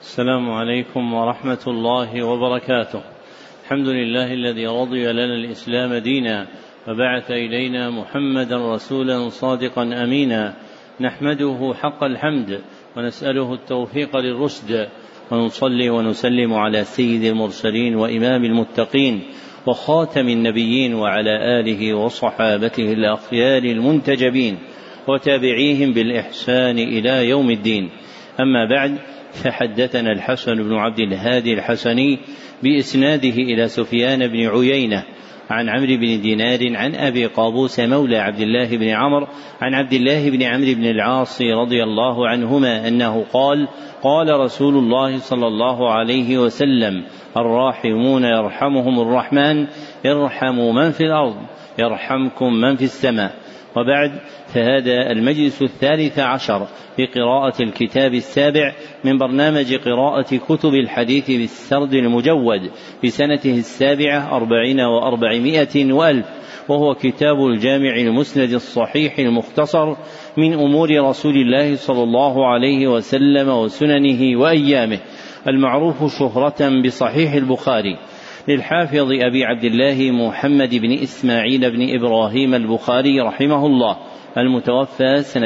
السلام عليكم ورحمة الله وبركاته. الحمد لله الذي رضي لنا الإسلام دينا وبعث إلينا محمدا رسولا صادقا أمينا، نحمده حق الحمد ونسأله التوفيق للرشد، ونصلي ونسلم على سيد المرسلين وإمام المتقين وخاتم النبيين وعلى آله وصحابته الأخيار المنتجبين وتابعيهم بالإحسان إلى يوم الدين. أما بعد، فحدثنا الحسن بن عبد الهادي الحسني بإسناده إلى سفيان بن عيينة عن عمرو بن دينار عن أبي قابوس مولى عبد الله بن عمرو عن عبد الله بن عمرو بن العاص رضي الله عنهما أنه قال: قال رسول الله صلى الله عليه وسلم: الراحمون يرحمهم الرحمن، ارحموا من في الأرض يرحمكم من في السماء. وبعد، فهذا المجلس 13 بقراءة الكتاب السابع من برنامج قراءة كتب الحديث بالسرد المجود في سنته 47 و400 وألف، وهو كتاب الجامع المسند الصحيح المختصر من أمور رسول الله صلى الله عليه وسلم وسننه وأيامه، المعروف شهرة بصحيح البخاري، للحافظ أبي عبد الله محمد بن إسماعيل بن إبراهيم البخاري رحمه الله، المتوفى سنة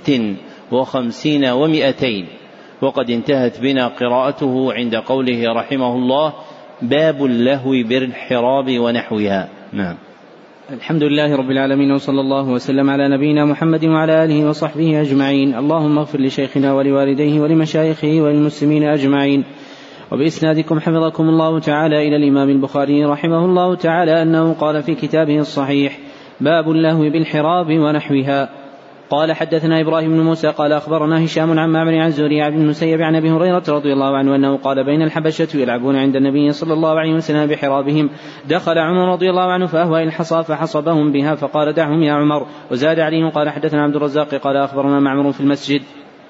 56 و200. وقد انتهت بنا قراءته عند قوله رحمه الله: باب اللهو بالحراب ونحوها. نعم. الحمد لله رب العالمين، وصلى الله وسلم على نبينا محمد وعلى آله وصحبه أجمعين. اللهم اغفر لشيخنا ولوالديه ولمشايخه وللمسلمين أجمعين. وبإسنادكم حفظكم الله تعالى إلى الإمام البخاري رحمه الله تعالى أنه قال في كتابه الصحيح: باب اللهو بالحراب ونحوها. قال: حدثنا إبراهيم بن موسى قال أخبرنا هشام عن معمر عن زهري عن ابن المسيب عن أبي هريرة رضي الله عنه أنه قال: بين الحبشة يلعبون عند النبي صلى الله عليه وسلم بحرابهم، دخل عمر رضي الله عنه فأهوى الحصى فحصبهم بها فقال: دعهم يا عمر. وزاد عليه قال: حدثنا عبد الرزاق قال أخبرنا معمر في المسجد.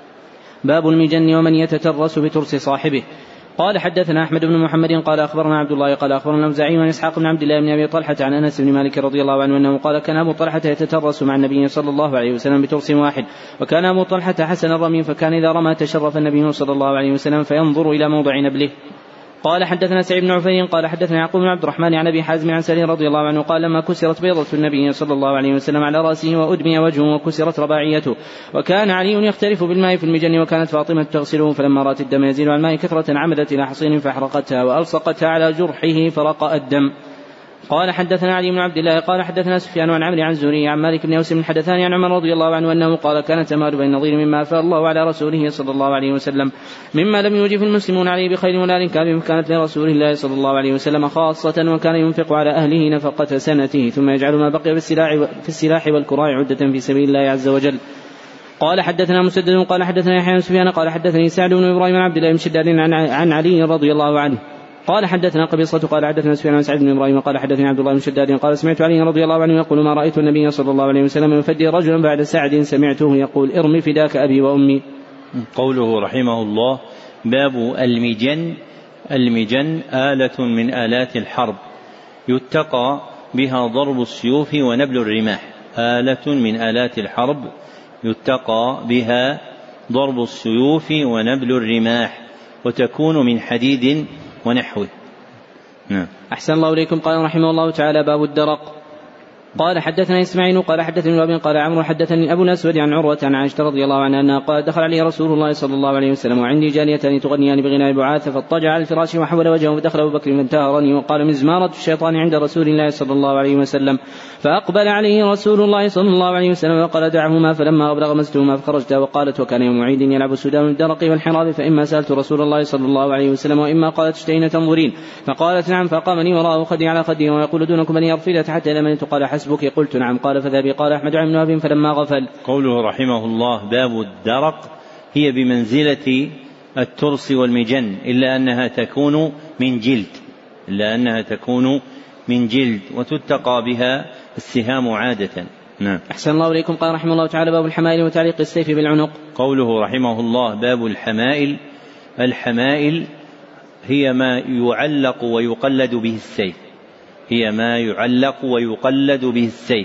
باب المجن ومن يتترس بترس صاحبه. قال: حدثنا أحمد بن محمد قال أخبرنا عبد الله قال أخبرنا الأوزاعي عن إسحاق بن عبد الله بن أبي طلحة عن أنس بن مالك رضي الله عنه أنه قال: كان أبو طلحة يتترس مع النبي صلى الله عليه وسلم بترس واحد، وكان أبو طلحة حسن الرمي، فكان إذا رمى تشرف النبي صلى الله عليه وسلم فينظر إلى موضع نبله. قال: حدثنا سعيد بن عفير قال حدثنا يعقوب بن عبد الرحمن عن أبي حازم عن سليم رضي الله عنه قال: لما كسرت بيضة النبي صلى الله عليه وسلم على رأسه وأدمي وجهه وكسرت رباعيته، وكان علي يختلف بالماء في المجن، وكانت فاطمة تغسله، فلما رأت الدم يزيل على الماء كثرة عمدت إلى حصين فأحرقتها وألصقتها على جرحه فرقأ الدم. قال: حدثنا علي بن عبد الله قال حدثنا سفيان عن عمرو عن زهري عن مالك بن أوس بن حدثان عن عمر رضي الله عنه أنه قال: كان تمار بين نظير مما أفاء الله على رسوله صلى الله عليه وسلم مما لم يوجف المسلمون عليه بخير ولا ركاب، فكانت لرسول الله صلى الله عليه وسلم خاصة، وكان ينفق على أهله نفقة سنته، ثم يجعل ما بقي في السلاح والكراع عدة في سبيل الله عز وجل. قال: حدثنا مسدد قال حدثنا يحيى بن سفيان قال حدثني سعد بن إبراهيم عن عبد الله بن شداد عن علي رضي الله عنه قال: حدثنا قبيصة قال حدثنا سفيان عن سعد بن إبراهيم قال حدثني عبد الله بن شداد قال: سمعت علي رضي الله عنه يقول: ما رأيت النبي صلى الله عليه وسلم يفدي رجلا بعد سعد سمعته يقول: ارمي فداك أبي وأمي. قوله رحمه الله: باب المجن. المجن آلة من آلات الحرب يتقى بها ضرب السيوف ونبل الرماح. آلة من آلات الحرب يتقى بها ضرب السيوف ونبل الرماح، وتكون من حديد ونحوه. نعم. أحسن الله إليكم. قال رحمه الله تعالى: باب الدرق. قال: حدثنا إسماعيل قال حدثني وابن قال عمرو حدثني أبو الأسود عن عروة عن عائشة رضي الله عنها أنها قال: دخل علي رسول الله صلى الله عليه وسلم وعندي جاريتان تغنيان بغناء البعاث، فاضطجع على الفراش وحول وجهه، فدخل أبو بكر فانتهرني وقال: مزمارة الشيطان عند رسول الله صلى الله عليه وسلم، فأقبل عليه رسول الله صلى الله عليه وسلم وقال: دعهما، فلما أبلغ مسجدهما فخرجتا. وقالت: وكان يوم عيد يلعب السودان الدرق والحراب، فإما سألت رسول الله صلى الله عليه وسلم وإما قالت: اشتهين تنظرين؟ فقالت: نعم. فقامني وراءه خدي على خدي ويقول: دونكم بني أرفلة حتى إذا منت قال: حسبك. قلت: نعم. قال: فذهبي. قال أحمد عن وهب فلما غفل. قوله رحمه الله: باب الدرق، هي بمنزلة الترس والمجن، إلا أنها تكون من جلد وتتقى بها السهام عادة. نعم. أحسن الله إليكم. قال رحمه الله تعالى: باب الحمائل وتعليق السيف بالعنق. قوله رحمه الله: باب الحمائل. الحمائل هي ما يعلق ويقلد به السيف،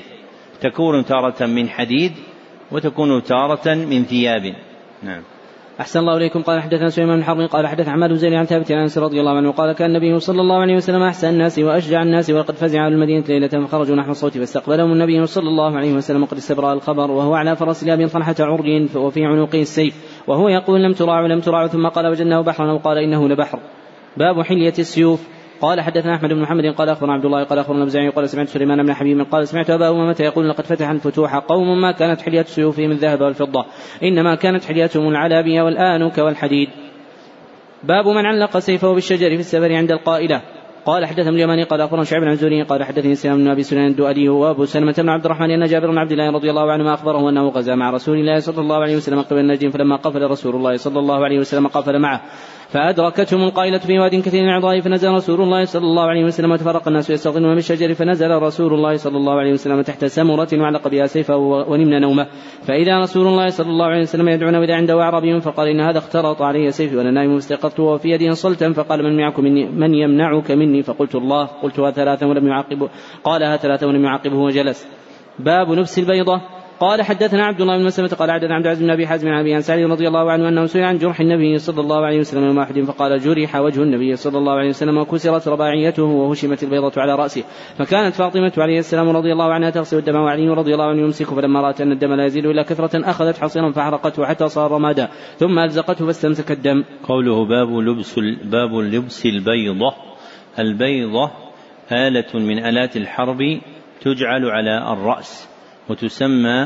تكون تارة من حديد وتكون تارة من ثياب. نعم. أحسن الله إليكم. قال حدثنا سليمان بن حرب قال حدث عماد بن زيد عن ثابت عن أنس رضي الله عنه قال كان النبي صلى الله عليه وسلم أحسن الناس وأشجع الناس وقد فزع أهل المدينة ليلة فخرجوا نحو الصوت فاستقبلهم النبي صلى الله عليه وسلم قد استبرأ الخبر وهو على فرس لأبي طلحة عري وفي عنقه السيف وهو يقول لم تراعوا ثم قال وجدناه بحرا أو قال إنه لبحر. باب حلية السيوف. قال حدثنا أحمد بن محمد قال أخبرنا عبد الله قال أخبرنا الأوزاعي قال سمعت سليمان بن حبيب قال سمعت أبا أمامة يقول لقد فتح الفتوح قوم ما كانت حلية سيوفهم الذهب والفضة إنما كانت حليتهم العلابية والآنك والحديد. باب من علق سيفه بالشجر في السفر عند القائلة. قال حدثنا اليماني قال أخبرنا شعيب عن زهري قال حدثني سليمان بن أبي سليمان الدؤلي وأبو سلمة بن عبد الرحمن أن جابر بن عبد الله رضي الله عنه أخبره أنه غزا مع رسول الله صلى الله عليه وسلم قبل نجد فلما قفل رسول الله صلى الله عليه وسلم قفل معه فأدركتهم القائلة في واد كثير العضاء فنزل رسول الله صلى الله عليه وسلم وتفرق الناس يستغنون بالشجر فنزل رسول الله صلى الله عليه وسلم تحت سمرة وعلق بها سيفه ونمنا نومه فإذا رسول الله صلى الله عليه وسلم يدعون وإذا عنده أعرابي فقال إن هذا اخترط علي سيفي وأنا نائم واستيقظت وفي يدي صلتا فقال من يمنعك مني فقلت الله قلتها ثلاثا ولم يعاقبه قالها ثلاثا ولم يعاقبه وجلس. باب لبس البيضة. قال حدثنا عبد الله بن مسلمة قال حدثنا عبد العزيز بن أبي حازم عن أبي سعيد رضي الله عنه أنه سئل عن جرح النبي صلى الله عليه وسلم يوم أحد فقال جرح وجه النبي صلى الله عليه وسلم وكسرت رباعيته وهشمت البيضة على رأسه فكانت فاطمة عليه السلام رضي الله عنها تغسل الدم وعلي رضي الله عنه يمسك فلما رأت أن الدم لا يزيد إلا كثرة أخذت حصيرا فحرقته حتى صار رمادا ثم ألزقته فاستمسك الدم. قوله باب لبس البيضة. البيضة آلة من آلات الحرب تجعل على الرأس وتسمى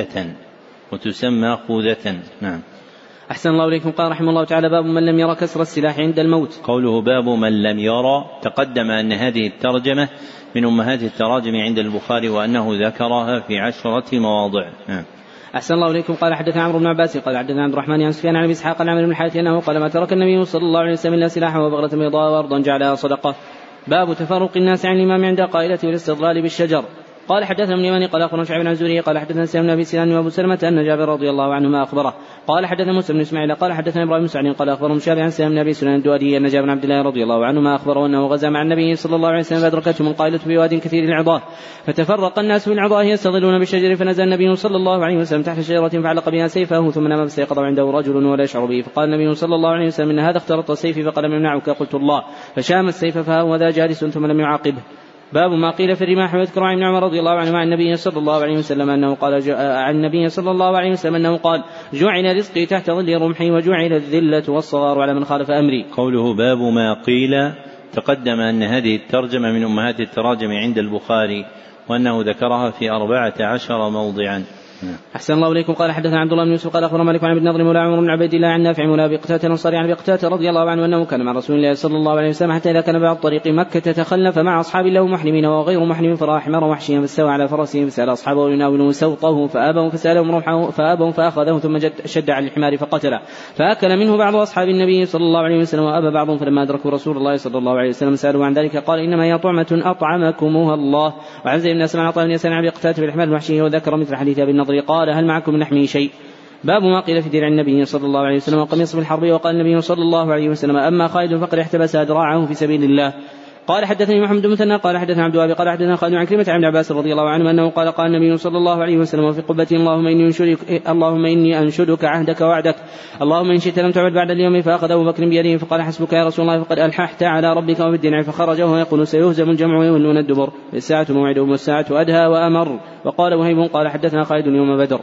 خوذة. نعم. أحسن الله إليكم. قال رحمه الله تعالى باب من لم يرى كسر السلاح عند الموت. قوله باب من لم يرى تقدم أن هذه الترجمة من أمهات التراجم عند البخاري وأنه ذكرها في 10 مواضع. نعم. أحسن الله إليكم. قال حدثنا عمرو بن عباس قال حدثنا عبد الرحمن عن سفيان عن أبي إسحاق عن عمرو بن الحارث أنه قال ما ترك النبي صلى الله عليه وسلم إلا سلاحا وبغلة بيضاء وأرضا جعلها صدقة. باب تفرق الناس عن الإمام عند قائلة والاستظلال بالشجر. قال حدثنا ابن اليماني قال أخبرنا شعيب عن زهري قال حدثنا سليمان بن أبي سنان وأبو سلمة أن جابر رضي الله عنهما أخبره قال حدثنا موسى بن إسماعيل قال حدثنا إبراهيم بن سعد قال أخبرهم شابه عن سليمان بن أبي سنان الدؤلي أن جابر بن عبد الله رضي الله عنهما أخبره أنه غزا مع النبي صلى الله عليه وسلم فأدركتهم القائلة في واد كثير العضاه فتفرق الناس بالعضاه يستظلون بالشجر فنزل النبي صلى الله عليه وسلم تحت شجرة فعلق بها سيفه ثم نام فاستيقظ عنده رجل ولا يشعر به فقال النبي صلى الله عليه وسلم إن هذا اخترط سيفي فقال من يمنعك قلت الله فشام السيف فهو ذا جالس ثم لم يعاقبه. باب ما قيل في الرماح. ويذكر عن ابن عمر رضي الله عنه عن النبي صلى الله عليه وسلم أنه قال جعل رزقي تحت ظل رمحي وجعل الذلة والصغار على من خالف أمري. قوله باب ما قيل تقدم أن هذه الترجمة من أمهات التراجم عند البخاري وأنه ذكرها في 14 موضعا. أحسن الله إليكم. قال حدثنا عبد الله بن يوسف قال أخبرنا مالك عن ابن نضر مولى عمر بن عبيد الله عن نافع مولى أبي قتادة الأنصاري عن أبي قتادة رضي الله عنه أنه كان مع رسول الله صلى الله عليه وسلم حتى إذا كان بعد طريق مكة تخلف مع أصحاب له محرمين وغير محرم فراح حمار وحشيا فاستوى على فرسه فسأل أصحابه يناولون سوطه فأبوا فسألهم روحه فأبوا فأخذه ثم شد على الحمار فقتله فأكل منه بعض أصحاب النبي صلى الله عليه وسلم وأبى بعضهم فلما أدركوا رسول الله صلى الله عليه وسلم سألوا عن ذلك قال إنما هي طعمة أطعمكمها الله. وعن زيد بن أسلم عن عطاء بن يسار عن أبي قتادة بالحمار الوحشي وذكر مثل حديث أبي النضر قال هل معكم من لحمه شيء. باب ما قيل في درع النبي صلى الله عليه وسلم وقميص في الحرب. وقال النبي صلى الله عليه وسلم أما خالد فقد احتبس أدراعه في سبيل الله. قال حدثني محمد بن مثنى قال حدثنا عبد الوهاب قال حدثنا خالد عن كلمة عن عباس رضي الله عنه أنه قال قال النبي صلى الله عليه وسلم في قبتي اللهم إني أنشدك عهدك وعدك اللهم إن شئت لم تعد بعد اليوم. فأخذ أبو بكر بيده فقال حسبك يا رسول الله فقد ألححت على ربك وبالدنع. فخرج وهو يقول سيهزم الجمع ويولون الدبر الساعة موعدهم والساعة أدهى وأمر. وقال وهيب قال حدثنا خالد يوم بدر.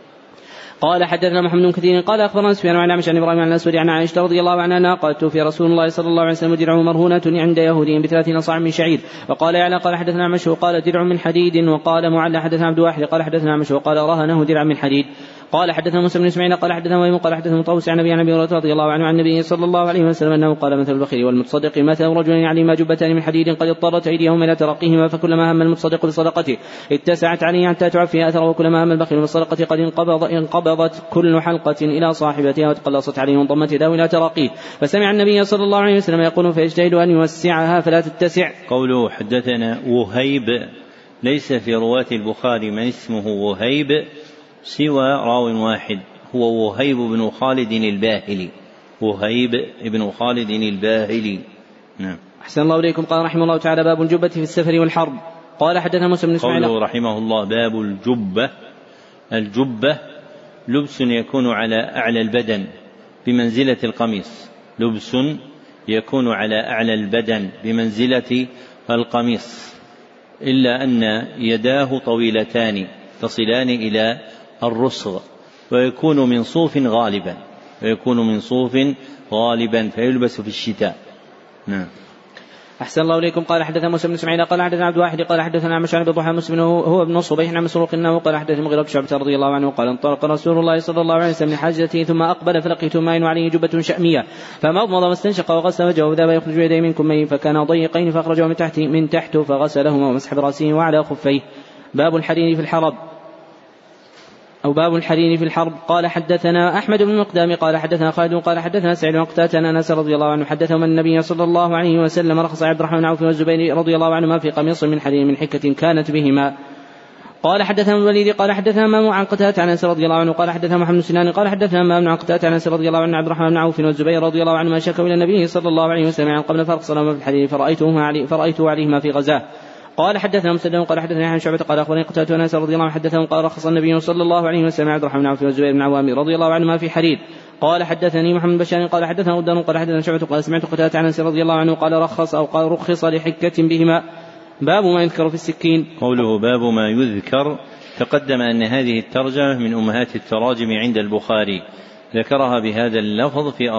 قال حدثنا محمد بن كثير قال أخبرنا سفيان عن أعمش عن إبراهيم عن الأسود عن عائشة رضي الله عنها قالت توفي رسول الله صلى الله عليه وسلم درعه مرهونة عند يهودي ب30 صاع من شعير. وقال يعلى قال حدثنا أعمش وقال درع من حديد. وقال معلى حدثنا عبد واحد قال حدثنا أعمش وقال رهنه درع من حديد. قال حدثنا موسى بن اسماعيل قال حدثنا وهيب قال حدثنا طاووس عن ابي هريره رضي الله عنه عن النبي صلى الله عليه وسلم انه قال مثل البخيل والمتصدق مثل رجل يعني ما جبتان من حديد قد اضطرت ايديهما الى ترقيهما فكلما هم المتصدق بصدقته اتسعت عليه حتى تعفي اثره وكلما هم البخيل بالصدقه قد انقبضت كل حلقه الى صاحبتها وتقلصت عليه وانضمت يداه الى تراقيه. فسمع النبي صلى الله عليه وسلم يقول فيجتهد ان يوسعها فلا تتسع. قوله حدثنا وهيب ليس في رواة البخاري من اسمه وهيب سوى راو واحد هو وهيب بن خالد الباهلي. وهيب بن خالد الباهلي. نعم. أحسن الله إليكم. قال رحمه الله تعالى باب الجبة في السفر والحرب. قال حدثنا موسى بن اسماعيل قوله رحمه الله باب الجبة. الجبة لبس يكون على أعلى البدن بمنزلة القميص، لبس يكون على أعلى البدن بمنزلة القميص، إلا أن يداه طويلتان تصلان إلى الرسغ، ويكون من صوف غالبا فيلبس في الشتاء. نعم. أحسن الله إليكم. قال حدثنا موسى بن اسماعيل قال حدثنا عبد الواحد قال حدثنا عن مشعل بضحى مسلم هو ابن صبيح عن مسروق انه قال حدثني مغيرة بن شعبة رضي الله عنه قال انطلق رسول الله صلى الله عليه وسلم لحاجته ثم أقبل فلقيت ماء وعليه جبة شأمية فمضمض واستنشق وغسل وجهه وذهب يخرج يديه من كميه فكان ضيقين فأخرجه من تحت فغسلهما ومسح برأسه وعلى خفيه. باب الحرير في الحرب أو باب الحرير في الحرب. قال حدثنا أحمد بن المقدام قال حدثنا خالد قال حدثنا سعيد بن قتادة أن أنس رضي الله عنه حدثهم أن النبي صلى الله عليه وسلم رخص عبد الرحمن بن عوف والزبير رضي الله عنهما في قميص من حرير من حكة كانت بهما. قال حدثنا الوليد قال حدثنا مامون عن قتادة عن أنس رضي الله عنه قال حدثنا محمد بن سنان قال حدثنا مامون عن قتادة عن أنس رضي الله عنه عبد الرحمن بن عوف والزبير رضي الله عنهما شكوا إلى النبي صلى الله عليه وسلم عن قبل فرق لهما في الحرير فرأيته عليهما في غزاه. قال حدثنا مسدد قال حدثنا عن شعبة قال أخبرني قتادة أنس رضي الله عنه حدثهم قال رخص النبي صلى الله عليه وسلم عبد الرحمن بن عوف والزبير بن عوام رضي الله عنهما في حرير. قال حدثني محمد بشار قال حدثنا غدان قال حدثنا شعبة قال سمعت قتادة عن أنس رضي الله عنه قال رخص لحكة بهما. باب ما يذكر في السكين. قوله باب ما يذكر، تقدم أن هذه الترجمة من أمهات التراجم عند البخاري، ذكرها بهذا اللفظ في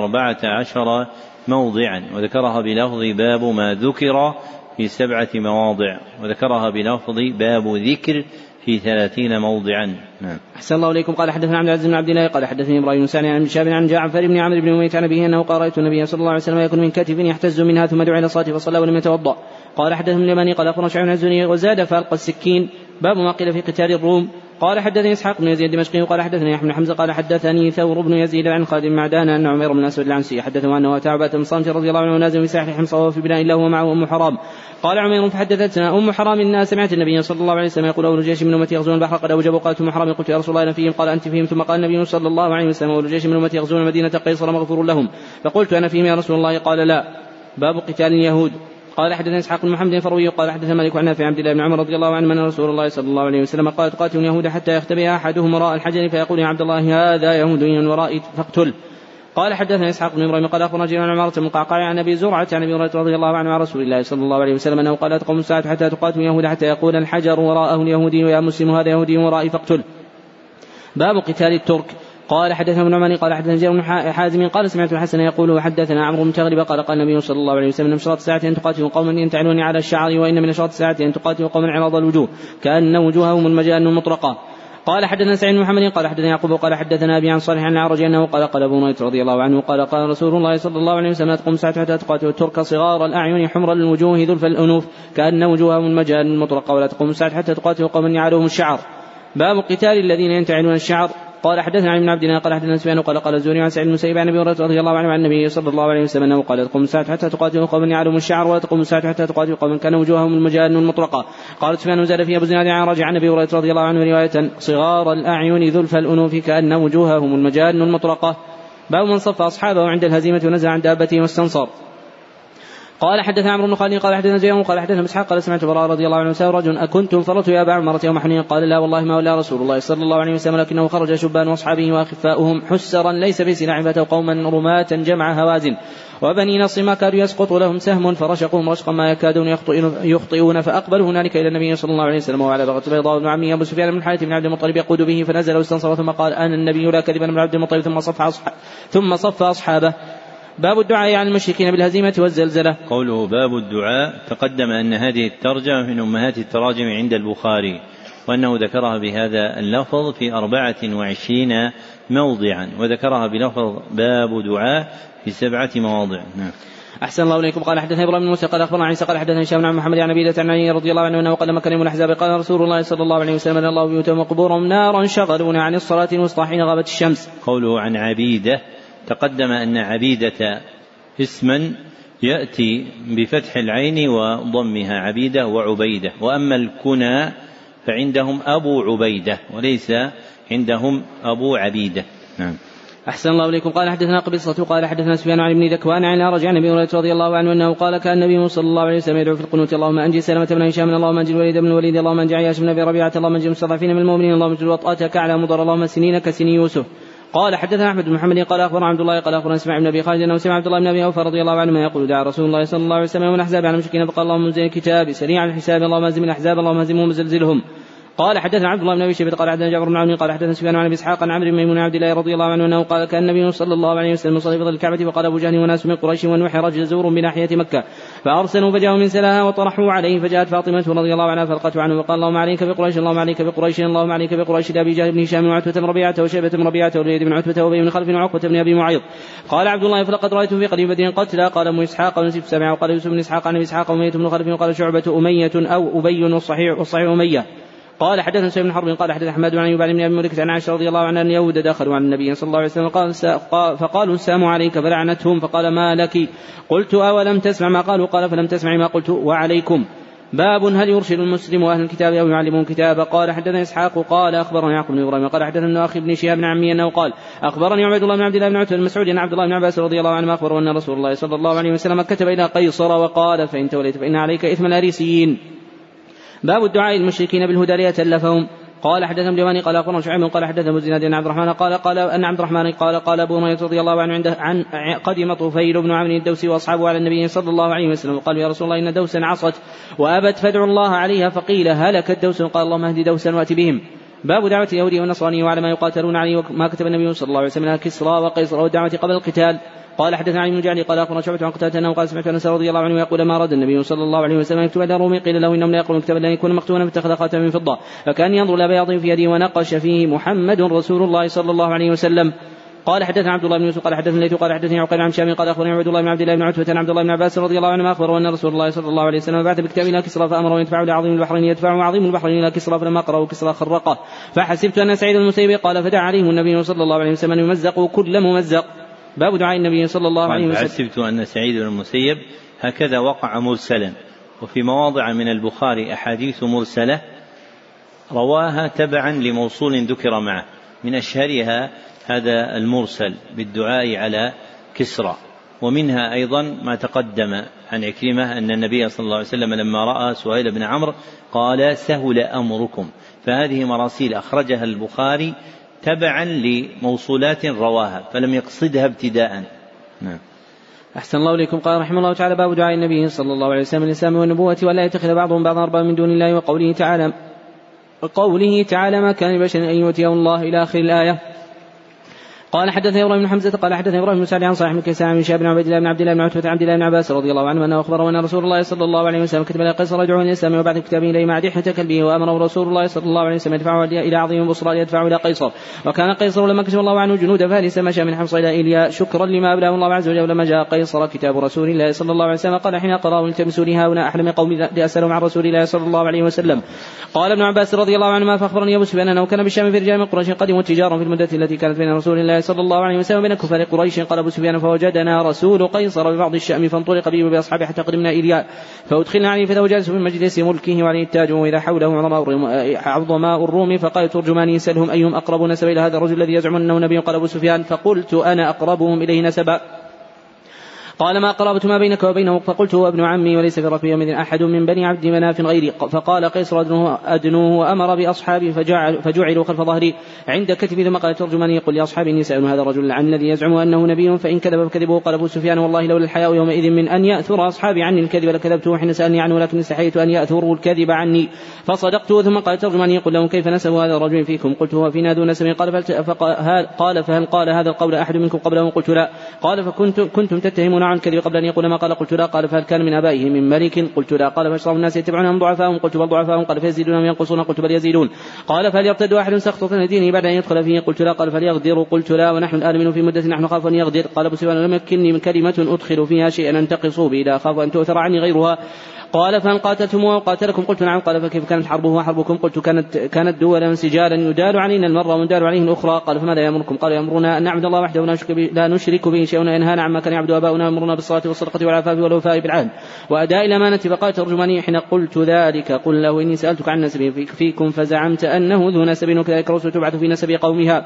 14 موضعا، وذكرها بلفظ باب ما ذكر في 7 مواضع، وذكرها بلفظ باب ذكر في 30 موضعا. نعم. أحسن الله إليكم. قال حدثنا عبد العزيز بن عبد الله قال حدثني إبراهيم سعد عن شاب عن جعفر بن عمرو بن أمية عن أبيه أنه قال رأيت النبي صلى الله عليه وسلم يأكل من كتف يحتز منها ثم دعا إلى الصلاة فصلى ولم يتوضأ. قال حدثنا اليماني قال أخبرنا شعيب بن الزهري وزاد فألقى السكين. باب ما قيل في قتال الروم. قال حدثني إسحاق بن يزيد الدمشقي قال حدثني يحيى بن حمزة قال حدثني ثور بن يزيد عن خالد بن معدان أن عمير بن الأسود العنسي حدثه أنه أتى عبادة بن صامت رضي الله عنه نازل في ساحل حمص وهو في بناء له ومعه أم حرام. قال عمير فحدثتنا أم حرام إنها سمعت النبي صلى الله عليه وسلم يقول أول جيش من أمتي يغزون البحر قد أوجبوا. قالت أم حرام قلت يا رسول الله أنا فيهم قال أنت فيهم. ثم قال النبي صلى الله عليه وسلم أول جيش من أمتي يغزون مدينة قيصر مغفور لهم. فقلت أنا فيهم يا رسول الله قال لا. باب قتال اليهود. قال حدثنا إسحاق بن محمد الفروي قال حدثنا مالك عن نافع عبد الله بن عمر رضي الله عنه أن رسول الله صلى الله عليه وسلم قال تقاتل اليهود حتى يختبئ أحدهم وراء الحجر فيقول يا عبد الله هذا يهودي ورائي فاقتل. قال حدثنا إسحاق بن إبراهيم قال أخبرنا جرير عن عمارة بن القعقاع عن أبي زرعة عن أبي هريرة رضي الله عنه عن رسول الله صلى الله عليه وسلم أنه قال تقوم الساعة حتى تقاتل اليهود حتى يقول الحجر وراءه اليهودي ويا مسلم هذا يهودي ورائي فاقتل. باب قتال الترك. قال حدثنا ابن عمان قال حدثنا جرير بن حازم قال سمعت الحسن يقول وحدثنا عمرو بن تغلب قال قال النبي صلى الله عليه وسلم من أشراط الساعة أن تقاتلوا قوما ينتعلون على الشعر وإن من أشراط الساعة أن تقاتلوا قوما عراض الوجوه كأن وجوههم المجان المطرقة. قال حدثنا سعيد بن محمد قال حدثنا يعقوب قال حدثنا أبي عن صالح عن الأعرج أنه قال قال أبو هريرة رضي الله عنه قال قال رسول الله صلى الله عليه وسلم تقوم الساعة حتى تقاتل الترك صغار الأعين حمر الوجوه ذلف الأنوف كأن وجوههم المجان المطرقة ولا تقوم الساعة حتى تقاتل قوما يعلوهم الشعر. باب قتال الذين ينتعلون الشعر. قال حدثنا عن ابن عبد الله قال حدثنا سفيان قال قال الزهري عن سعيد بن المسيب عن ابي هريره رضي الله عنه عن النبي صلى الله عليه وسلم انه قال تقوم الساعه حتى تقاتل قوما يعلم الشعر ولا تقوم الساعه حتى تقاتل قوما كان وجوههم المجان المطرقه. قال سفيان زاد في ابو زناد عن رجع عن ابي هريره رضي الله عنه روايه صغار الاعين ذلف الانوف كأن وجوههم المجان المطرقه. باب من صف اصحابه عند الهزيمه ونزل عن دابته واستنصر. قال حدثنا عمرو بن خالد قال حدثنا زياد قال حدثنا مسحاق قال سمعت براء رضي الله عنه سأل رجل أكنتم فرطت يا أبا عمرة يوم حنين قال لا والله ما ولا رسول الله صلى الله عليه وسلم لكنه خرج شبان وأصحابه وأخفاؤهم حسرا ليس بسلاح فتوا قوما رماة جمع هوازن وبني نص ما كادوا يسقط لهم سهم فرشقهم رشقا ما يكادون يخطئون فأقبلوا هنالك إلى النبي صلى الله عليه وسلم وعلى بغة بيضاء بن عمي أبو سفيان بن الحارث بن عبد المطلب يقود به فنزل واستنصر ثم قال أنا النبي لا كذبا بن عبد المطلب ثم صف أصحابه. باب الدعاء عن المشركين بالهزيمة والزلزلة. قوله باب الدعاء تقدم أن هذه الترجمة من أمهات التراجم عند البخاري، وأنه ذكرها بهذا اللفظ في 24 موضعا، وذكرها بلفظ باب دعاء في 7 مواضع. نعم. أحسن الله إليكم. قال حدثنا إبراهيم بن موسى قال أخبرنا عيسى قال حدثنا هشام بن محمد عن عبيدة عن علي رضي الله عنه أنه قال لما كان يوم الأحزاب قال رسول الله صلى الله عليه وسلم الله بيوتهم وقبورهم نارا شغلونا عن الصلاة الوسطى حين غابت الشمس. قوله عن عبيدة تقدم أن عبيدة اسما يأتي بفتح العين وضمها عبيدة وعبيدة، وأما الكنى فعندهم أبو عبيدة وليس عندهم أبو عبيدة. نعم. أحسن الله إليكم. قال حدثنا قبيصة قال حدثنا سفيان عن ابن ذكوان عن الأعرج عن أبي هريرة رضي الله عنه أنه قال كان النبي صلى الله عليه وسلم يدعو في القنوت اللهم أنجي سلمة بن هشام اللهم أنجي الوليد بن الوليد اللهم أنجي عياش بن أبي ربيعة اللهم أنجي المستضعفين من المؤمنين اللهم أنجي وطأتك على مضر اللهم سنين كسني يوسف. قال حدثنا أحمد بن محمد قال أخبرنا عبد الله قال أخبرنا اسماعيل بن أبي خالد أنه سمع عبد الله بن أبي أوفى رضي الله عنه يقول دعا رسول الله صلى الله عليه وسلم من الأحزاب على المشركين فقال اللهم انزل الكتاب سريع الحساب اللهم هزم الأحزاب اللهم هزمهم وزلزلهم. قال حدثنا عبد الله بن ابي شيبه قال حدثنا جعفر بن عون قال حدثنا سفيان عن ابي اسحاق عن عمرو بن ميمون عبد الله رضي الله عنه انه قال كان النبي صلى الله عليه وسلم يصلي في ظل الكعبه فقال ابو جهل وناس من قريش ونحر جزور بناحيه مكه فارسلوا فجاءوا من سلاها وطرحوا عليه فجاءت فاطمه رضي الله عنها فالقته عنه وقال اللهم عليك بقريش اللهم عليك بقريش اللهم عليك بقريش لابي جهل بن هشام وعتبه بن ربيعه وشيبه بن ربيعه ووليد بن عتبه وابي بن خلف وعقبه بن ابي معيط. قال عبد الله فلقد رايت في قريب بدر قتلى. قال ابو اسحاق ونسيت سمع وقال يوسف بن اسحاق عن ابي اسحاق واميه بن خلف وقال شعبه اميه او ابي والصحيح اميه. قال حدثنا سعيد بن حرب قال حدث احمد عن ايوب بن ابي مليكة عن عائشة رضي الله عنها ان اليهود دخلوا على النبي صلى الله عليه وسلم فقالوا السلام عليك فلعنتهم فقال ما لك قلت اولم تسمع ما قالوا قال فلم تسمع ما قلت وعليكم. باب هل يرشد المسلم واهل الكتاب او يعلمهم كتابا. قال حدثنا اسحاق قال اخبرني يعقوب بن ابراهيم قال حدثنا اخي بن شهاب بن عمي انه قال اخبرني عبيد الله بن عبد الله بن عتبة المسعود ان عبد الله بن عباس رضي الله عنه اخبره ان رسول الله صلى الله عليه وسلم كتب الى قيصر وقال فان توليت فان عليك اثم الاريسيين. باب الدعاء المشركين بالهدى ليتلفهم. قال حدثنا جواني قال اخبرنا شعيب قال حدثنا زناد بن عبد الرحمن قال ان عبد الرحمن قال ابو هريره رضي الله عنه عن قدم طفيل بن عمرو الدوسي واصحابه على النبي صلى الله عليه وسلم وقالوا يا رسول الله ان دوسا عصت وابت فادعوا الله عليها فقيل هلك الدوس قال اللهم اهد دوسا وات بهم. باب دعوة اليهود والنصراني وعلى ما يقاتلون عليه وما كتب النبي صلى الله عليه وسلم كسرى وقيصر والدعوة قبل القتال. قال حدثنا علي بن جعفر قال اخبرنا شعبة عن قتادة انه قال سمعت انس رضي الله عنه يقول ما اراد النبي صلى الله عليه وسلم يكتب الى الروم قيل له انهم لا يقرؤون كتابا لا يكون مكتوبا فاتخذ خاتما من فضة فكان ينظر الى بياض في يده ونقش فيه محمد رسول الله صلى الله عليه وسلم. قال حدثنا عبد الله بن يوسف قال حدثنا ليث قال حدثني عقيل عن شام قال اخبرني عبد الله بن عبد الله بن عتبة عن عبد الله بن عباس رضي الله عنه اخبره ان رسول الله صلى الله عليه وسلم بعث بكتاب الى كسرى فامره ان يدفعه لعظيم البحرين يدفعه عظيم البحرين الى كسرى فلما قرأه كسرى خرقه فحسبت ان سعيد المسيب قال فدعا عليهم النبي صلى الله عليه وسلم يمزقوا كل ممزق. باب دعاء النبي صلى الله عليه وسلم. حسبت أن سعيد بن المسيب هكذا وقع مرسلا. وفي مواضع من البخاري أحاديث مرسلة رواها تبعا لموصول ذكر معه من أشهرها هذا المرسل بالدعاء على كسرى. ومنها أيضا ما تقدم عن عكرمة أن النبي صلى الله عليه وسلم لما رأى سهيل بن عمرو قال سهل أمركم. فهذه مراسيل أخرجها البخاري تبعا لموصولات رواها فلم يقصدها ابتداء. أحسن الله إليكم. قال رحمه الله تعالى باب دعاء النبي صلى الله عليه وسلم الإسلام والنبوة ولا يتخذ بعضهم بعضا أربابا من دون الله وقوله تعالى ما كان لبشر أن يؤتيه الله إلى آخر الآية. قال حدثنا ابراهيم بن حمزة قال حدثنا ابراهيم بن سعد عن صالح بن كيسان عن شهاب بن عبيد الله بن عبد الله بن عتبة عبد الله بن عباس رضي الله عنه انه اخبره ان رسول الله صلى الله عليه وسلم كتب الى قيصر يدعو الى الاسلام وبعد كتابه اليه مع دحية كلبه وامره رسول الله صلى الله عليه وسلم يدفعه الى عظيم بصرى يدفعه الى قيصر. وكان قيصر لما كشف الله عنه جنود فارس مشى من حمص الى ايليا شكرا لما ابلاه الله عز وجل. لما جاء قيصر كتاب رسول الله صلى الله عليه وسلم قال حين قرأه التمسوا لي هؤلاء احلم قوم لاسالهم عن رسول الله صلى الله عليه وسلم. قال ابن عباس رضي الله عنهما فاخبرني ابو سفيان انه كان بالشام في رجال من قريش قدموا تجارا في المدة التي كانت بين رسول الله صلى الله عليه وسلم بين كفار قريش. قال ابو سفيان فوجدنا رسول قيصر ببعض الشام فانطلق به باصحابه حتى قدمنا إلياء فادخلنا عليه فإذا جالس في مجلس ملكه وعليه التاج واذا حوله عظماء الروم فقال ترجماني يسألهم ايهم اقرب نسبا الى هذا الرجل الذي يزعم انه نبي. قال ابو سفيان فقلت انا اقربهم اليه نسبا. قال ما قرابة ما بينك وبينه فقلت هو ابن عمي وليس في رفي يومئذ أحد من بني عبد مناف غيري. فقال قيصر أدنوه وأمر بأصحابه فجعلوا خلف ظهري عند كتفي ثم قال ترجماني يقول لأصحابي إني سأل هذا الرجل عن الذي يزعم أنه نبي فإن كذب فكذبه. قال أبو سفيان والله لولا الحياء يومئذ من أن يأثر أصحابي عني الكذب لكذبته حين سألني عنه ولكن استحييت أن يأثروا الكذب عني فصدقته. ثم قال ترجماني يقول لهم كيف نسب هذا الرجل فيكم؟ قلت هو فينا ذو نسب. قال فهل قال هذا القول أحد منكم قبله؟ قلت لا. قال فكنتم تتهمون عن الكذب قبل أن يقول ما قال؟ قلت لا. قال فهل كان من أبائه من ملك؟ قلت لا. قال فاشرب الناس يتبعونهم ضعفاهم؟ قلت بل ضعفاهم. قال فيزيدون أم ينقصون؟ قلت بل يزيدون. قال فهل يرتد أحد سخطة لدينه بعد أن يدخل فيه؟ قلت لا. قال فليغدر؟ قلت لا. ونحن الآن منه في مدة نحن خاف أن يغدر. قال أبو سفيان لم يكنني من كلمة أدخل فيها شيئا أنتقصوا به لا أخاف أن تؤثر عني غيرها. قال فهل قاتلتم وقاتلكم؟ قلت نعم. قال فكيف كانت حربه وحربكم؟ قلت كانت دولا سجالا يدال علينا المرة وندال عليه الأخرى. قال فماذا يأمركم؟ قال يأمرنا أن نعبد الله وحده لا نشرك به شيئا وينهانا عما كان يعبد آباؤنا ويأمرنا بالصلاة والصدقة والعفاف والوفاء بالعهد وأداء الأمانة. فقال ترجماني حين قلت ذلك قل له إني سألتك عن نسبه فيكم فزعمت أنه ذو نسب وكذلك رسل تبعث في نسب قومها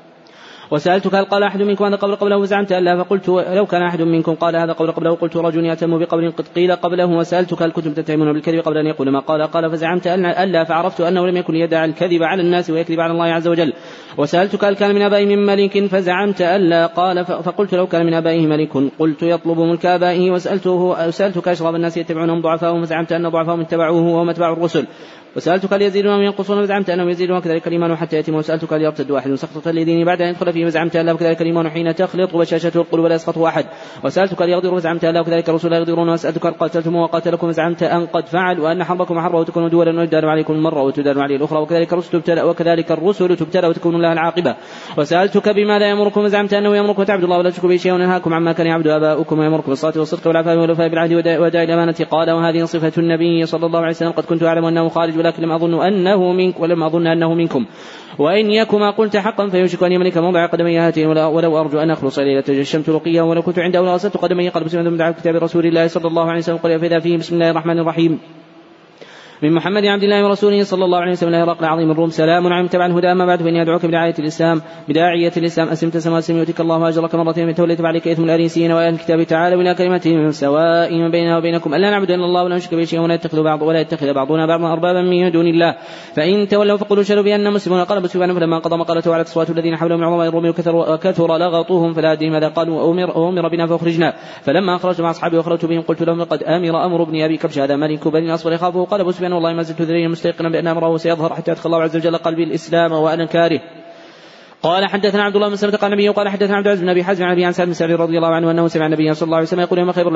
وسألتك هل قال أحد منكم هذا قبله وزعمت ألا فقلت لو كان أحد منكم قال هذا قبله قلت رجل يأتم بقول قد قيل قبله. وسألتك هل كنتم تتهمون بالكذب قبل أن يقول ما قال؟ قال فزعمت ألا فعرفت أنه لم يكن يدع الكذب على الناس ويكذب على الله عز وجل. وسألتك هل كان من آبائه من ملك فزعمت ألا، قال فقلت لو كان من آبائه ملك قلت يطلب ملك آبائه. وسألتك أشراب الناس يتبعونهم ضعفاهم فزعمت أن ضعفاهم اتبعوه وهم اتبعوا الرسل. وسألتك هل يزيدون أم ينقصون فزعمت أنهم يزيدون كذلك الإيمان حتى يتم. وسألتك هل يرتد واحد سقطة لدينه بعد أن يدخل فيه فزعمت أن لا كذلك الإيمان حين تخلط بشاشته القلوب ولا يسقط أحد. وسألتك هل يغدر فزعمت أن لا كذلك الرسل يغدرون. وسألتك هل قاتلتم وقاتلكم فزعمت أن قد فعل وأن حربكم وحربه تكون دولا ويدار عليكم مرة وتدار عليه الأخرى وكذلك الرسل تبتلى وتكون لها العاقبة. وسألتك بما لا يأمركم فزعمت أنه يأمركم وتعبد الله ولا تشركوا به شيئا وينهاكم عما كان يعبد آباؤكم ويأمركم بالصلاة والصدق والعفاف والوفاء بالعهد وأداء الأمانة. قال وهذه صفة النبي صلى الله عليه وسلم قد كنت أعلم أنه خارج ولكن لم أظن أنه منكم. وإن يكما قلت حقا فيوشك أن يملك موضع قدمي هاتين ولو أرجو أن أخلص إليه لتجشمت رقيا ولو كنت عنده لغسلت قدمي. قال مسلم من كتاب رسول الله صلى الله عليه وسلم قال فإذا فيه بسم الله الرحمن الرحيم من محمد عبد الله ورسوله صلى الله عليه وسلم هرقل عظيم الروم سلام عليكم تبع الهدى. أما بعد فإني أدعوك بداعية الإسلام أسلم تسلم وأسلم يؤتك الله أجرك مرتين من توليت عليك إثم الأريسيين وآيات الكتاب تعالى إلى كلمة سواء بيننا وبينكم ألا نعبد إلا الله ولا نشرك به شيئا ولا يتخذ بعضنا بعضا أربابا من دون الله فإن تولوا فقولوا اشهدوا بأننا مسلمون. قال أبو سفيان فلما قضى مقالته على أصوات الذين حولهم من عظماء الروم وكثر لغطوهم فلا أدري ماذا قالوا وأمر بنا فأخرجنا. فلما أخرج مع أصحابي وأخرجت بهم قلت لهم لقد أمر ابن أبي كبش هذا ملك بني الأصفر يخافه. قال أبو سفيان والله ما زلت ذريا مستيقنا بأن أمره سيظهر حتى يدخل الله عز وجل قلبي الإسلام وأنا كاره. قال حدثنا عبد الله بن سلمة قال النبي قال حدثنا عبد العزيز بن أبي حازم عن أبي عن سعد بن سعد رضي الله عنه أنه سمع النبي صلى الله عليه وسلم يقول يوم خيبر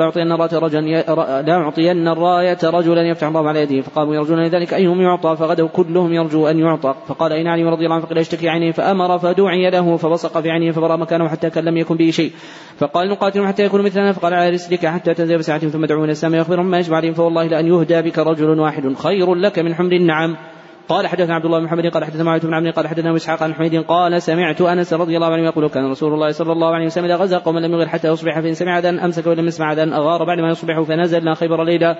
لا أعطين الراية رجلا يفتح الله على يده. فقاموا يرجون لذلك أيهم يعطى فغدوا كلهم يرجو أن يعطى. فقال أين علي رضي الله عنه فقال يشتكي عينيه فأمر فدعي له فبصق في عينيه فبرأ مكانه حتى كان لم يكن به شيء. فقال نقاتلهم حتى يكونوا مثلنا. فقال على رسلك حتى تنزل بساعتهم ثم دعوا إلى السماء يخبرهم ما يشبع عليهم فوالله لأن يهدى بك رجل واحد خير لك من حمر النعم. قال حدثنا عبد الله بن محمد قال حدثنا معاوية بن عمرو قال حدثنا إسحاق عن حميد قال سمعت أنس رضي الله عنه يقول كان رسول الله صلى الله عليه وسلم إذا غزا قوما لم يغر حتى يصبح فإن سمع أذان أمسك ولم يسمع أذان أغار بعد ما يصبح فنزل خيبر ليلا.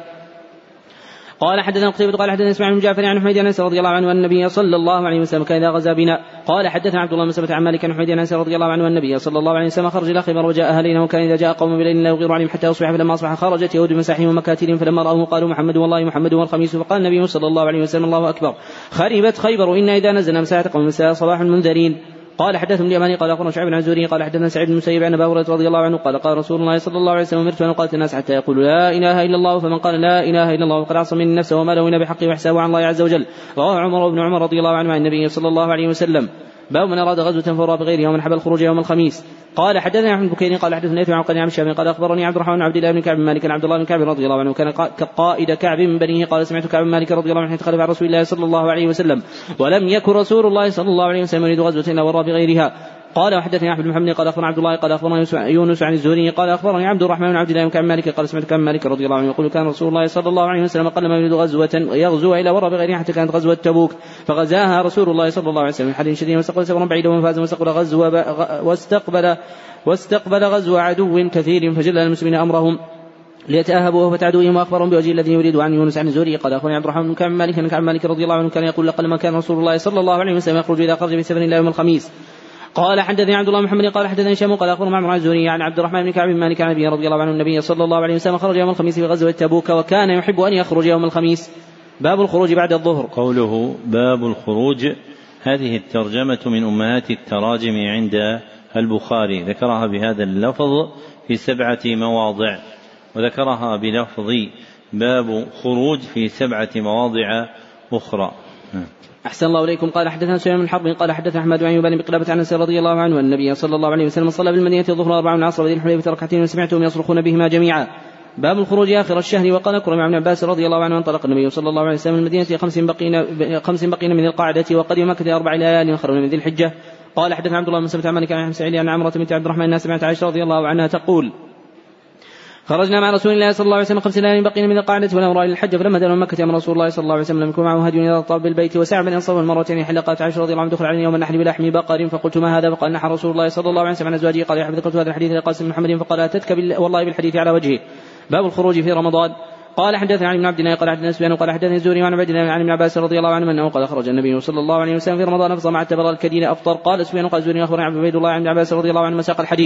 قال حدثنا قتيبة قال حدثنا اسماعيل بن جعفر عن حميد أنس رضي الله عنه أن النبي صلى الله عليه وسلم كان إذا غزا بنا. قال حدثنا عبد الله بن سلمة عن مالك عن حميد أنس رضي الله عنه أن النبي صلى الله عليه وسلم خرج إلى خيبر وجاء أهلنا وكان إذا جاء قوم بليل لا يغير عليهم حتى يصبح فلما أصبح خرجت يهود مساحهم ومكاتلهم فلما رأوه قالوا محمد والله محمد والخميس. فقال النبي صلى الله عليه وسلم الله أكبر خربت خيبر إن إذا نزلنا مساحة قوم مساء صباح المنذرين. قال حدثنا اليماني قال أخبرنا شعيب بن الزهري قال حدثنا سعيد بن المسيب عن أبي هريرة رضي الله عنه قال قال رسول الله صلى الله عليه وسلم أمرت أن أقاتل الناس حتى يقولوا لا إله إلا الله فمن قال لا إله إلا الله فقد عصم من نفسه وما له إلا بحقه وحسابه عن الله عز وجل. رواه عمر بن عمر رضي الله عنه عن النبي صلى الله عليه وسلم. باب من أراد غزوة فورى بغيرها ومن حب الخروج يوم الخميس. قال حدثنا أحمد بكير قال حدثنا نافع عن قنيع الشامي قال أخبرني عبد الرحمن عبد الله بن كعب بن مالك عبد الله بن كعب رضي الله عنه كان كقائد كعب من بنيه قال سمعت كعب بن مالك رضي الله عنه حين تخلف عن رسول الله صلى الله عليه وسلم ولم يكن رسول الله صلى الله عليه وسلم يريد غزوة إلا ورى بغيرها. قال وحدثني أحمد بن محمد قال أخبرنا عبد الله قال أخبرنا يونس عن الزهري قال أخبرني عبد الرحمن بن عبد الله بن كعب مالك قال سمعت كعب مالك رضي الله عنه يقول كان رسول الله صلى الله عليه وسلم قال ما يريد غزوة يغزو إلى ورى بغيرها حتى كانت غزوة تبوك فغزاها رسول الله صلى الله عليه وسلم من حد شديد واستقبل سفرا بعيدا وفاز واستقبل غزو عدو كثير فجل المسلمين أمرهم ليتأهبوا وهو عدوهم وأخبرهم بوجه الذي يريد عن يونس عن الزهري قال أخبرني عبد الرحمن بن كعب مالك أن كعب مالك رضي الله عنه كان يقول لقد ما كان رسول الله صلى الله عليه وسلم يخرج إذا خرج في سفر إلى يوم الخميس. قال حدثني عبد الله بن محمد قال حدثني هشام قال أخبرنا معمر عن الزهري عن عبد الرحمن بن كعب مالك عن أبي رضي الله عنه النبي صلى الله عليه وسلم خرج يوم الخميس في غزوة تبوك وكان يحب أن يخرج يوم الخميس. باب الخروج بعد الظهر. قوله باب الخروج هذه الترجمة من أمهات التراجم عند البخاري ذكرها بهذا اللفظ في 7 مواضع وذكرها بلفظ باب خروج في 7 مواضع أخرى. أحسن الله إليكم. قال حدثنا سليمان بن حرب قال حدثنا أحمد بن أيوب بن بقلابة عن أنس رضي الله عنه النبي صلى الله عليه وسلم صلى بالمدينة الظهر 4 العصر وذي الحليفة ركعتين وسمعتهم يصرخون بهما جميعا. باب الخروج آخر الشهر. وقال أكرم عن عباس رضي الله عنه انطلق النبي صلى الله عليه وسلم من المدينة 5 بقين من القاعدة وقدم مكة 4 ليال خرج من ذي الحجة. قال حدثنا عبد الله بن سلمة عن مالك عن سعيد عن عمرة بنت عبد الرحمن الناس سمعت عائشة رضي الله عنها تقول خرجنا مع رسول الله صلى الله عليه وسلم 5 ليال بقين من القاعدة ونمر إلى الحج فلما دنا مكة أمر رسول الله صلى الله عليه وسلم لم يكن معه هدي إذا طاب بالبيت وسعى بين الصف المرتين حين قالت عائشة رضي الله عنها دخل علينا يوم النحر بلحم بقر فقلت ما هذا فقال نحر رسول الله صلى الله عليه وسلم عن أزواجه قال يا حبيبي ذكرت هذا الحديث لقاسم بن محمد فقال أتتك والله بالحديث على وجهه. باب الخروج في رمضان. قال حدثنا عن ابن عبد الله قال حدثنا سفيان قال حدثني الزهري عن عبد الله عن ابن عباس رضي الله عنه انه قال خرج النبي صلى الله عليه وسلم في رمضان فصام حتى بلغ الكدين افطر. قال سفيان قال الزهري اخبرني عبد الله عن ابن عباس رضي الله عنه مساق الحديث.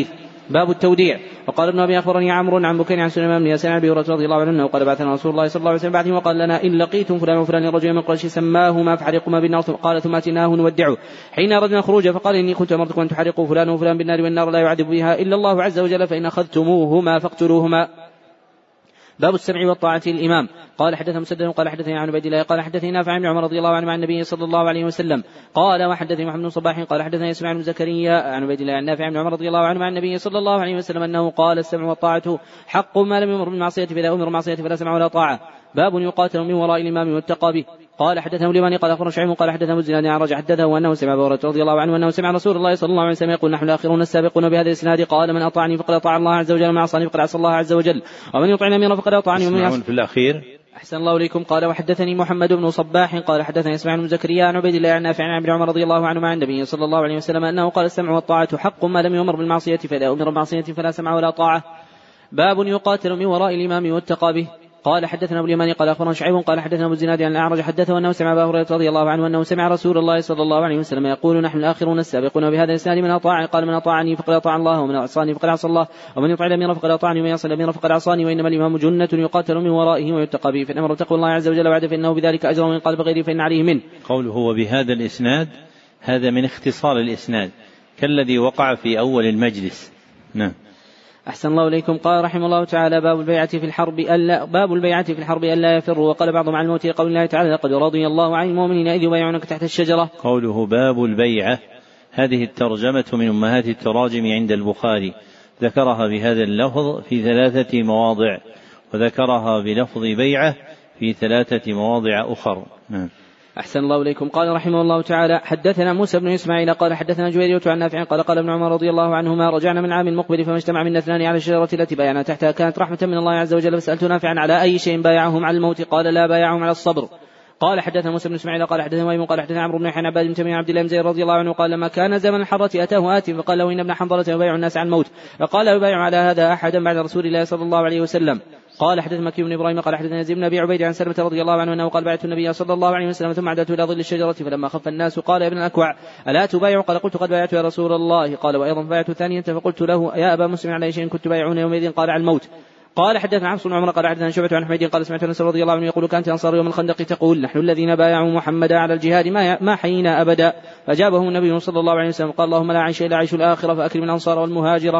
باب التوديع. وقال ابن أبي أخبرني عمرو عن بكير عن سليمان بن يسار عن أبي هريرة رضي الله عنه وقال بعثنا رسول الله صلى الله عليه وسلم بعدهم وقال لنا إن لقيتم فلان وفلان رجل من قريش سماهما فحرقهما بالنار قال ثم أتيناه نودعه حين أردنا الخروج فقال إني كنت أمرتكم أن تحرقوا فلان وفلان بالنار والنار لا يعذب بها إلا الله عز وجل فإن أخذتموهما فاقتلوهما. باب السمع والطاعة للإمام. قال حدثنا مسدد قال حدثني عن عبيد الله قال حدثني نافع عن عمر رضي الله عنه عن النبي صلى الله عليه وسلم قال وحدثني محمد بن صباح قال حدثني اسماعيل بن زكريا عن عبيد الله عن نافع عن عمر رضي الله عنه عن النبي صلى الله عليه وسلم أنه قال السمع والطاعة حق ما لم يمر بالمعصية فإذا أمر معصية فلا سمع ولا طاعة. باب يقاتل من وراء الإمام والتقى به. قال حدثنا اليماني قال أخبرنا شعيب قال حدثنا الزناد عن رجع حدثه أنه سمع أبا هريرة رضي الله عنه أنه سمع رسول الله صلى الله عليه وسلم يقول نحن الآخرون السابقون بهذا الإسناد قال من أطاعني فقد أطاع الله عز وجل ومن عصاني فقد عصى الله عز وجل ومن يطع الأمير فقد أطاعني ومن يعصى. في الأخير أحسن الله إليكم. قال وحدثني محمد بن صباح قال حدثني اسماعيل بن زكريا عن عبيد الله عن نافع عن ابن عمر رضي الله عنه عن النبي صلى الله عليه وسلم أنه قال السمع والطاعة حق ما لم يؤمر بالمعصية فإذا أمر بالمعصية فلا سمع ولا طاعة. باب يقاتل من وراء الإمام والتقى به. قال حدثنا ابو اليماني قال اخبرنا شعيب قال حدثنا ابو الزناد عن الاعرج حدثه انه سمع ابا هريره رضي الله عنه انه سمع رسول الله صلى الله عليه وسلم يقول نحن الاخرون السابقون بهذا الاسناد من اطاع قال من اطاعني فقد اطاع الله ومن عصاني فقد عصى الله ومن يطع الامير فقد اطاعني ومن يعصي الامير فقد عصاني وانما الامام جنة يقاتل من ورائه ويتقى به فان امر تقوى الله عز وجل وعد فانه بذلك اجر ومن قال بغيره فان عليه منه. قوله هو بهذا الاسناد هذا من اختصار الاسناد كالذي وقع في اول المجلس. نعم. أحسن الله إليكم. قال رحمه الله تعالى باب البيعة في الحرب ألا يفروا. وقال بعضهم عن الموت قول الله تعالى لقد رضي الله عن المؤمنين إذ يبايعونك تحت الشجرة. قوله باب البيعة هذه الترجمة من أمهات التراجم عند البخاري ذكرها بهذا اللفظ في 3 مواضع وذكرها بلفظ بيعة في 3 مواضع أخر. أحسن الله إليكم. قال رحمه الله تعالى حدثنا موسى بن إسماعيل قال حدثنا جويرية عن نافع قال ابن عمر رضي الله عنهما رجعنا من عام المقبل فما اجتمع منا 2 على الشجرة التي بايعنا تحتها كانت رحمة من الله عز وجل فسألت نافعا على أي شيء بايعهم على الموت قال لا بايعهم على الصبر. قال حدثنا موسى بن إسماعيل قال حدثنا وهيب قال حدثنا عمرو بن عباد بن تميم عبد الله بن زيد رضي الله عنه قال لما كان زمن الحرة أتاه آت فقال له إن ابن حنظلة يبايع الناس على الموت فقال يبايع على هذا أحدا بعد رسول الله صلى الله عليه وسلم. قال حدث مكي بن إبراهيم قال حدثنا يزيد بن أبي عبيد عن سلمة رضي الله عنه أنه قال بايعت النبي صلى الله عليه وسلم ثم عدت إلى ظل الشجرة فلما خف الناس قال يا ابن الأكوع ألا تبايع قال قلت قد بايعت يا رسول الله قال وأيضا بايعت ثانية فقلت له يا أبا مسلم على شيء كنت بايعون يومئذ قال على الموت. قال حدثنا حفص بن عمر قال حدثنا شعبة عن حميد قال سمعت أنس رضي الله عنه يقول كانت أنصار يوم الخندق تقول نحن الذين بايعوا محمدا على الجهاد ما حيينا أبدا فجابه النبي صلى الله عليه وسلم قال اللهم لا عيش إلا عيش الآخرة فأكرم الأنصار والمهاجرة.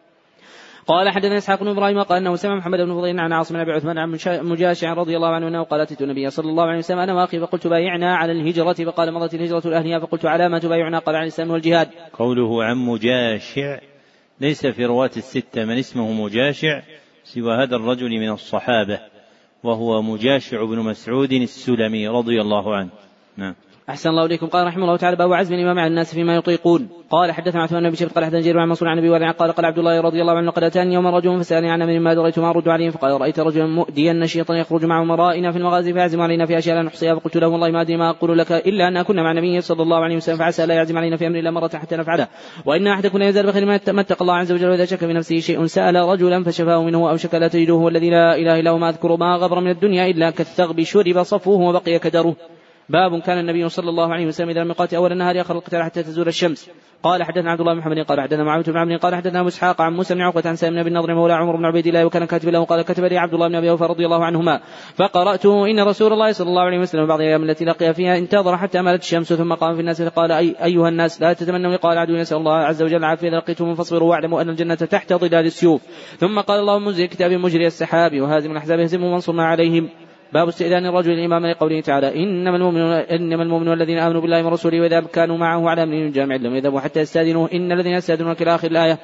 قال حدثنا إسحاق بن إبراهيم قال أنه سمع محمد بن فضيل عن عاصم بن أبي عثمان عن مجاشع رضي الله عنه أنه قال أتيت النبي صلى الله عليه وسلم أنا وأخي فقلت بايعنا على الهجرة فقال مضت الهجرة الأهلية فقلت على ما تبايعنا قال عن الإسلام والجهاد. قوله عن مجاشع ليس في رواة 6 من اسمه مجاشع سوى هذا الرجل من الصحابة وهو مجاشع بن مسعود السلمي رضي الله عنه. نعم. أحسن الله إليكم. قال رحمه الله تعالى باب عزم الإمام على الناس فيما يطيقون. قال حدثنا عثمان بن شيبة قال حدثنا جرير عن منصور عن أبي وارع قال عبد الله رضي الله عنه قد أتاني يوم رجل فسألني عن أمر ما دريت ما أرد عليه فقال رأيت رجلا مؤديا نشيطا يخرج مع أمرائنا في المغازي فيعزم علينا في أشياء لا نحصيها فقلت له والله ما أدري ما أقول لك إلا أن كنا مع النبي صلى الله عليه وسلم فعسى لا يعزم علينا في أمر إلا مرة حتى نفعله وإن أحدكم لا يزال بخير ما اتقى الله عز وجل وإذا شك في نفسه شيء سأل رجلا فشفاه منه أو شك لا تجده هو الذي لا إله إلا هو ما أذكر ما غبر من الدنيا إلا كالثغب شرب صفوه وبقي كدره. باب كان النبي صلى الله عليه وسلم إذا لم يقاتل أول النهار يأخر القتال حتى تزول الشمس. قال حدثنا عبد الله بن محمد قال حدثنا معاوية بن عمرو قال حدثنا أبو إسحاق عن موسى بن عقبة عن سالم بن النضر مولى عمر بن عبيد الله وكان كاتب له قال كتب لي عبد الله بن أبي أوفى رضي الله عنهما فقرأته إن رسول الله صلى الله عليه وسلم بعض الأيام التي لقي فيها انتظر حتى مالت الشمس ثم قام في الناس فقال أيها الناس لا تتمنوا لقاء العدو نسأل الله عز وجل العافية إذا لقيتم فاصبروا واعلموا أن الجنة تحت ظلال السيوف ثم قال اللهم منزل كتاب مجري السحاب وهازم الأحزاب يهزمهم وانصرنا عليهم. باب استئذان الرجل الإمام لقوله تعالى إنما المؤمنون الذين آمنوا بالله ورسوله وإذا كانوا معه على أمر جامع لم يذهبوا حتى يستأذنوه إن الذين يستأذنونك إلى آخر الآية.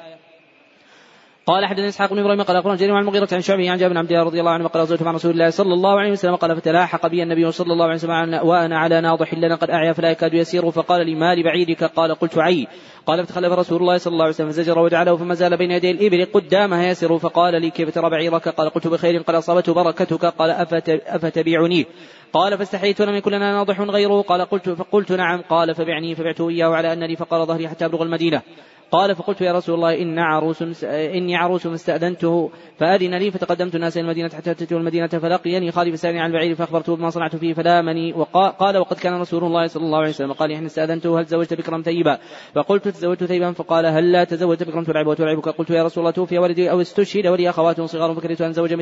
قال حدثنا إسحاق بن إبراهيم قال أخبرنا جرير عن المغيرة عن شعبه عن جابر بن عبد الله رضي الله عنه قال غزوت مع رسول الله صلى الله عليه وسلم قال فتلاحق بي النبي صلى الله عليه وسلم وأنا على ناضح لنا قد أعيا فلا يكاد يسير فقال لي ما لبعيرك قال قلت عي قال فتخلف رسول الله صلى الله عليه وسلم فزجر وجعله فما زال بين يدي الإبل قدامها يسير فقال لي كيف ترى بعيرك قال قلت بخير قال أصابته بركتك قال أفتبيعني قال فاستحييت لم يكن لنا ناضح غيره قال فقلت نعم قال فبعني فبعته إياه على أن لي فقال ظهري حتى أبلغ المدينة. قال فقلت يا رسول الله إني عروس استأذنته فأذن لي فتقدمت الناس إلى المدينة حتى أتيت المدينة فلقيني خالي فسألني عن البعير فأخبرته بما صنعت فيه فلامني قال وقد كان رسول الله صلى الله عليه وسلم قال إحنا استأذنته هل تزوجت بكرا ثيبا فقلت تزوجت ثيبا فقال هل لا تزوجت بكرا تلعب وتلعبك قلت يا رسول الله توفي ولدي أو استشهد ولي أخوات صغار فكرهت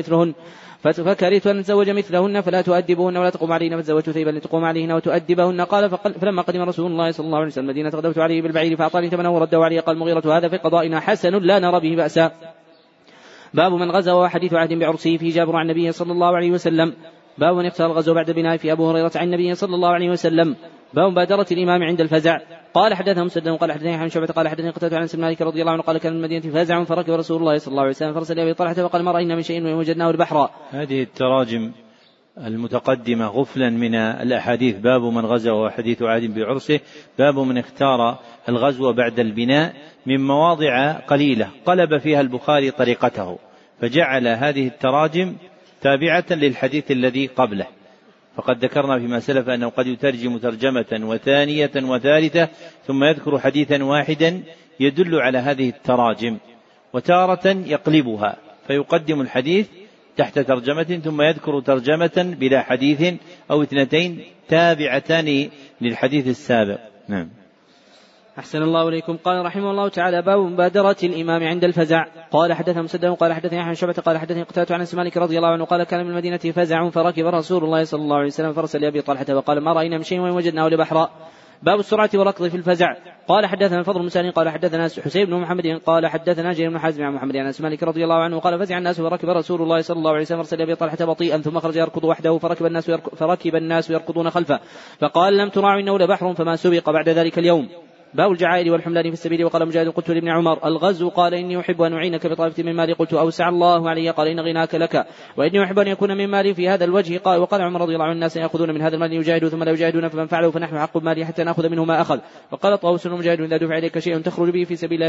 أن أتزوج مثلهن فلا تؤدبهن ولا تقوم عليهن فتزوجت ثيبا لتقوم عليهن وتؤدبهن قال فلما قدم رسول الله صلى الله عليه وسلم المدينة غدوت عليه بالبعير فأعطاني ثمنه ورده علي قال المغيرة هذا في قضائنا حسن لا نرى به بأسا. باب من غزا وحديث عهد بعرسه في جابر عن النبي صلى الله عليه وسلم. باب من اختار الغزو بعد البناء في أبو هريرة عن النبي صلى الله عليه وسلم. باب مبادرة الإمام عند الفزع. قال حدثنا مسدد قال حدثني عن شعبة قال حدثني قتادة عن مالك رضي الله عنه قال كان المدينة فزع فركب رسول الله صلى الله عليه وسلم فرسل أبي طلحة فقال ما رأينا من شيء وجدناه البحر. هذه التراجم المتقدمة غفلا من الأحاديث. باب من غزا وحديث عهد بعرسه. باب من اختار الغزو بعد البناء من مواضع قليلة قلب فيها البخاري طريقته فجعل هذه التراجم تابعة للحديث الذي قبله. فقد ذكرنا فيما سلف أنه قد يترجم ترجمة وثانية وثالثة ثم يذكر حديثا واحدا يدل على هذه التراجم، وتارة يقلبها فيقدم الحديث تحت ترجمة ثم يذكر ترجمة بلا حديث أو اثنتين تابعتان للحديث السابق. نعم. أحسن الله إليكم. قال رحمه الله تعالى باب مبادرة الإمام عند الفزع. قال حدثنا مسدد قال حدثني عن شعبة قال حدثني قتادة عن مالك رضي الله عنه قال كان من المدينة فزع فركب رسول الله صلى الله عليه وسلم فرسل لأبي طلحة وقال ما رأينا من شيء وجدناه لبحر. باب السرعة والركض في الفزع. قال حدثنا الفضل بن سالم قال حدثنا حسين بن محمد قال حدثنا جرير بن حازم عن محمد عن مالك رضي الله عنه قال فزع الناس وركب رسول الله صلى الله عليه وسلم فرسل أبي طلحة بطيئا ثم خرج يركض وحده فركب الناس يركضون خلفه فقال لم تراعوا إنه لبحر فما سبق بعد ذلك اليوم. باب الجعائر والحملان في السبيل. وقال مجاهد قلت لابن عمر الغزو قال إني أحب أن أعينك بطائفة من مالي قلت أوسع الله علي قال إن غناك لك وإني أحب أن يكون من مالي في هذا الوجه قال وقال عمر رضي الله عنه الناس يأخذون من هذا المال يجاهدوا ثم لا يجاهدون فمن فعلوا فنحن حق مالي حتى نأخذ منه ما أخذ. وقال طاووس المجاهد إذا دفع إليك شيء تخرج به في سبيل الله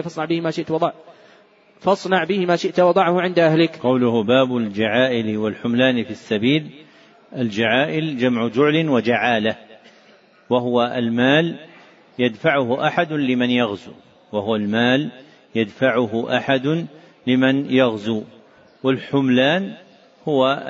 فاصنع به ما شئت وضعه عند أهلك. قوله باب الجعائل والحملان في السبيل. الجعائل جمع جعل وجعالة وهو المال يدفعه أحد لمن يغزو والحملان هو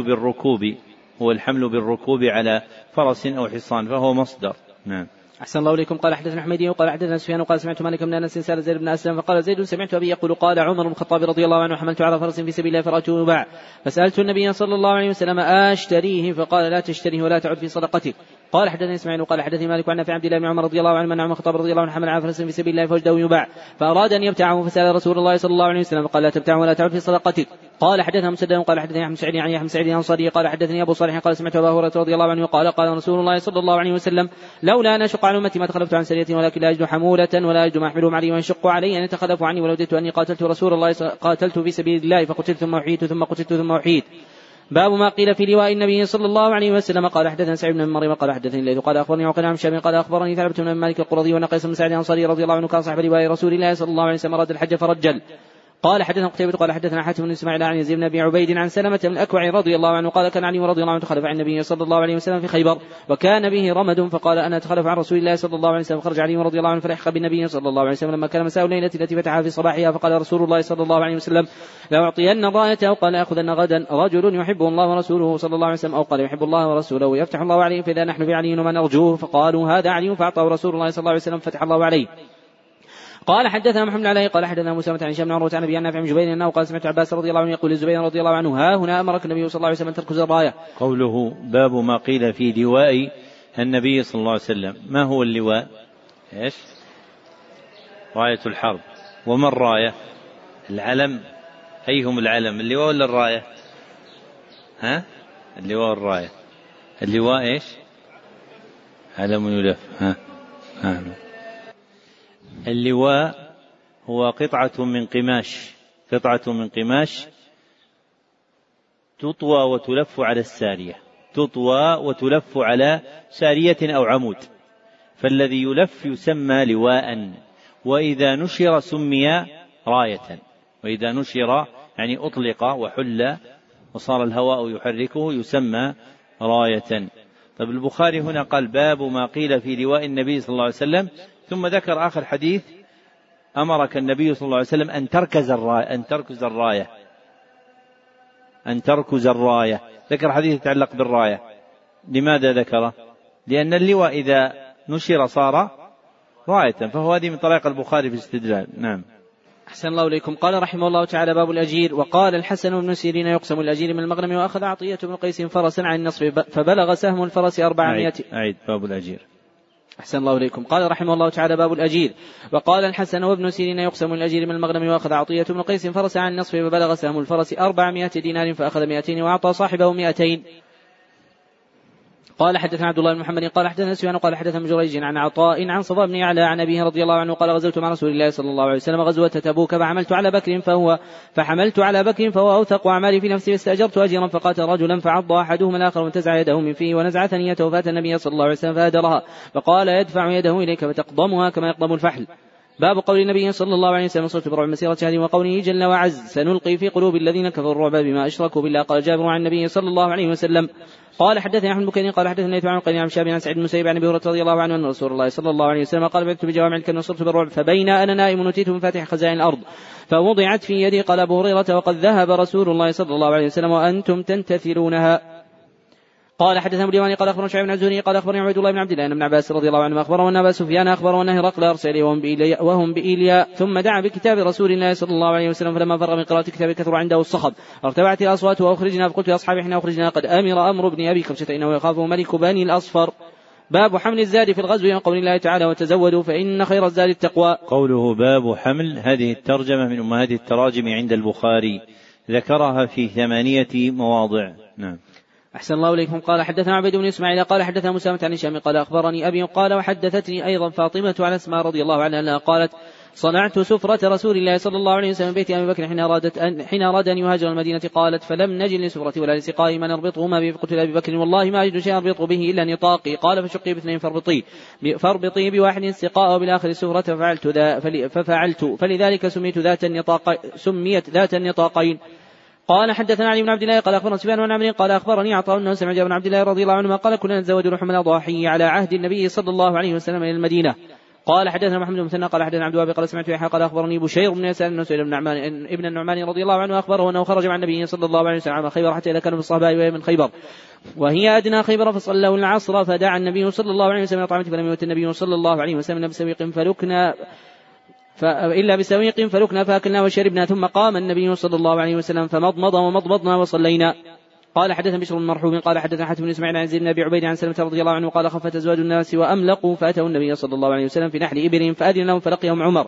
الحمل بالركوب على فرس أو حصان فهو مصدر. نعم. أحسن الله إليكم. قال حدثنا حميدي وقال حدثنا سفيان وقال سمعت مالك بن أنس سأل زيد بن أسلم فقال زيد سمعت أبي يقول قال عمر بن الخطاب رضي الله عنه حملت على فرس في سبيل الله فرأيته يباع فسألت النبي صلى الله عليه وسلم أشتريه فقال لا تشتريه ولا تعد في صدقتك. قال حدثني اسماعيل وقال حدثني مالك عن نافع عبد الله بن عمر رضي الله عنه من عمر الخطاب رضي الله عنه حمل على فرس في سبيل الله فوجده يباع فأراد أن يبتاعه فسأل رسول الله صلى الله عليه وسلم فقال لا تبتاعه ولا تعد في صدقتك. قال حدثنا مسدد قال حدثني أحمد سعيد عن أحمد سعيد الأنصاري قال حدثني أبو صالح قال سمعت أبا هريرة رضي الله عنه قال قال رسول الله صلى الله عليه وسلم لولا أن أشق على أمتي ما تخلفت عن سرية ولكن لا أجد حمولة ولا أجد ما أحملهم عليه ويشق علي أن يتخلفوا عني ولو وددت أني قاتلت رسول الله قاتلت في سبيل الله فقتلت ثم أحييت ثم قتلت ثم أحييت. باب ما قيل في لواء النبي صلى الله عليه وسلم. قال حدثنا سعيد بن مريم قال حدثني الليث قال اخبرني عقيل عن شام قال اخبرني ثابت بن مالك القرظي ونقيس بن سعد الانصاري رضي الله عنه كان صاحب لواء رسول الله صلى الله عليه وسلم اراد الحج فرجل. قال حدثنا قتيبة قال حدثنا حاتم بن اسماعيل عن يزيد بن ابي عبيد عن سلمة بن الاكوع رضي الله عنه قال كان علي رضي الله عنه تخلف عن النبي صلى الله عليه وسلم في خيبر وكان به رمد فقال انا اتخلف عن رسول الله صلى الله عليه وسلم خرج علي رضي الله عنه فلحق بالنبي صلى الله عليه وسلم لما كان مساء الليلة التي فتحها في صباحها فقال رسول الله صلى الله عليه وسلم لأعطين الراية أو قال أخذن غدا رجل يحبه الله ورسوله صلى الله عليه وسلم أو قال يحب الله ورسوله يفتح الله عليه فإذا نحن بعلي وما نرجوه فقالوا هذا علي فأعطاه رسول الله صلى الله عليه وسلم فتح الله عليه. قال حدثنا محمد عليه قال حدثنا موسى عن هشام بن عروة عن أبي نافع بن جبير أنه قال سمعت عباس رضي الله عنه يقول للزبير رضي الله عنه ها هنا أمرك النبي صلى الله عليه وسلم تركز الراية. قوله باب ما قيل في لواء النبي صلى الله عليه وسلم. ما هو اللواء؟ ايش؟ راية الحرب. وما الراية؟ العلم. أيهم العلم؟ اللواء ولا الراية؟ اللواء والراية. اللواء ايش؟ علم يلف. اللواء هو قطعة من قماش تطوى وتلف على السارية، سارية أو عمود، فالذي يلف يسمى لواء، وإذا نشر سمي راية، وإذا نشر يعني أطلق وحل وصار الهواء يحركه يسمى راية. طيب البخاري هنا قال باب ما قيل في لواء النبي صلى الله عليه وسلم، ثم ذكر آخر حديث أمرك النبي صلى الله عليه وسلم أن تركز الراية. ذكر حديث يتعلق بالراية. لماذا ذكره؟ لأن اللواء إذا نشر صار راية، فهو هذه من طريق البخاري في الاستدلال. نعم. أحسن الله إليكم. قال رحمه الله تعالى: باب الأجير. وقال الحسن بن سيرين: يقسم الأجير من المغنم، وأخذ عطية بن قيس فرسا عن النصف فبلغ سهم الفرس 400. أعيد باب الأجير. أحسن الله إليكم. قال رحمه الله تعالى: باب الأجير. وقال الحسن وابن سيرين: يقسم الأجير من المغنم، وأخذ عطية بن قيس فرسا عن النصف فبلغ سهم الفرس 400 دينار فأخذ 200 وأعطى صاحبه 200. قال حدثنا عبد الله بن محمد قال حدثنا سفيان قال حدثنا جريج عن عطاء عن صفاء بن يعلى عن أبيه رضي الله عنه قال: غزوت مع رسول الله صلى الله عليه وسلم غزوة تبوك فحملت على بكر فهو أوثق أعمالي في نفسي، فاستأجرت أجيرا فقاتل رجلا فعض أحدهما الآخر وانتزع يده من فيه ونزع ثنيته فأتى النبي صلى الله عليه وسلم فهدرها فقال: يدفع يده إليك فتقضمها كما يقضم الفحل. باب قول النبي صلى الله عليه وسلم: صرت برعب مسيرة شهر، وقوله جل وعز: سنلقي في قلوب الذين كفروا الرعب بما أشركوا بالله. قال جابر عن النبي صلى الله عليه وسلم قال: حدثني أحمد بن قال حدثني ليث عن قيل عن شاب عن سعيد بن مسيب عن أبي هريرة رضي الله عنه أن رسول الله صلى الله عليه وسلم قال: بعثت بجوامع الكلم وصرت بالرعب، فبين أنا نائم نتيت مفاتيح خزائن الأرض فوضعت في يدي. قال أبو هريرة: وقد ذهب رسول الله صلى الله عليه وسلم وأنتم تنتثرونها. قال حدثنا ابو اليماني قال اخبرنا شعيب بن الزهري قال اخبرني عبيد الله بن عبد الله بن عباس رضي الله عنه اخبره ان ابا سفيان اخبره ان هرقل ارسل وهم بإيلياء ثم دعا بكتاب رسول الله صلى الله عليه وسلم، فلما فرغ من قراءة كتاب كثر عنده الصخب ارتفعت الاصوات واخرجنا، فقلت لاصحابي حين اخرجنا: قد امر ابن ابي كبشة انه يخافه ملك بني الاصفر. باب حمل الزاد في الغزو، وقول الله تعالى: وتزودوا فإن خير الزاد التقوى. قوله باب حمل، هذه الترجمة من أمهات التراجم عند البخاري، ذكرها في 8 مواضع. نعم. أحسن الله إليكم. قال حدثنا عبيد بن إسماعيل قال حدثنا مسامة عن هشام قال أخبرني أبي قال: وحدثتني أيضا فاطمة عن أسماء رضي الله عنها أنها قالت: صنعت سفرة رسول الله صلى الله عليه وسلم بيت أبي بكر حين أراد أن يهاجر المدينة. قالت: فلم نجد لسفرة ولا لسقاء ما نربطهما به، فقلت لأبي بكر: والله ما أجد شيئا أربط به إلا نطاقي. قال: فشقي باثنين فاربطي بواحد السقاء وبالآخر السفرة، ففعلت فلذلك سميت ذات النطاقين. قال حدثنا علي بن عبد الله قال اخبرنا سفيان بن عمرو قال اخبرني عطاء انه سمع جابر بن عبد الله رضي الله عنهما قال: كنا نتزوج لحم الاضاحي على عهد النبي صلى الله عليه وسلم الى المدينه. قال حدثنا محمد بن مثنى قال حدثنا عبد الوهاب قال سمعت يحيى قال اخبرني بشير بن يسار انه سئل ابن النعمان رضي الله عنه اخبره انه خرج مع النبي صلى الله عليه وسلم عام خيبر حتى اذا كانوا في الصهباء وهي من خيبر وهي ادنى خيبر، فصلوا العصر فدعا النبي صلى الله عليه وسلم طعمته، فلم يؤت النبي صلى الله عليه وسلم إلا بسويق فلكنا فأكلنا وشربنا، ثم قام النبي صلى الله عليه وسلم فمضمض ومضمضنا وصلينا. قال حدثنا بشر بن مرحوم قال حدثنا حاتم بن اسماعيل عن زيد بن ابي عبيد عن سلمة رضي الله عنه قال: خفت ازواج الناس واملقوا فاتوا النبي صلى الله عليه وسلم في نحل ابلهم فاذن لهم، فلقيهم عمر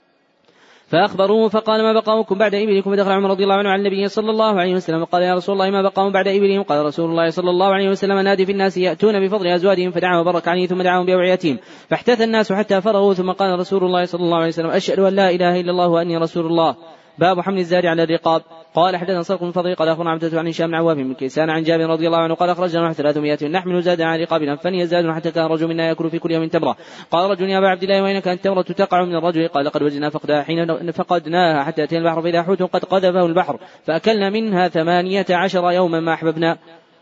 فاخبروه فقال: ما بقاؤكم بعد ابلكم؟ فدخل عمر رضي الله عنه على النبي صلى الله عليه وسلم وقال: يا رسول الله ما بقاؤهم بعد ابلهم؟ قال رسول الله صلى الله عليه وسلم: نادي في الناس ياتون بفضل ازواجهم، فدعا وبرك عليه ثم دعاهم باوعيتهم، فاحتث الناس حتى فرغوا، ثم قال رسول الله صلى الله عليه وسلم: اشهد ان لا اله الا الله واني رسول الله. باب حمل الزاد على الرقاب. قال حدثنا صدق بن فضل قال اخبرنا عبدة عن هشام بن عواف بن كيسان عن جابر رضي الله عنه قال: اخرجنا نحو 300 نحمل زادا على رقابنا فني زاد حتى كان رجل منا ياكل في كل يوم تمره. قال رجل: يا ابا عبد الله وين كانت التمره تقع من الرجل؟ قال: لقد وجدنا فقدها حين فقدناها حتى اتينا البحر فاذا حوت قد قذفه البحر فاكلنا منها 18 يوما ما احببنا.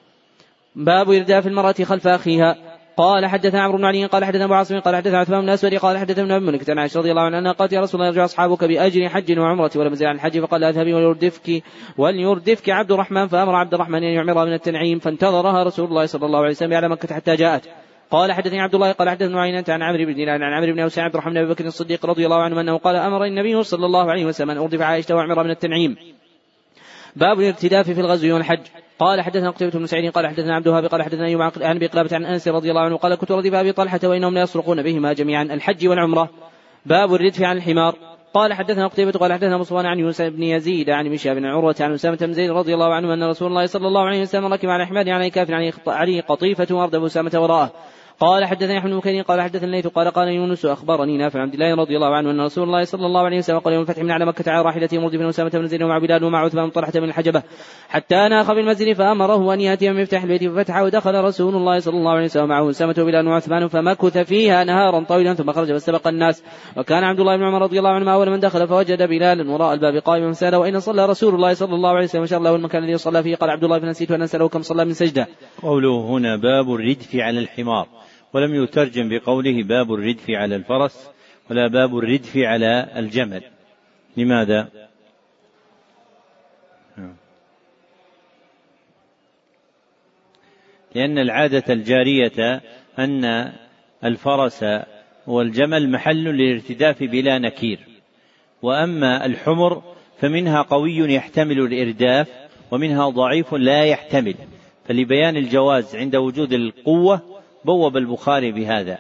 باب إرداف المرأة خلف أخيها. قال حدثنا عمرو بن علي قال حدثنا ابو عاصم قال حدثنا عثمان بن الاسود قال حدثنا ابن ملك عن عائشة رضي الله عنها قالت: يا رسول الله يرجع اصحابك باجر حج وعمره ولم يزل عن الحج، فقال: اذهبي وليردفك عبد الرحمن، فامر عبد الرحمن ان يعمرها من التنعيم، فانتظرها رسول الله صلى الله عليه وسلم على مكة حتى جاءت. قال حدثني عبد الله قال حدثنا عينة عن عمرو بن دينار عن عمرو بن اوس عبد الرحمن بن بكر الصديق رضي الله عنه انه قال: امر النبي صلى الله عليه وسلم ان اردف عائشة وعمرها من التنعيم. باب الارتداف في الغزو والحج. قال حدثنا قتيبة بن سعيد قال حدثنا عبد الوهاب قال حدثنا أيوب عن أبي قلابة عن أنس رضي الله عنه قال: كنت رديف أبي طلحة وإنهم لا يسرقون بهما جميعا الحج والعمرة. باب الردف عن الحمار. قال حدثنا قتيبة قال حدثنا مصوان عن يوسف بن يزيد عن مشاب بن عروة عن أسامة بن زيد رضي الله عنه أن رسول الله صلى الله عليه وسلم ركب على حمار عليه كافر عليه قطيفة وأردف أسامة وراءه. قال حدثني احمد بن مكين قال حدثنا الليث قال يونس اخبرني نافع عن عبد الله رضي الله عنه ان رسول الله صلى الله عليه وسلم قال: يوم الفتح من على مكة على راحلته مردف بن اسامة بن زيد ومع بلال ومع عثمان طلحة من الحجبة حتى ناخ بالمسجد، فامره ان ياتي من مفتاح البيت ففتح، ودخل رسول الله صلى الله عليه وسلم معه اسامة وبلال وعثمان فمكث فيها نهارا طويلا ثم خرج فاستبق الناس. وكان عبد الله بن عمر رضي الله عنه اول من دخل، فوجد بلالا وراء الباب قائما فسال: وإن صلى رسول الله صلى الله عليه وسلم؟ شر له المكان الذي صلى فيه. قال عبد الله: فنسيت ان اساله كم صلى من سجدة. قوله هنا باب الردف على الحمار، ولم يترجم بقوله باب الردف على الفرس، ولا باب الردف على الجمل. لماذا؟ لأن العادة الجارية أن الفرس والجمل محل للارتداف بلا نكير، وأما الحمر فمنها قوي يحتمل الإرداف ومنها ضعيف لا يحتمل، فلبيان الجواز عند وجود القوة بوب البخاري بهذا،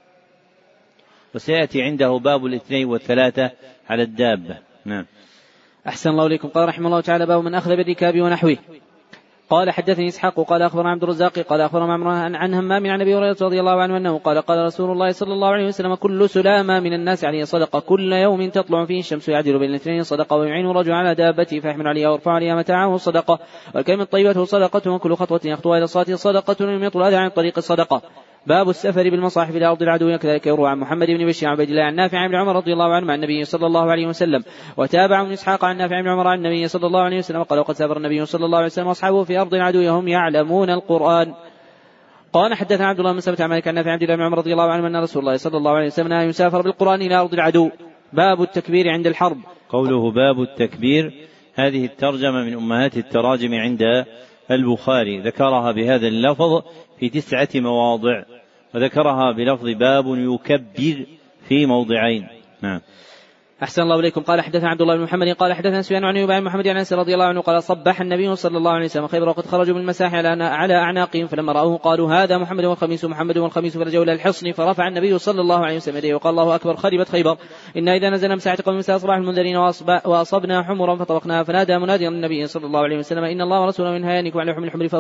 وسيأتي عنده باب 2 و3 على الدابة. نعم. أحسن الله إليكم. قال رحمه الله تعالى: باب من أخذ بالركاب ونحوه. قال حدثني إسحاق قال أخبرنا عبد الرزاق قال أخبرنا معمر عن همام عن أبي هريرة رضي الله عنه أنه قال: قال رسول الله صلى الله عليه وسلم: كل سلامة من الناس عليه صدقة، كل يوم تطلع فيه الشمس يعدل بين الاثنين صدقة، ويعين رجل على دابته فيحمل عليها ويرفع عليها متاعه صدقة، والكلمة الطيبة صدقة، وكل خطوة يخطوها إلى الصلاة صدقة، ويميط الأذى عن الطريق صدقة. باب السفر بالمصاحف إلى أرض العدو. كذلك يروى عن محمد بن بشير عن عبيد الله عن نافع عن عمر رضي الله عنه عن النبي صلى الله عليه وسلم، وتابع من إسحاق عن نافع بن عمر عن النبي صلى الله عليه وسلم قال: وقد سافر النبي صلى الله عليه وسلم وأصحابه في أرض العدو وهم يعلمون القرآن. قال حدثنا عبد الله بن سلمة عن مالك عن نافع عن عبد الله بن عمر رضي الله عنه أن رسول الله صلى الله عليه وسلم يسافر بالقرآن إلى أرض العدو. باب التكبير عند الحرب. قوله باب التكبير، هذه الترجمة من أمهات التراجم عند البخاري، ذكرها بهذا اللفظ في 9 مواضع، وذكرها بلفظ باب يكبر في موضعين. نعم. أحسن الله إليكم. قال حدثنا عبد الله بن محمد قال حدثنا سفيان عن أيوب عن محمد عن أنس رضي الله عنه قال: صبح النبي صلى الله عليه وسلم خيبر وقد خرجوا من المساح على أعناقهم، فلما رأوه قالوا: هذا محمد والخميس، فرجعوا إلى الحصن، فرفع النبي صلى الله عليه وسلم يديه وقال: الله أكبر، خربت خيبر، إنا إذا نزلنا مساحة قوم مساء صباح المنذرين وأصبنا حمرا فطرقناها، فنادى منادي النبي صلى الله عليه وسلم: إن الله ورسوله من هيانكم على لحم الحمر،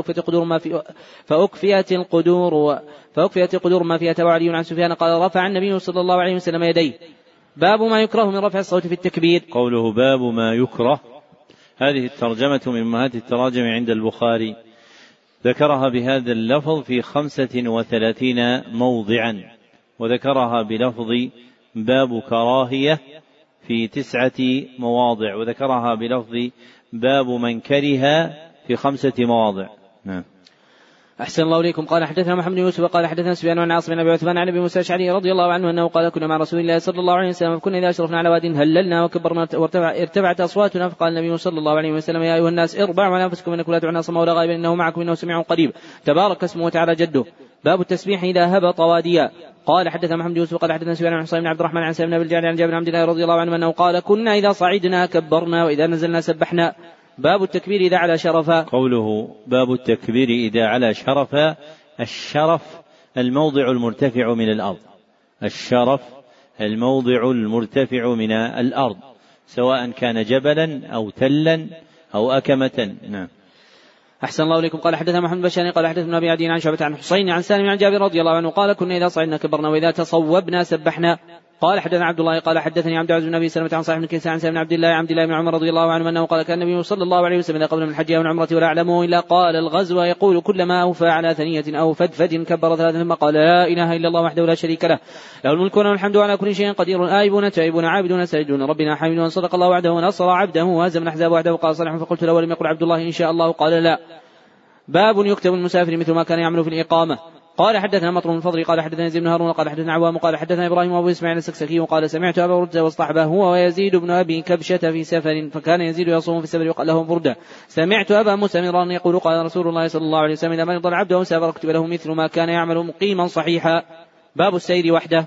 فأكفئت القدور ما فيها. تبع علي عن سفيان قال: رفع النبي صلى الله عليه وسلم يديه. باب ما يكره من رفع الصوت في التكبير. قوله باب ما يكره، هذه الترجمة من أمهات التراجم عند البخاري، ذكرها بهذا اللفظ في 35 موضعا، وذكرها بلفظ باب كراهية في 9 مواضع، وذكرها بلفظ باب من كره في 5 مواضع. نعم. أحسن الله إليكم. قال حدثنا محمد بن يوسف قال حدثنا سفيان عن عاصم بن أبي عثمان عن أبي موسى الأشعري رضي الله عنه أنه قال: كنا مع رسول الله صلى الله عليه وسلم، فكنا إذا أشرفنا على واد هللنا وكبرنا وارتفعت أصواتنا، فقال النبي صلى الله عليه وسلم: يا أيها الناس اربعوا على أنفسكم إنكم لا تدعون صما ولا غائبا، إنه معكم إنه سميع قريب، تبارك اسمه وتعالى جده. باب التسبيح إذا هبط واديا. قال حدثنا محمد بن يوسف قال حدثنا سفيان عن حصين بن عبد الرحمن عن سالم بن أبي الجعد عن جابر بن عبد الله رضي الله عنه أنه قال: كنا إذا صعدنا كبرنا وإذا نزلنا سبحنا. باب التكبير إذا على شرفا. قوله باب التكبير إذا على شرفا، الشرف الموضع المرتفع من الأرض، الشرف الموضع المرتفع من الأرض، سواء كان جبلا أو تلا أو أكمة. نعم. أحسن الله إليكم. قال حدثنا محمد بشاني قال حدثنا أبي عدي عن شعبة عن حصين عن سالم عن جابر رضي الله عنه قال: كنا إذا صعدنا كبرنا وإذا تصوبنا سبحنا. قال حدثنا عبد الله قال حدثني عبد العزيز بن أبي سلمة عن صاحب كيسان عن سالم بن عبد الله بن عمر رضي الله عنه أنه قال: كان النبي صلى الله عليه وسلم إذا قبل من الحج أو العمرة ولا أعلمه إلا قال الغزو، يقول: كلما أوفى على ثنية أو فدفد كبر 3 ثم قال: لا إله إلا الله وحده لا شريك له، له الملك وله الحمد على كل شيء قدير، آيبون تائبون عابدون ساجدون ربنا حامدون، صدق الله وعده ونصر عبده وهزم الأحزاب وحده. قال صالح: فقلت له: ولم يقل عبد الله إن شاء الله؟ قال: لا. باب يكتب المسافر مثل ما كان يعمل في الإقامة. قال حدثنا مطر بن فضل قال حدثنا يزيد بن هارون قال حدثنا عوام قال حدثنا إبراهيم وأبو إسماعيل السكسكي قال: سمعت أبا بردة واصطحبه هو ويزيد بن أبي كبشة في سفر، فكان يزيد يصوم في السفر وقال له بردة: سمعت أبا موسى ميران يقول: قال رسول الله صلى الله عليه وسلم: إذا مرض العبد أو سافر اكتب له مثل ما كان يعمل مقيما صحيحا. باب السير وحده.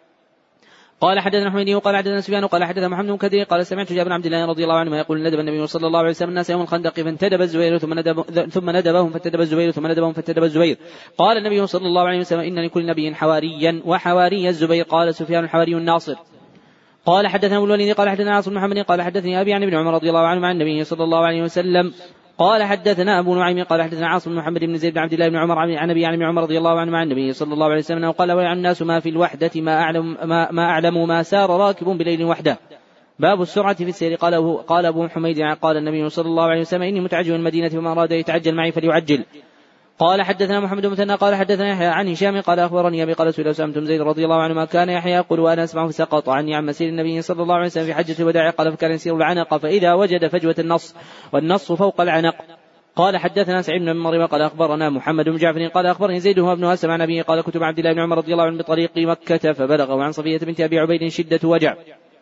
قال حدثنا حميدي وقال حدثنا سفيان قال حدثنا محمد بن كثير قال: سمعت جابر بن عبد الله رضي الله عنه يقول: ندب النبي صلى الله عليه وسلم الناس يوم الخندق فانتدب الزبير ثم ندبهم فانتدب الزبير ثم ندبهم فانتدب الزبير. قال النبي صلى الله عليه وسلم: إن لكل نبي حواريا وحواري الزبير. قال سفيان: الحواري الناصر. قال حدثنا أبو الوليد قال حدثنا عاصم بن محمد قال حدثني أبي عن ابن عمر رضي الله عنه عن النبي صلى الله عليه وسلم. قال حدثنا أبو نعيم قال حدثنا عاصم بن محمد بن زيد بن عبد الله بن عمر عن أبي عن ابن عمر رضي الله عنه عن النبي صلى الله عليه وسلم قال: ويعن الناس ما في الوحدة ما أعلم ما سار راكب بليل وحده. باب السرعة في السير. قال أبو حميد قال النبي صلى الله عليه وسلم: إني متعجل المدينة فما أراد يتعجل معي فليعجل. قال حدثنا محمد بن مثنى قال حدثنا يحيى عن هشام قال أخبرني أبي قال: سئل أسامة بن زيد رضي الله عنه ما كان يحيى يقول وأنا أسمعه فسقط عني عن مسير النبي صلى الله عليه وسلم في حجة الوداع. قال: فكان يسير العنق فإذا وجد فجوة النص والنص فوق العنق. قال حدثنا سعيد بن مريم قال أخبرنا محمد بن جعفر قال أخبرني زيد هو ابن أسلم عن أبيه قال كتب عبد الله بن عمر رضي الله عنه بطريق مكة فبلغه عن صفية بنت أبي عبيد شدة وجع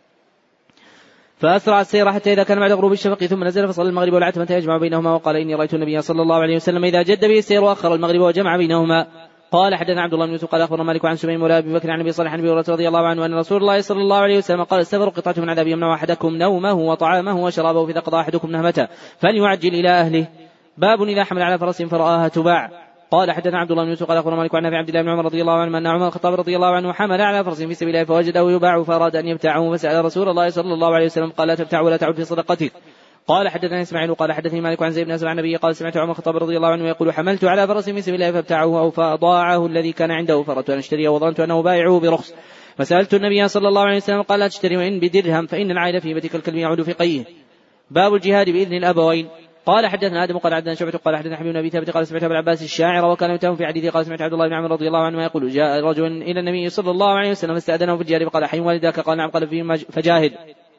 فأسرع السير حتى إذا كان بعد غروب الشفق ثم نزل فصلى المغرب والعتمة يجمع بينهما وقال إني رأيت النبي صلى الله عليه وسلم إذا جد به السير وأخر المغرب وجمع بينهما. قال حدثنا عبد الله بن يوسف قال أخبرنا مالك عن سميم مولى أبي بكر عن أبي صالح عن أبي هريرة رضي الله عنه أن رسول الله صلى الله عليه وسلم قال السفر قطعة من عذاب يمنع أحدكم نومه وطعامه وشرابه فإذا قضى أحدكم نهمته فليعجل إلى أهله. باب إذا حمل على فرس فرآها تباع. قال حدثنا عبد الله بن يوسف قال أخبرنا مالك عن أبي عبد الله بن عمر رضي الله عنه أن عمر الخطاب رضي الله عنه حمل على فرس في سبيل الله فوجده يباع فأراد أن يبتاعه فسأل رسول الله صلى الله عليه وسلم قال لا تبتاع ولا تعود في صدقتك. قال حدثنا إسماعيل قال حدثني مالك عن زيد بن أسلم عن النبي قال سمعت عمر الخطاب رضي الله عنه يقول حملت على فرس في سبيل الله فابتاعه أو فأضاعه الذي كان عنده فأردت أن أشتريه وظننت أنه بائعه برخص فسألت النبي صلى الله عليه وسلم قال لا تشتري وإن بدرهم فإن العائل في بيتك الكلب يعود في قيه. باب الجهاد بإذن الأبوين. قال حدثنا آدم قال حدثنا شعبة قال حدثنا حبيب بن أبي ثابت قال سمعت أبا العباس الشاعر وكان يتهم في حديثه قال سمعت عبد الله بن عمر رضي الله عنه يقول جاء رجل إلى النبي صلى الله عليه وسلم فاستأذنه في الجهاد فقال حي والداك قال نعم قال فيه فجاهد.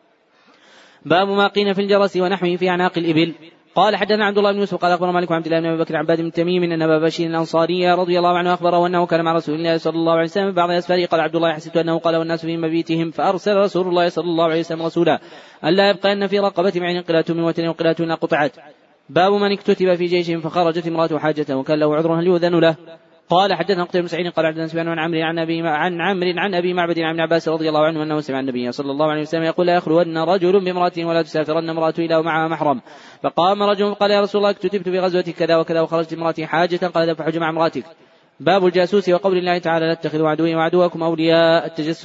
باب ما قيل في الجرس ونحوه في أعناق الإبل. قال حدثنا عبد الله بن يوسف قال أخبرنا مالك عن عبد الله بن أبي بكر عباد بن تميم أن أبا بشير الأنصاري رضي الله عنه أخبره أنه كان مع رسول الله صلى الله عليه وسلم بعض أسفاره. قال عبد الله حسبت أنه قال والناس في مبيتهم فأرسل رسول الله صلى الله عليه وسلم رسولا ألا يبقى أن في رقبة معين قلة من وتر وقلة لا قطعت. باب من اكتتب في جيش فخرجت امرأة حاجته وكان له عذر هل يؤذن له. قال حدثنا قتيبة بن سعيد قال حدثنا سفيان عن عمرو عن أبي معبد عن ابن عباس رضي الله عنه أنه سمع النبي صلى الله عليه وسلم يقول لا يخلون رجل بامرأة ولا تسافرن امرأة إلا ومعها محرم. فقام رجل قال يا رسول الله اكتتبت في غزوة كذا وكذا وخرجت امرأتي حاجة قال فحج مع امرأتك. باب الجاسوس وقول الله تعالى لا تتخذوا عدوي وعدوكم أولياء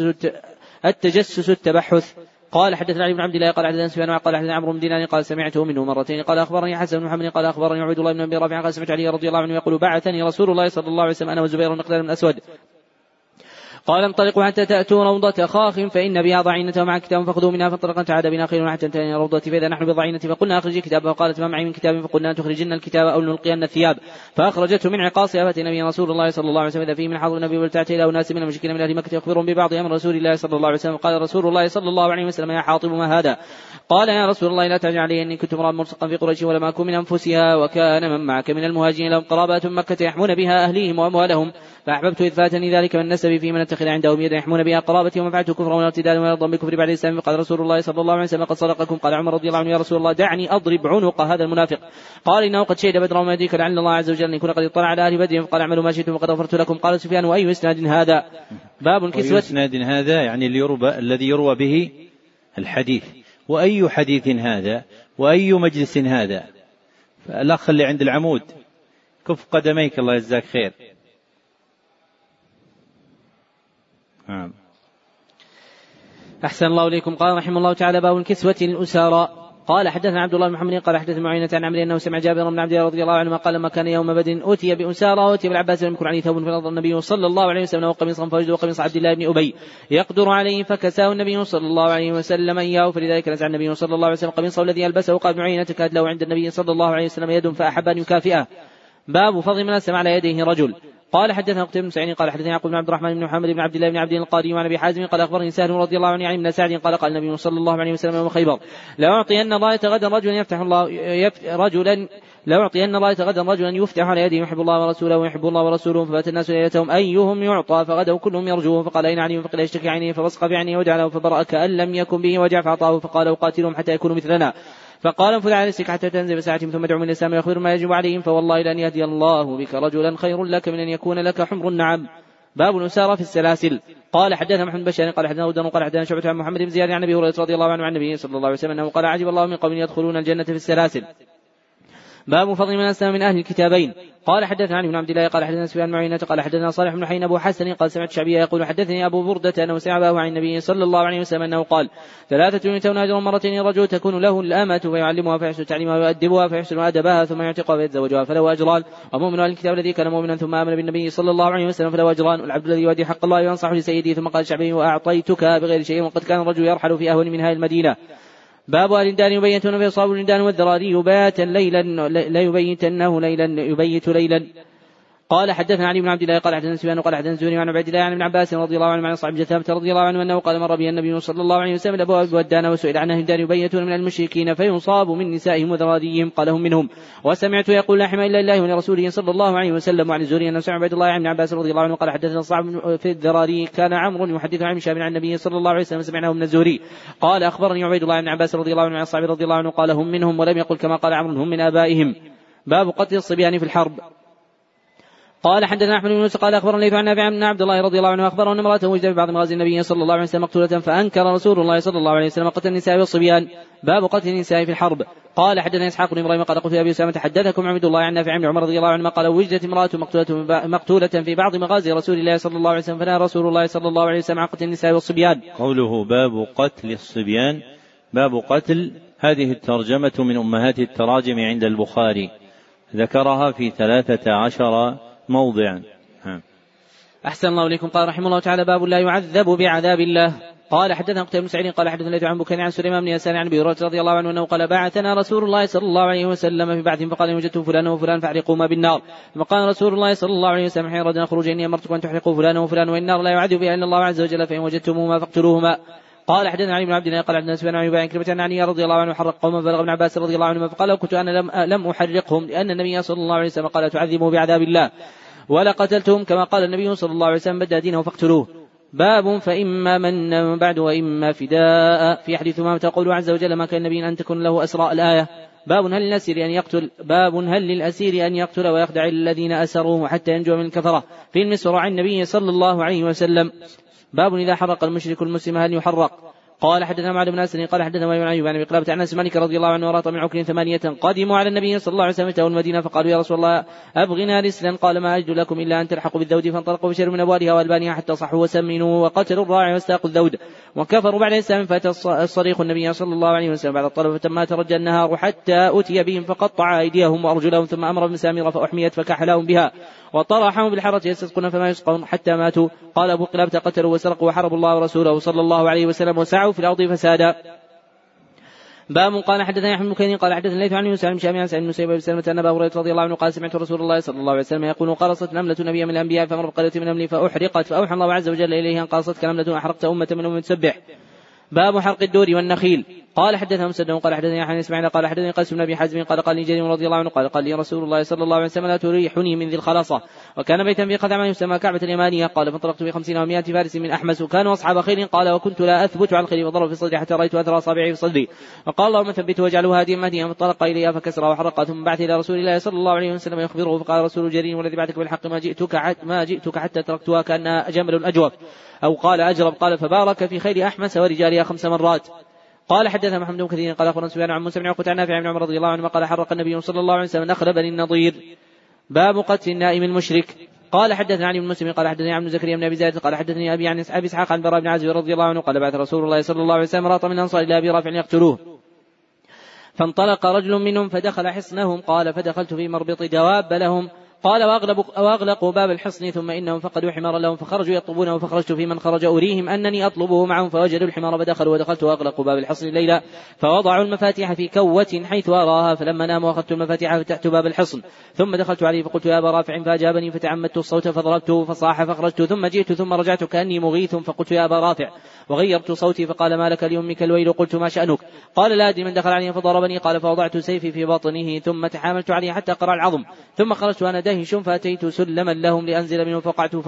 التجسس التبحث. قال حدثنا علي بن عبد الله قال حدثنا سفيان قال حدثنا عمرو بن دينار قال سمعته منه مرتين قال أخبرني حسن بن محمد قال أخبرني عبد الله بن أبي رافع قال سمعت علي رضي الله عنه يقول بعثني رسول الله صلى الله عليه وسلم أنا وزبير المقدار بن الأسود قال انطلقوا حتى تأتوا روضة خاخ فإن بها ضعينة ومع كتاب فخذوا منها فانطلقت عاد بنا خير حتى انتهينا روضة فإذا نحن بضعينة فقلنا أخرجي كتابها وقالت ما معي من كتاب فقلنا تخرجن الكتاب أو نلقين الثياب فأخرجته من عقاصها فأتينا به رسول الله صلى الله عليه وسلم إذا فيه من حاضر النبي والتعتي إلى أناس من المشركين من أهل مكة يخبرهم ببعض أمر رسول الله صلى الله عليه وسلم. قال رسول الله صلى الله عليه وسلم يا حاطب ما هذا؟ قال يا رسول الله لا تعجل علي إني كنت امرأ مرسقا في قريش ولم أكن من أنفسها وكان من معك من المهاجرين لهم قرابات مكة يحمون بها أهليهم وأموالهم فأحببت إذ فاتني ذلك من نسبي في من اتخذ عندهم يدا يحمون بها قرابتي وما فعلت كفرا ولا ارتدادا ولا ضم بكفر بعد الإسلام. قال رسول الله صلى الله عليه وسلم قد صدقكم. قال عمر رضي الله عنه يا رسول الله دعني أضرب عنق هذا المنافق. قال إنه قد شهد بدرا وما يدريك لعل الله عز وجل أن يكون قد اطلع على أهل بدر فقال اعملوا ما شئتم وقد غفرت لكم. قال سفيان وأي إسناد هذا؟ باب الكسوة. إسناد هذا يعني الذي يروى به الحديث وأي حديث هذا وأي مجلس هذا. فالأخ اللي عند العمود كف قدميك الله يجزاك خير. أحسن الله إليكم. قال رحمه الله تعالى باب الكسوة للأسارى. قال حدثنا عبد الله بن محمد قال حدثنا معينة عن عمرو أنه سمع جابر بن عبد الله رضي الله عنه قال ما كان يوم بدر أوتي بأسارى وأوتي بالعباس لم يكن عليه ثوب فنظر النبي صلى الله عليه وسلم وقميصا فوجدوا قميص عبد الله بن أبي يقدر عليه فكساه النبي صلى الله عليه وسلم إياه فلذلك نزع النبي صلى الله عليه وسلم قميصه الذي يلبسه. قال معينة كاد له عند النبي صلى الله عليه وسلم يد فأحب أن يكافئه. باب فضل من أسلم على يديه رجل. قال حدثنا قتيبة بن سعيد قال حدثنا يعقوب بن عبد الرحمن بن محمد بن عبد الله بن عبد القاري وعن ابي حازم قال اخبرني سهل رضي الله عنه عن ابن سعد قال قال النبي صلى الله عليه وسلم يوم خيبر لأعطين الله غدا رجلا يفتح على يده يحب الله ورسوله ويحب الله ورسوله. فبات الناس ليلتهم ايهم يعطى فغدوا كلهم يرجوه. فقال اين علي فقال يشتكي عينيه فبصق بعينه ودعا له فبرأ كأن لم يكن به وجع فأعطاه فقال اقاتلهم حتى يكونوا مثلنا. فقال انفذ على رسلك حتى تنزل بساعتهم ثم ادعوا من الإسلام ويخبر ما يجب عليهم فوالله لأن يهدي الله بك رجلا خير لك من أن يكون لك حمر النعم. باب الأسارى في السلاسل. قال حدثنا محمد بشار قال حدثنا ودن قال حدثنا شعبة عن محمد بن زياد عن أبي هريرة رضي الله عنه عن النبي صلى الله عليه وسلم أنه قال عجب الله من قوم يدخلون الجنة في السلاسل. باب فضل من أسلم من أهل الكتابين. قال حدثنا عن ابن عبد الله قال حدثنا سفيان معينة قال حدثنا صالح بن حين أبو حسن قال سمعت الشعبية يقول حدثني أبو بردة أنه سمع أباه عن النبي صلى الله عليه وسلم أنه قال 3 يؤتون أجرا مرتين الرجل تكون له الأمة فيعلمها فيحسن تعليمها ويؤدبها فيحسن أدبها ثم يعتقها فيتزوجها فله أجران. ومؤمن أهل الكتاب الذي كان مؤمنا ثم آمن بالنبي صلى الله عليه وسلم فله أجران. والعبد الذي يؤدي حق الله وينصح لسيده. ثم قال الشعبي وأعطيتك بغير شيء وقد كان الرجل يرحل في أهون من هذه المدينة. باب أهل الدان يبيتون في أصحاب الدان والذراري يبات ليلا لا يبيتنه ليلا يبيت ليلا. قال حدثنا علي بن عبد الله قال حدثنا سفيان قال حدثنا الزهري عن عبيد الله عن ابن عباس رضي الله عنه عن صاحب جثامة رضي الله عنه انه قال مر به النبي صلى الله عليه وسلم الابواب ودان وسئل عن اهل يبيتون من المشركين فيصاب من نسائهم وذراريهم قال هم منهم. وسمعت يقول لا حمى الا الله ولرسوله صلى الله عليه وسلم. وعن الزهري انه سمع عبيد الله عن ابن عباس رضي الله عنه قال حدثنا صعب في الذراري كان عمرو يحدث عن شاب عن النبي صلى الله عليه وسلم سمعناه من الزهري قال اخبرني عبيد الله عن عباس رضي الله عنه عن صاحب رضي الله عنه قال هم منهم ولم يقل كما قال عمرو هم من ابائهم. باب قتل الصبيان في الحرب. قال حدثنا احمد بن يونس قال اخبرني عن نافع عن عبد الله رضي الله عنه اخبره ان امراته وجدت في بعض مغازي النبي صلى الله عليه وسلم مقتوله فانكر رسول الله صلى الله عليه وسلم قتل النساء والصبيان. باب قتل النساء في الحرب. قال حدثنا اسحاق بن ابراهيم قال قلت ابي اسامه حدثكم عبد الله عن نافع عن عمر رضي الله عنه قال وجدت امراه مقتوله في بعض مغازي رسول الله صلى الله عليه وسلم فنهى رسول الله صلى الله عليه وسلم عن قتل النساء والصبيان. قوله باب قتل الصبيان باب قتل هذه الترجمه من امهات التراجم عند البخاري ذكرها في 13 موضعا. أحسن الله إليكم. قال رحمه الله تعالى باب لا يعذب بعذاب الله. قال حدثنا قتيبة بن سعيد قال حدثنا ليث عن بكير عن سليمان بن يسار عن ابي هريرة رضي الله عنه انه قال بعثنا رسول الله صلى الله عليه وسلم في بعث فقال ان وجدتم فلانا وفلان فاحرقوهما بالنار. ثم قال رسول الله صلى الله عليه وسلم حين اردنا الخروج اني امرتكم ان تحرقوا فلانا وفلان وان النار لا يعذب بها الا الله عز وجل فان وجدتموهما فاقتلوهما. قال حدثنا علي بن عبد الله قال حدثنا سفيان عن ابي بكر عن علي رضي الله عنه حرق قوما فبلغ ابن عباس رضي الله عنهما فقال كنت انا لم احرقهم لان النبي صلى الله عليه وسلم قال تعذبوا بعذاب الله ولا قتلتهم كما قال النبي صلى الله عليه وسلم بدأ دينه فاقتلوه. باب فإما من بعد وإما فداء. في حديث ما تقول عز وجل ما كان النبي أن تكون له أسراء الآية. باب هل للأسير أن يقتل ويخدع الذين أسروه حتى ينجو من الكفرة في المسرع عن النبي صلى الله عليه وسلم. باب إذا حرق المشرك المسلم هل يحرق. قال حدثنا معاذ بن أسد قال حدثنا وابن أيوب عن أبي قلابة عن أنس مالك رضي الله عنه وراط من عكر 8 قدموا على النبي صلى الله عليه وسلم فتأوا المدينة فقالوا يا رسول الله أبغنا رسلا. قال ما أجد لكم إلا أن تلحقوا بالذود فانطلقوا بشر من أبوالها وألبانها حتى صحوا وسمنوا وقتلوا الراعي واستاقوا الذود وكفروا بعد الإسلام. فأتى الصريخ النبي صلى الله عليه وسلم بعد الطلب فتما ترجى النهار حتى أتي بهم فقطع أيديهم وأرجلهم ثم أمر بن سامرة فأحميت فكحلهم بها وطرحهم بالحرة يستسقون فما يسقون حتى ماتوا. قال أبو قلابة قتلوا وسرقوا وحاربوا الله ورسوله صلى الله عليه وسلم وسعوا في الأرض فسادا. باب قال حدثنا يحيى بن بكير قال حدثنا ليث عن يونس عن شامي عن سعيد بن مسيب بن سلمة أن أبا هريرة رضي الله عنه قال سمعت رسول الله صلى الله عليه وسلم يقول قرصت نملة نبي من الأنبياء فمر بقرية من نمل فأحرقت فأوحى الله عز وجل إليها أن قرصتك نملة أحرقت أمة من أمم تسبح. باب حرق الدور والنخيل. قال حدثنا مسدد قال حدثني يحيى بن اسماعيل قال حدثني قيس بن ابي حازم قال لي جرير رضي الله عنه قال لي رسول الله صلى الله عليه وسلم لا تريحني من ذي الخلاصة وكان بيتا في قدم يسمى كعبة اليمانية. قال فانطلقت ب 50 و100 فارس من احمس وكانوا اصحاب خير. قال وكنت لا اثبت على الخير وضرب في صدري حتى رايت اثر اصابعي في صدري فقال اللهم ثبته واجعله هاديا مهديا فانطلق اليها فكسر وحرق ثم بعث الى رسول الله صلى الله عليه وسلم يخبره فقال رسول جرير والذي بعثك بالحق ما جئتك حتى تركتها كانها جمل اجوف او قال اجرب. قال فبارك في خير احمس ورجالها 5 مرات. قال حدثنا محمد بن كثير قال اخبرنا سفيان عن موسى بن عقبة عن نافع بن عمر رضي الله عنه قال حرق النبي صلى الله عليه وسلم نخل بني النضير. باب قتل النائم المشرك. قال حدثنا علي بن مسلم قال حدثني عن زكريا بن ابي زايد قال حدثني ابي عن ابي اسحاق عن براء بن عازب رضي الله عنه قال بعث رسول الله صلى الله عليه وسلم راط من الانصار الى ابي رافع يقتلوه فانطلق رجل منهم فدخل حصنهم. قال فدخلت في مربط دواب لهم. قال وأغلقوا باب الحصن ثم إنهم فقدوا حمارا لهم فخرجوا يطلبونه فخرجت في من خرج أريهم أنني أطلبه معهم فوجدوا الحمار فدخلوا ودخلت وأغلقوا باب الحصن ليلا فوضعوا المفاتيح في كوة حيث أراها فلما ناموا أخذت المفاتيح فتحت باب الحصن ثم دخلت عليه فقلت يا أبا رافع فأجابني فتعمدت الصوت فضربته فصاح فخرجت ثم جئت ثم رجعت كأني مغيث فقلت يا أبا رافع وغيرت صوتي فقال ما لك لأمك الويل. قلت ما شأنك؟ قال لا أدري من دخل علي فضربني. قال فوضعت سيفي في بطنه ثم تحاملت عليه حتى قرأ العظم ثم خرجت وأنا دهش فأتيت سلما لهم لأنزل منه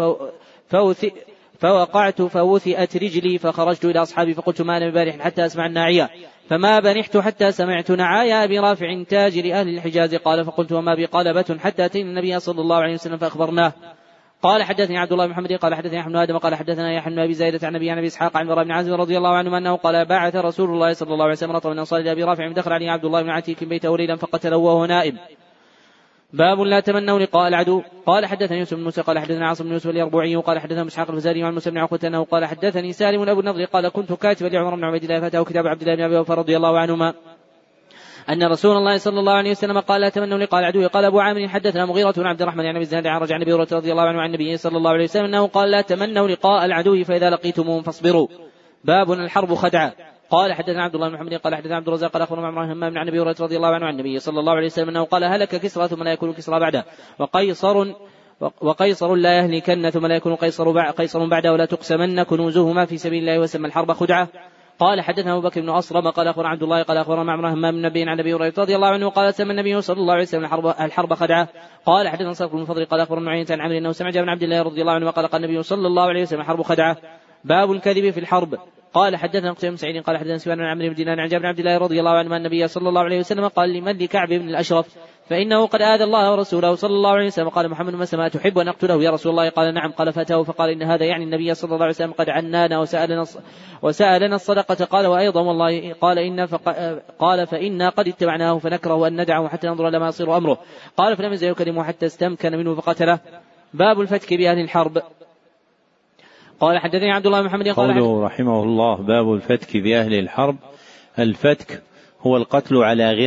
فوقعت فوثئت رجلي فخرجت إلى أصحابي فقلت ما أنا ببارح حتى أسمع الناعية فما بنحت حتى سمعت نعايا أبي رافع تاجر أهل الحجاز. قال فقلت وما بي؟ قال بت حتى أتينا النبي صلى الله عليه وسلم فأخبرناه. قال حدثني عبد الله بن محمد قال حدثني أحمد آدم قال حدثنا يحيى بن أبي زايدة عن أبي إسحاق عن براء بن عازب رضي الله عنه أنه قال بعث رسول الله صلى الله عليه وسلم رطبا من أنصار أبي رافع دخل عليه عبد الله بن عتيك بيته ليلا فقتله وهو نائم. باب لا تمنوا لقاء العدو. قال حدثني يوسف بن موسى قال حدثنا عاصم بن يوسف اليربوعي قال حدثنا اسحاق الفزاري عن موسى بن عقبة أنه قال حدثني سالم أبو النضر قال كنت كاتبا لعمر بن عبيد الله فأتاه كتاب عبد الله بن أبي أوفى رضي الله عنهما أن رسول الله صلى الله عليه وسلم قال لا تمنوا لقاء العدو. قال أبو عامر حدثنا مغيرة بن عبد الرحمن عن أبي الزناد عن رجع النبي رضي الله عنه عن النبي صلى الله عليه وسلم أنه قال لا تمنوا لقاء العدو فإذا لقيتموهم فاصبروا. باب الحرب خدعة. قال حدثنا عبد الله بن محمد قال حدثنا عبد الرزاق قال اخبرنا عمرو همام بن ابي هريره رضي الله عنه عن النبي صلى الله عليه وسلم انه قال هلك كسرى ثم لا يكون كسرى بعده وقيصر وقيصر لا يهلكن ثم لا يكون قيصر بعده ولا تقسمن كنوزهما في سبيل الله وسمى الحرب خدعة. قال حدثنا أبو بكر بن أصرم قال أخبرنا عبد الله قال أخبرنا معمر همام بن نبي عن أبي هريرة رضي الله عنه قال سمى النبي صلى الله عليه وسلم الحرب خدعة. قال حدثنا صدق بن فضل قال أخبرنا عيينة عن عمرو أنه سمع جابر بن عبد الله رضي الله عنه قال قال النبي صلى الله عليه وسلم الحرب خدعة. باب الكذب في الحرب. قال حدثنا قتيبة بن سعيد قال حدثنا سفيان عن عمرو بن دينار عن جابر بن عبد الله رضي الله عنه أن النبي صلى الله عليه وسلم قال لمن لكعب بن الأشرف فإنه قد آذى الله ورسوله صلى الله عليه وسلم. قال محمد ما سما تحب أن أقتله يا رسول الله؟ قال نعم. قال فأتاه فقال إن هذا يعني النبي صلى الله عليه وسلم قد عنانا وسألنا الصدقة. قال وأيضا والله قال فإنا قد اتبعناه فنكره أن ندعه حتى ننظر لما يصير أمره. قال فلم يزل يكلمه حتى استمكن منه فقتله. باب الفتك بأهل الحرب. قال حدثني عبد الله بن محمد قوله رحمه الله باب الفتك بأهل الحرب. الفتك هو القتل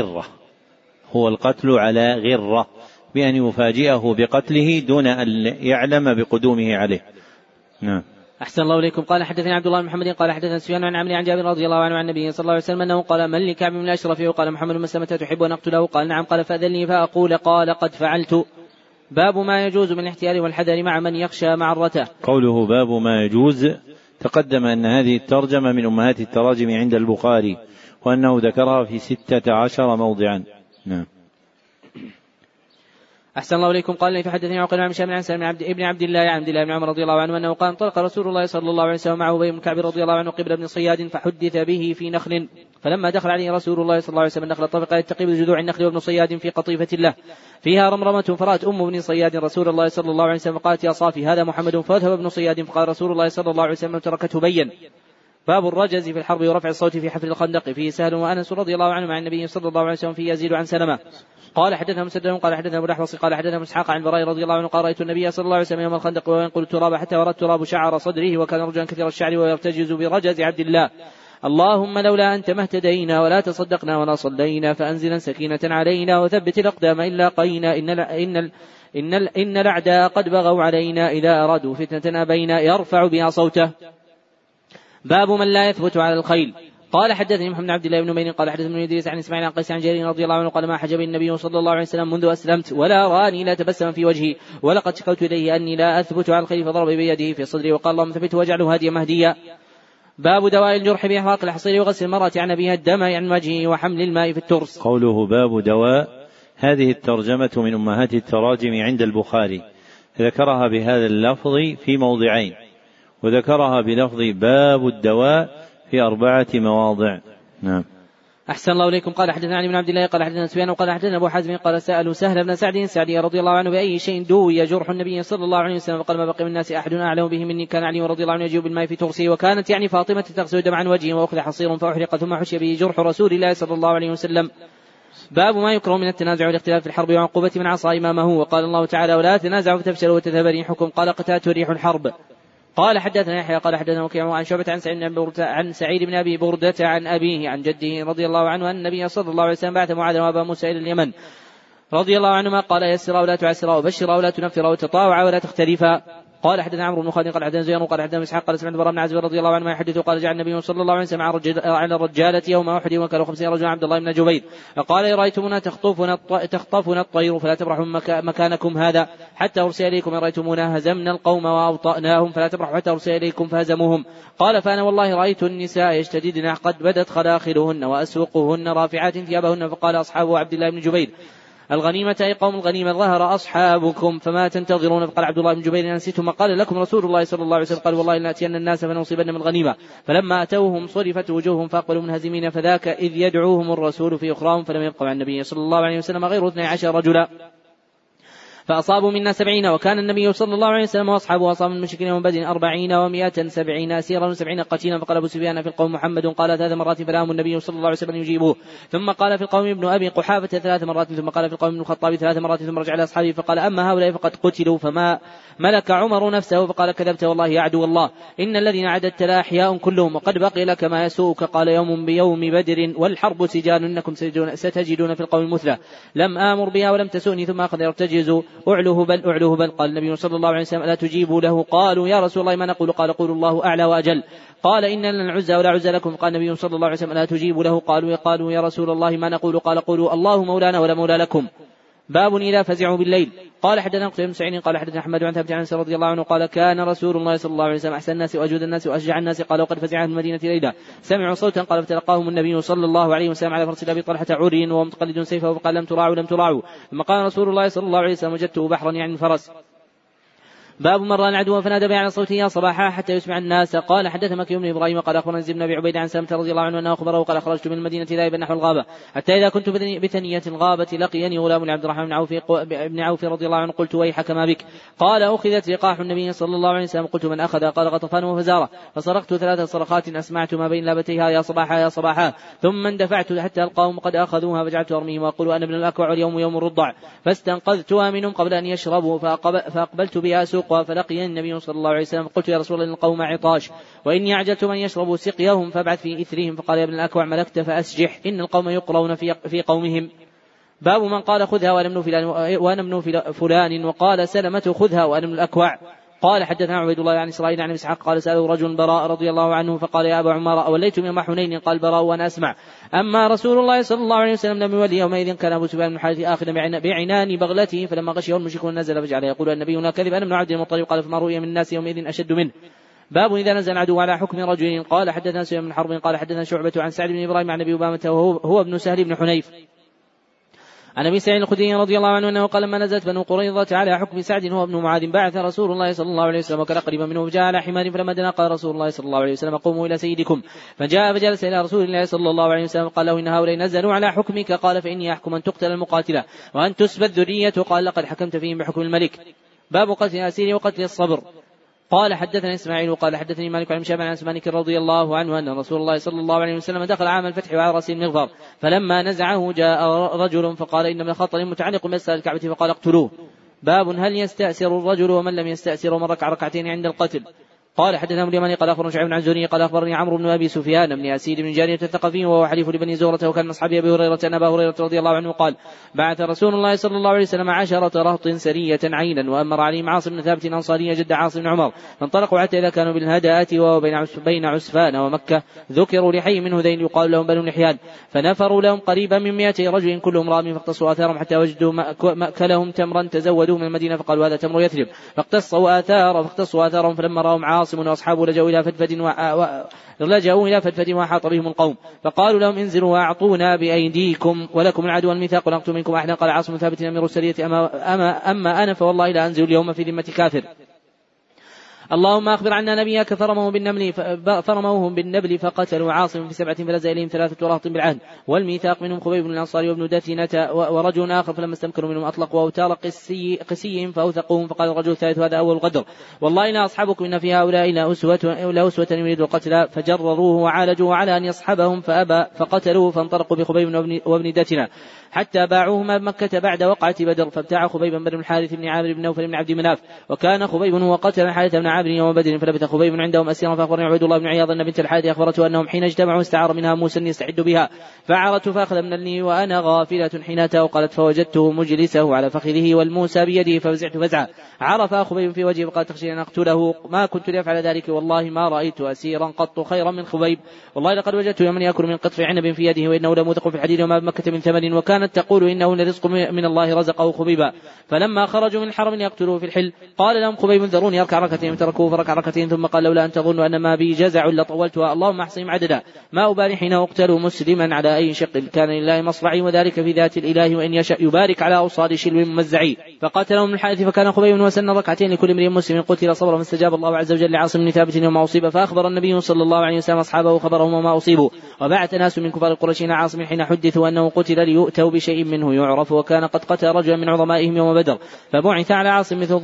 على غرة بأن يفاجئه بقتله دون أن يعلم بقدومه عليه. نعم. أحسن الله إليكم. قال حدثني عبد الله بن محمد قال حدثنا سفيان عن عمرو عن جابر رضي الله عنه عن النبي صلى الله عليه وسلم أنه قال من لكعب بن الأشرف وقال محمد ما سمت تحب أن أقتله؟ قال نعم. قال فأذني فأقول قال قد فعلت. باب ما يجوز من الاحتيال والحذر مع من يخشى معرته. قوله باب ما يجوز تقدم أن هذه الترجمة من أمهات التراجم عند البخاري وأنه ذكرها في 16 موضعا. نعم. أحسن الله إليكم. قال لي فحدثني عقيل عن هشام عن سالم ابن عبد الله بن عمر رضي الله عنه أنه قال انطلق رسول الله صلى الله عليه وسلم معه أبي بن كعب رضي الله عنه قبل ابن صياد فحدث به في نخل فلما دخل عليه رسول الله صلى الله عليه وسلم النخل طفق يتقي بجذوع النخل وابن صياد في قطيفة له فيها رمرمة فرأت أم ابن صياد رسول الله صلى الله عليه وسلم فقالت يا صافي هذا محمد. فذهب ابن صياد فقال رسول الله صلى الله عليه وسلم تركته بين. باب الرجز في الحرب ورفع الصوت في حفر الخندق. فيه سهل وأنس رضي الله عنه مع النبي صلى الله عليه وسلم فيه يزيد عن سلمة. قال حدثنا مسدد قال حدثنا ابو الاحوص قال حدثنا اسحاق عن براء رضي الله عنه قال رايت النبي صلى الله عليه وسلم يوم الخندق وينقل التراب حتى ورى التراب شعر صدره وكان رجلا كثير الشعر ويرتجز برجز عبد الله. اللهم لولا أنت ما اهتدينا ولا تصدقنا ولا صلينا فأنزلا سكينة علينا وثبت الأقدام إن لاقينا إن الأعداء قد بغوا علينا إذا أرادوا فتنة أبينا يرفع بها صوته. باب من لا يثبت على الخيل. قال حدثني محمد عبد الله بن نمير قال حدثني ابن إدريس عن إسماعيل عن قيس عن جرير رضي الله عنه قال ما حجب النبي صلى الله عليه وسلم منذ أسلمت ولا راني لا تبسم في وجهي ولقد شكوت إليه أني لا أثبت على الخيل فضرب بيده في صدري وقال اللهم ثبته واجعله هاديا مهديا. باب دواء الجرح بإحراق الحصير وغسل المرأة عن أبيها الدم عن وجهه وحمل الماء في الترس. قوله باب دواء هذه الترجمة من أمهات التراجم عند البخاري ذكرها بهذا اللفظ في موضعين وذكرها بلفظ باب الدواء في 4 مواضع. نعم. أحسن الله إليكم. قال حدثنا علي بن عبد الله قال حدثنا سفيان وقال حدثنا أبو حازم قال سألوا سهل بن سعد السعدي رضي الله عنه بأي شيء دوي جرح النبي صلى الله عليه وسلم فقال ما بقي من الناس أحد أعلم به مني كان علي رضي الله عنه يجيب بالماء في ترسه وكانت يعني فاطمة تغسل الدم عن وجهه وأخذ حصير فأحرق ثم حشي به جرح رسول الله صلى الله عليه وسلم. باب ما يكره من التنازع والاختلاف في الحرب وعقوبة من عصى إمامه. وقال الله تعالى ولا تنازعوا فتفشلوا وتذهب ريحكم. قال قتادة ريح الحرب. قال حدثنا يحيى قال حدثنا وكيع عن شعبة عن سعيد بن أبي بردة عن أبيه عن جده رضي الله عنه أن النبي صلى الله عليه وسلم بعث معاذ وأبا موسى إلى اليمن رضي الله عنهما قال يسرا ولا تعسرا وبشرا ولا تنفرا وتطاوعا ولا تختلفا. قال حدثنا عمرو بن خالد قال حدثنا زيان قال حدثنا اسحاق قال سمعت براء بن عازب رضي الله عنه ما يحدث قال جاء النبي صلى الله عليه وسلم على الرجالة يوم أحد وكانوا 50 رجلا عبد الله بن جبير فقال رأيتمونا تخطفنا الطير فلا تبرحوا مكانكم هذا حتى أرسل إليكم إن رأيتمونا هزمنا القوم وأوطأناهم فلا تبرحوا حتى أرسل إليكم فهزموهم. قال فأنا والله رأيت النساء يشتددن قد بدت خلاخلهن وأسوقهن رافعات ثيابهن. فقال أصحاب عبد الله بن جبير الغنيمة أي قوم الغنيمة ظهر أصحابكم فما تنتظرون. فقال عبد الله بن جبير أنسيتم ما قال لكم رسول الله صلى الله عليه وسلم قال والله لنأتين الناس فنصيبن من الغنيمة. فلما أتوهم صرفت وجوههم فأقبلوا منهزمين فذاك إذ يدعوهم الرسول في أخراهم فلم يبقوا عن النبي صلى الله عليه وسلم غير 12 رجلا فأصابوا منا 70 وكان النبي صلى الله عليه وسلم وأصحابه أصابوا من المشركين يوم بدر 40 و170 أسيرا و70 قتيلا. فقال أبو سفيان في القوم محمد قال 3 مرات فلهم النبي صلى الله عليه وسلم يجيبه. ثم قال في القوم ابن أبي قحافة 3 مرات ثم قال في القوم ابن الخطاب 3 مرات ثم رجع إلى أصحابه فقال أما هؤلاء فقد قتلوا. فما ملك عمر نفسه فقال كذبت والله يا عدو الله إن الذين عددت لا أحياء كلهم وقد بقي لك ما يسوءك. قال يوم بيوم بدر والحرب سجال إنكم ستجدون في القوم المثلى لم آمر بها ولم تسؤني. ثم أخذ يرتجز أعلوه بل قال النبي صلى الله عليه وسلم ألا تجيبوا له؟ قالوا يا رسول الله ما نقول؟ قال قولوا الله أعلى وأجل. قال إن لنا العزى ولا عزى لكم. قال النبي صلى الله عليه وسلم ألا تجيبوا له؟ قالوا يا رسول الله ما نقول؟ قال قولوا الله مولانا ولا مولى لكم. باب إذا فزعوا بالليل. قال حدثنا قتيبة بن سعيد قال حدثنا أحمد عن ثابت عن أنس رضي الله عنه قال كان رسول الله صلى الله عليه وسلم أحسن الناس وأجود الناس وأشجع الناس. قال وقد فزع أهل المدينة ليلة سمعوا صوتا قال فتلقاهم النبي صلى الله عليه وسلم على فرس أبي طلحة عري وهو متقلد سيفه فقال لم تراعوا. ثم قال رسول الله صلى الله عليه وسلم وجدته بحرا يعني الفرس. باب من رأى العدو فنادى بأعلى صوته يا صباحا حتى يسمع الناس. قال حدث مكي بن إبراهيم قال أخبرنا زيد بن أبي عبيدة عن سلمة رضي الله عنه أنه أخبره قال خرجت من المدينة ذاهبا نحو الغابة حتى إذا كنت بثنية الغابة لقيني غلام لعبد الرحمن بن عوف رضي الله عنه قلت ويحك ما بك؟ قال أخذت لقاح النبي صلى الله عليه وسلم. قلت من أخذ؟ قال غطفان وفزارة. فصرخت 3 صرخات أسمعت ما بين لابتيها يا صباحا يا صباحا. ثم اندفعت حتى القوم قد أخذوها فجعلت أرميهم وأقول أنا ابن الأكوع واليوم يوم الرضع. فاستنقذتها منهم قبل أن يشربوا فأقبلت بها سوقها فلقي النبي صلى الله عليه وسلم. قلت يا رسول الله القوم عطاش وإني عجلت من يشربوا سقيهم فابعث في إثرهم. فقال يا ابن الأكوع ملكت فأسجح إن القوم يقرون في قومهم. باب من قال خذها وأنا ابن فلان وقال سلمة خذها وأنا ابن الأكوع. قال حدثنا عبيد الله عن إسرائيل عن إسحاق قال سأله رجل براء رضي الله عنه فقال يا أبا عمر أوليتم يوم حنين؟ قال براء وأنا أسمع. أما رسول الله صلى الله عليه وسلم لم يولي يومئذ كان أبو سفيان بن الحارث آخذا بعنان بغلته فلما غشيه المشركون نزل فجعل يقول النبي هنا كذب أنا ابن عبد المطلب. قال فما رؤي من الناس يومئذ أشد منه. باب إذا نزل العدو على حكم رجل. قال حدثنا سفيان بن حرب قال حدثنا شعبة عن سعد بن إبراهيم عن أبي أمامة وهو ابن سهل بن حنيف عن أبي سعيد الخدري رضي الله عنه أنه قال لما نزلت بنو قريظة على حكم سعد هو ابن معاذ بعث رسول الله صلى الله عليه وسلم وكان قريبا منه وجاء على حمار فلما دنا قال رسول الله صلى الله عليه وسلم قوموا إلى سيدكم. فجاء فجلس إلى رسول الله صلى الله عليه وسلم قال له إن هؤلاء نزلوا على حكمك. قال فإني أحكم أن تقتل المقاتلة وأن تسبى الذرية. قال لقد حكمت فيهم بحكم الملك. باب قتل الأسير وقتل الصبر. قال حدثنا إسماعيل قال حدثني مالك عن شاب عن مالك رضي الله عنه أن رسول الله صلى الله عليه وسلم دخل عام الفتح وعلى رأسه المغفر فلما نزعه جاء رجل فقال إن من خطر متعلق بمسألة الكعبة فقال اقتلوه. باب هل يستأسر الرجل ومن لم يستأسر ومن ركع ركعتين عند القتل. قال حدثنا ابن اليماني قال أخبرنا شعيب عن زهري قال أخبرني عمرو بن أبي سفيان بن أسيد بن جارية الثقفي وهو حليف لبني زهرة وكان من أصحاب أبي هريرة أن أبا هريرة رضي الله عنه قال بعث رسول الله صلى الله عليه وسلم 10 رهط سرية عينا وأمر عليهم عاصم بن ثابت الأنصاري جد عاصم بن عمر فانطلقوا حتى إذا كانوا بالهداءة وهو بين عسفان ومكة ذكروا لحي من هذين يقال لهم بنو لحيان فنفروا لهم قريبا من 200 رجل كلهم رامي فاقتصوا آثارهم حتى وجدوا مأكلهم تمرا تزودوا من المدينة فقالوا هذا تمر يثرب فاقتصوا آثارهم فلما رأهم عاصم وأصحابه لجأوا إلى فدفد وحاط بهم القوم فقالوا لهم انزلوا وأعطونا بأيديكم ولكم العدو والميثاق ولنقتل منكم أحدا. قال عاصم ثابت أمير السرية أما أنا فوالله لا أنزل اليوم في ذمة كافر. اللهم أخبر عنا نبيك فرموهم بالنبل فقتلوا عاصم في 7 فلزأ إليهم 3 رهط بالعهد والميثاق منهم خبيب بن الأنصاري وابن دثنة ورجل آخر فلما استمكنوا منهم أطلقوا أوتار قسيهم فأوثقوهم فقال الرجل الثالث هذا أول الغدر والله لا أصحابكم إن في هؤلاء لا أسوة يريد القتل فجرروه وعالجوه على أن يصحبهم فأبى فقتلوه فانطلقوا بخبيب وابن دثنة حتى باعوهما بمكة بعد وقعة بدر فابتاع خبيبا بن الحارث بن عامر بن نوفل بن عبد مناف وكان خبيب هو قتل الحارث بن عامر يوم بدر فلبث خبيب عندهم أسيرا فأخبرني عبيد الله بن عياض أن بنت الحارث أخبرته أنهم حين اجتمعوا استعار منها موسى يستعد بها فعرت فأخذ مني وأنا غافلة حين أتى وقالت فوجدته مجلسه على فخذه والموسى بيده ففزعت فزعا عرف خبيب في وجهه فقال تخشى أن أقتله ما كنت لأفعل ذلك والله ما رأيت أسيرا قط خيرا من خبيب والله لقد وجدت يوما يأكل من قطر عنب في يده وإنه لموثق في الحديد وما بمكة من ثمن وكانت تقول إنه لرزق من الله رزقه خبيبا فلما خرجوا من الحرم يقتلوه في الحل قال لهم خبيب ذروني أركع ركعتين تركوه فركع ركعتين ثم قال لولا أن تظنوا أن ما بي جزع لطولتها اللهم احصهم عددا ما أبالي حين أقتل مسلما على أي شق كان لله مصرعي وذلك في ذات الإله وإن يشاء يبارك على أوصاد شلو ممزعي فقاتلهم من الحادث فكان خبيب وسن ركعتين لكل امرئ مسلم قتل صبرا فاستجاب الله عز وجل لعاصم بن ثابت وما أصيب فأخبر النبي صلى الله عليه وسلم أصحابه خبرهم وما أصيبوا وبعث ناس من كفار القريش عاصم حين حدثوا أنه قتل ليؤتوا بشيء منه يعرف وكان قد قتل رجلا من عظمائهم يوم بدر فبعث على عاصم مثل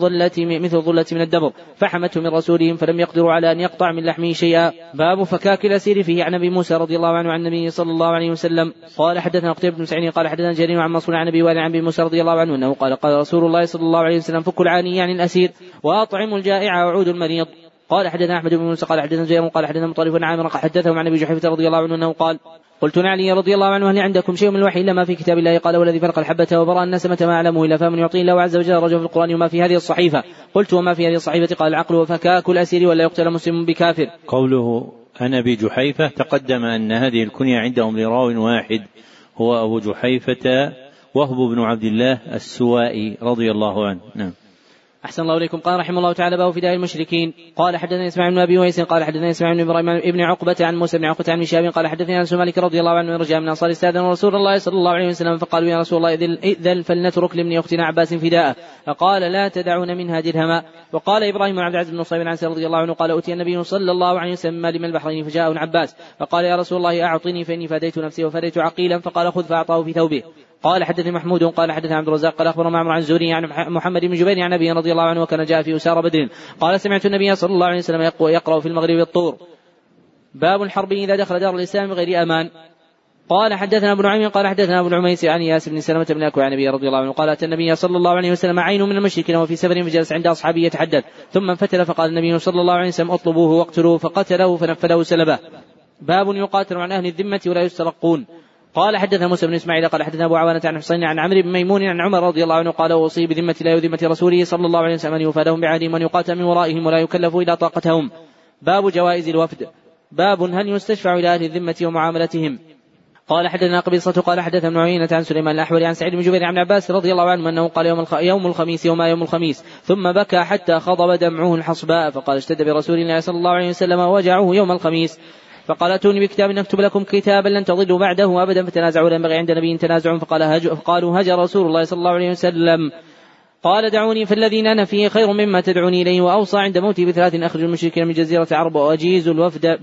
ظلة من الدبر فحمته من رسولهم فلم يقدروا على أن يقطع من لحمه شيئا. باب فكاك الأسير فيه عن أبي موسى رضي الله عنه عن النبي صلى الله عليه وسلم قال حدثنا قتيبة بن سعيد قال حدثنا جرير عن منصور عن أبي وائل عن أبي موسى رضي الله عنه أنه قال رسول الله صلى الله عليه وسلم فكوا العاني عن الأسير وأطعموا الجائع وعودوا المريض. قال حدثنا أحمد بن موسى قال حدثنا زياد قال حدثنا مطرف بن عامر حدثهم عن أبي جحيفة رضي الله عنه أنه قال قلت علي رضي الله عنه هل عندكم شيء من الوحي إلا ما في كتاب الله قال والذي فرق الحبة وبرأ النسمة ما أعلمه إلا فمن يعطيه الله عز وجل رجل في القرآن وما في هذه الصحيفة. قلت وما في هذه الصحيفة قال العقل وفكاك الأسير ولا يقتل مسلم بكافر. قوله عن أبي جحيفة تقدم أن هذه الكنية عندهم لراو واحد هو أبو جحيفة وهب بن عبد الله السوائي رضي الله عنه. نعم. أحسن الله إليكم. قال رحمه الله تعالى: باب فداء المشركين. قال حدثنا إسماعيل بن أبي ويس قال حدثنا إسماعيل بن إبراهيم بن عقبة عن موسى بن عقبة عن شهاب قال حدثنا أنس مالك رضي الله عنه رجاء من أنصار استأذن رسول الله صلى الله عليه وسلم فقالوا: يا رسول الله إذن فلنترك لابن أختنا عباس فداءه، فقال: لا تدعون منها درهما. وقال إبراهيم بن عبد العزيز بن صهيب عن أنس رضي الله عنه قال: أتي النبي صلى الله عليه وسلم مال البحرين فجاءه العباس فقال: يا رسول الله أعطني فإني فديت نفسي وفديت عقيلا، فقال: خذ، فأعطاه في ثوبه. قال حدثني محمود قال حدثنا عبد الرزاق قال أخبر معمر عن الزهري عن محمد بن جبير عن أبي رضي الله عنه وكان جاء في أسار بدر قال: سمعت النبي صلى الله عليه وسلم يقرأ في المغرب الطور. باب الحرب إذا دخل دار الإسلام بغير أمان. قال حدثنا ابن نعيم قال حدثنا ابو العميس عن ياس بن سلمة بن أكوع عن النبي رضي الله عنه قال: أتى النبي صلى الله عليه وسلم عين من المشركين وفي سفر فجلس عند أصحابه يتحدث، ثم انفتل فقال النبي صلى الله عليه وسلم: اطلبوه واقتلوه، فقتله فنفذه سلبه. باب يقاتل عن أهل الذمة ولا يسترقون. قال حدثنا موسى بن إسماعيل قال حدثنا أبو عوانة عن حسين عن عمرو بن ميمون عن عمر رضي الله عنه قال: وصي بذمة الله وذمة رسوله صلى الله عليه وسلم أن يفادهم بعهدهم وأن يقاتل من ورائهم ولا يكلفوا إلى طاقتهم. باب جوائز الوفد. باب هل يستشفع إلى أهل الذمة ومعاملتهم. قال حدثنا قبيصة قال حدثنا ابن عيينة عن سليمان الأحولي عن سعيد بن جبير عن عباس رضي الله عنه أنه قال: يوم الخميس وما يوم الخميس، ثم بكى حتى خضب دمعه الحصباء، فقال: اشتد برسول الله صلى الله عليه وسلم وجعه يوم الخميس، فقال: اتوني بكتاب نكتب لكم كتابا لن تضلوا بعده أبدا، فتنازعوا لم ينبغي عند نبي تنازع، فقالوا: هجر رسول الله صلى الله عليه وسلم. قال: دعوني فالذي أنا فيه خير مما تدعوني إليه. وأوصى عند موته بثلاث: أخرج المشركين من جزيرة العرب وأجيز الوفد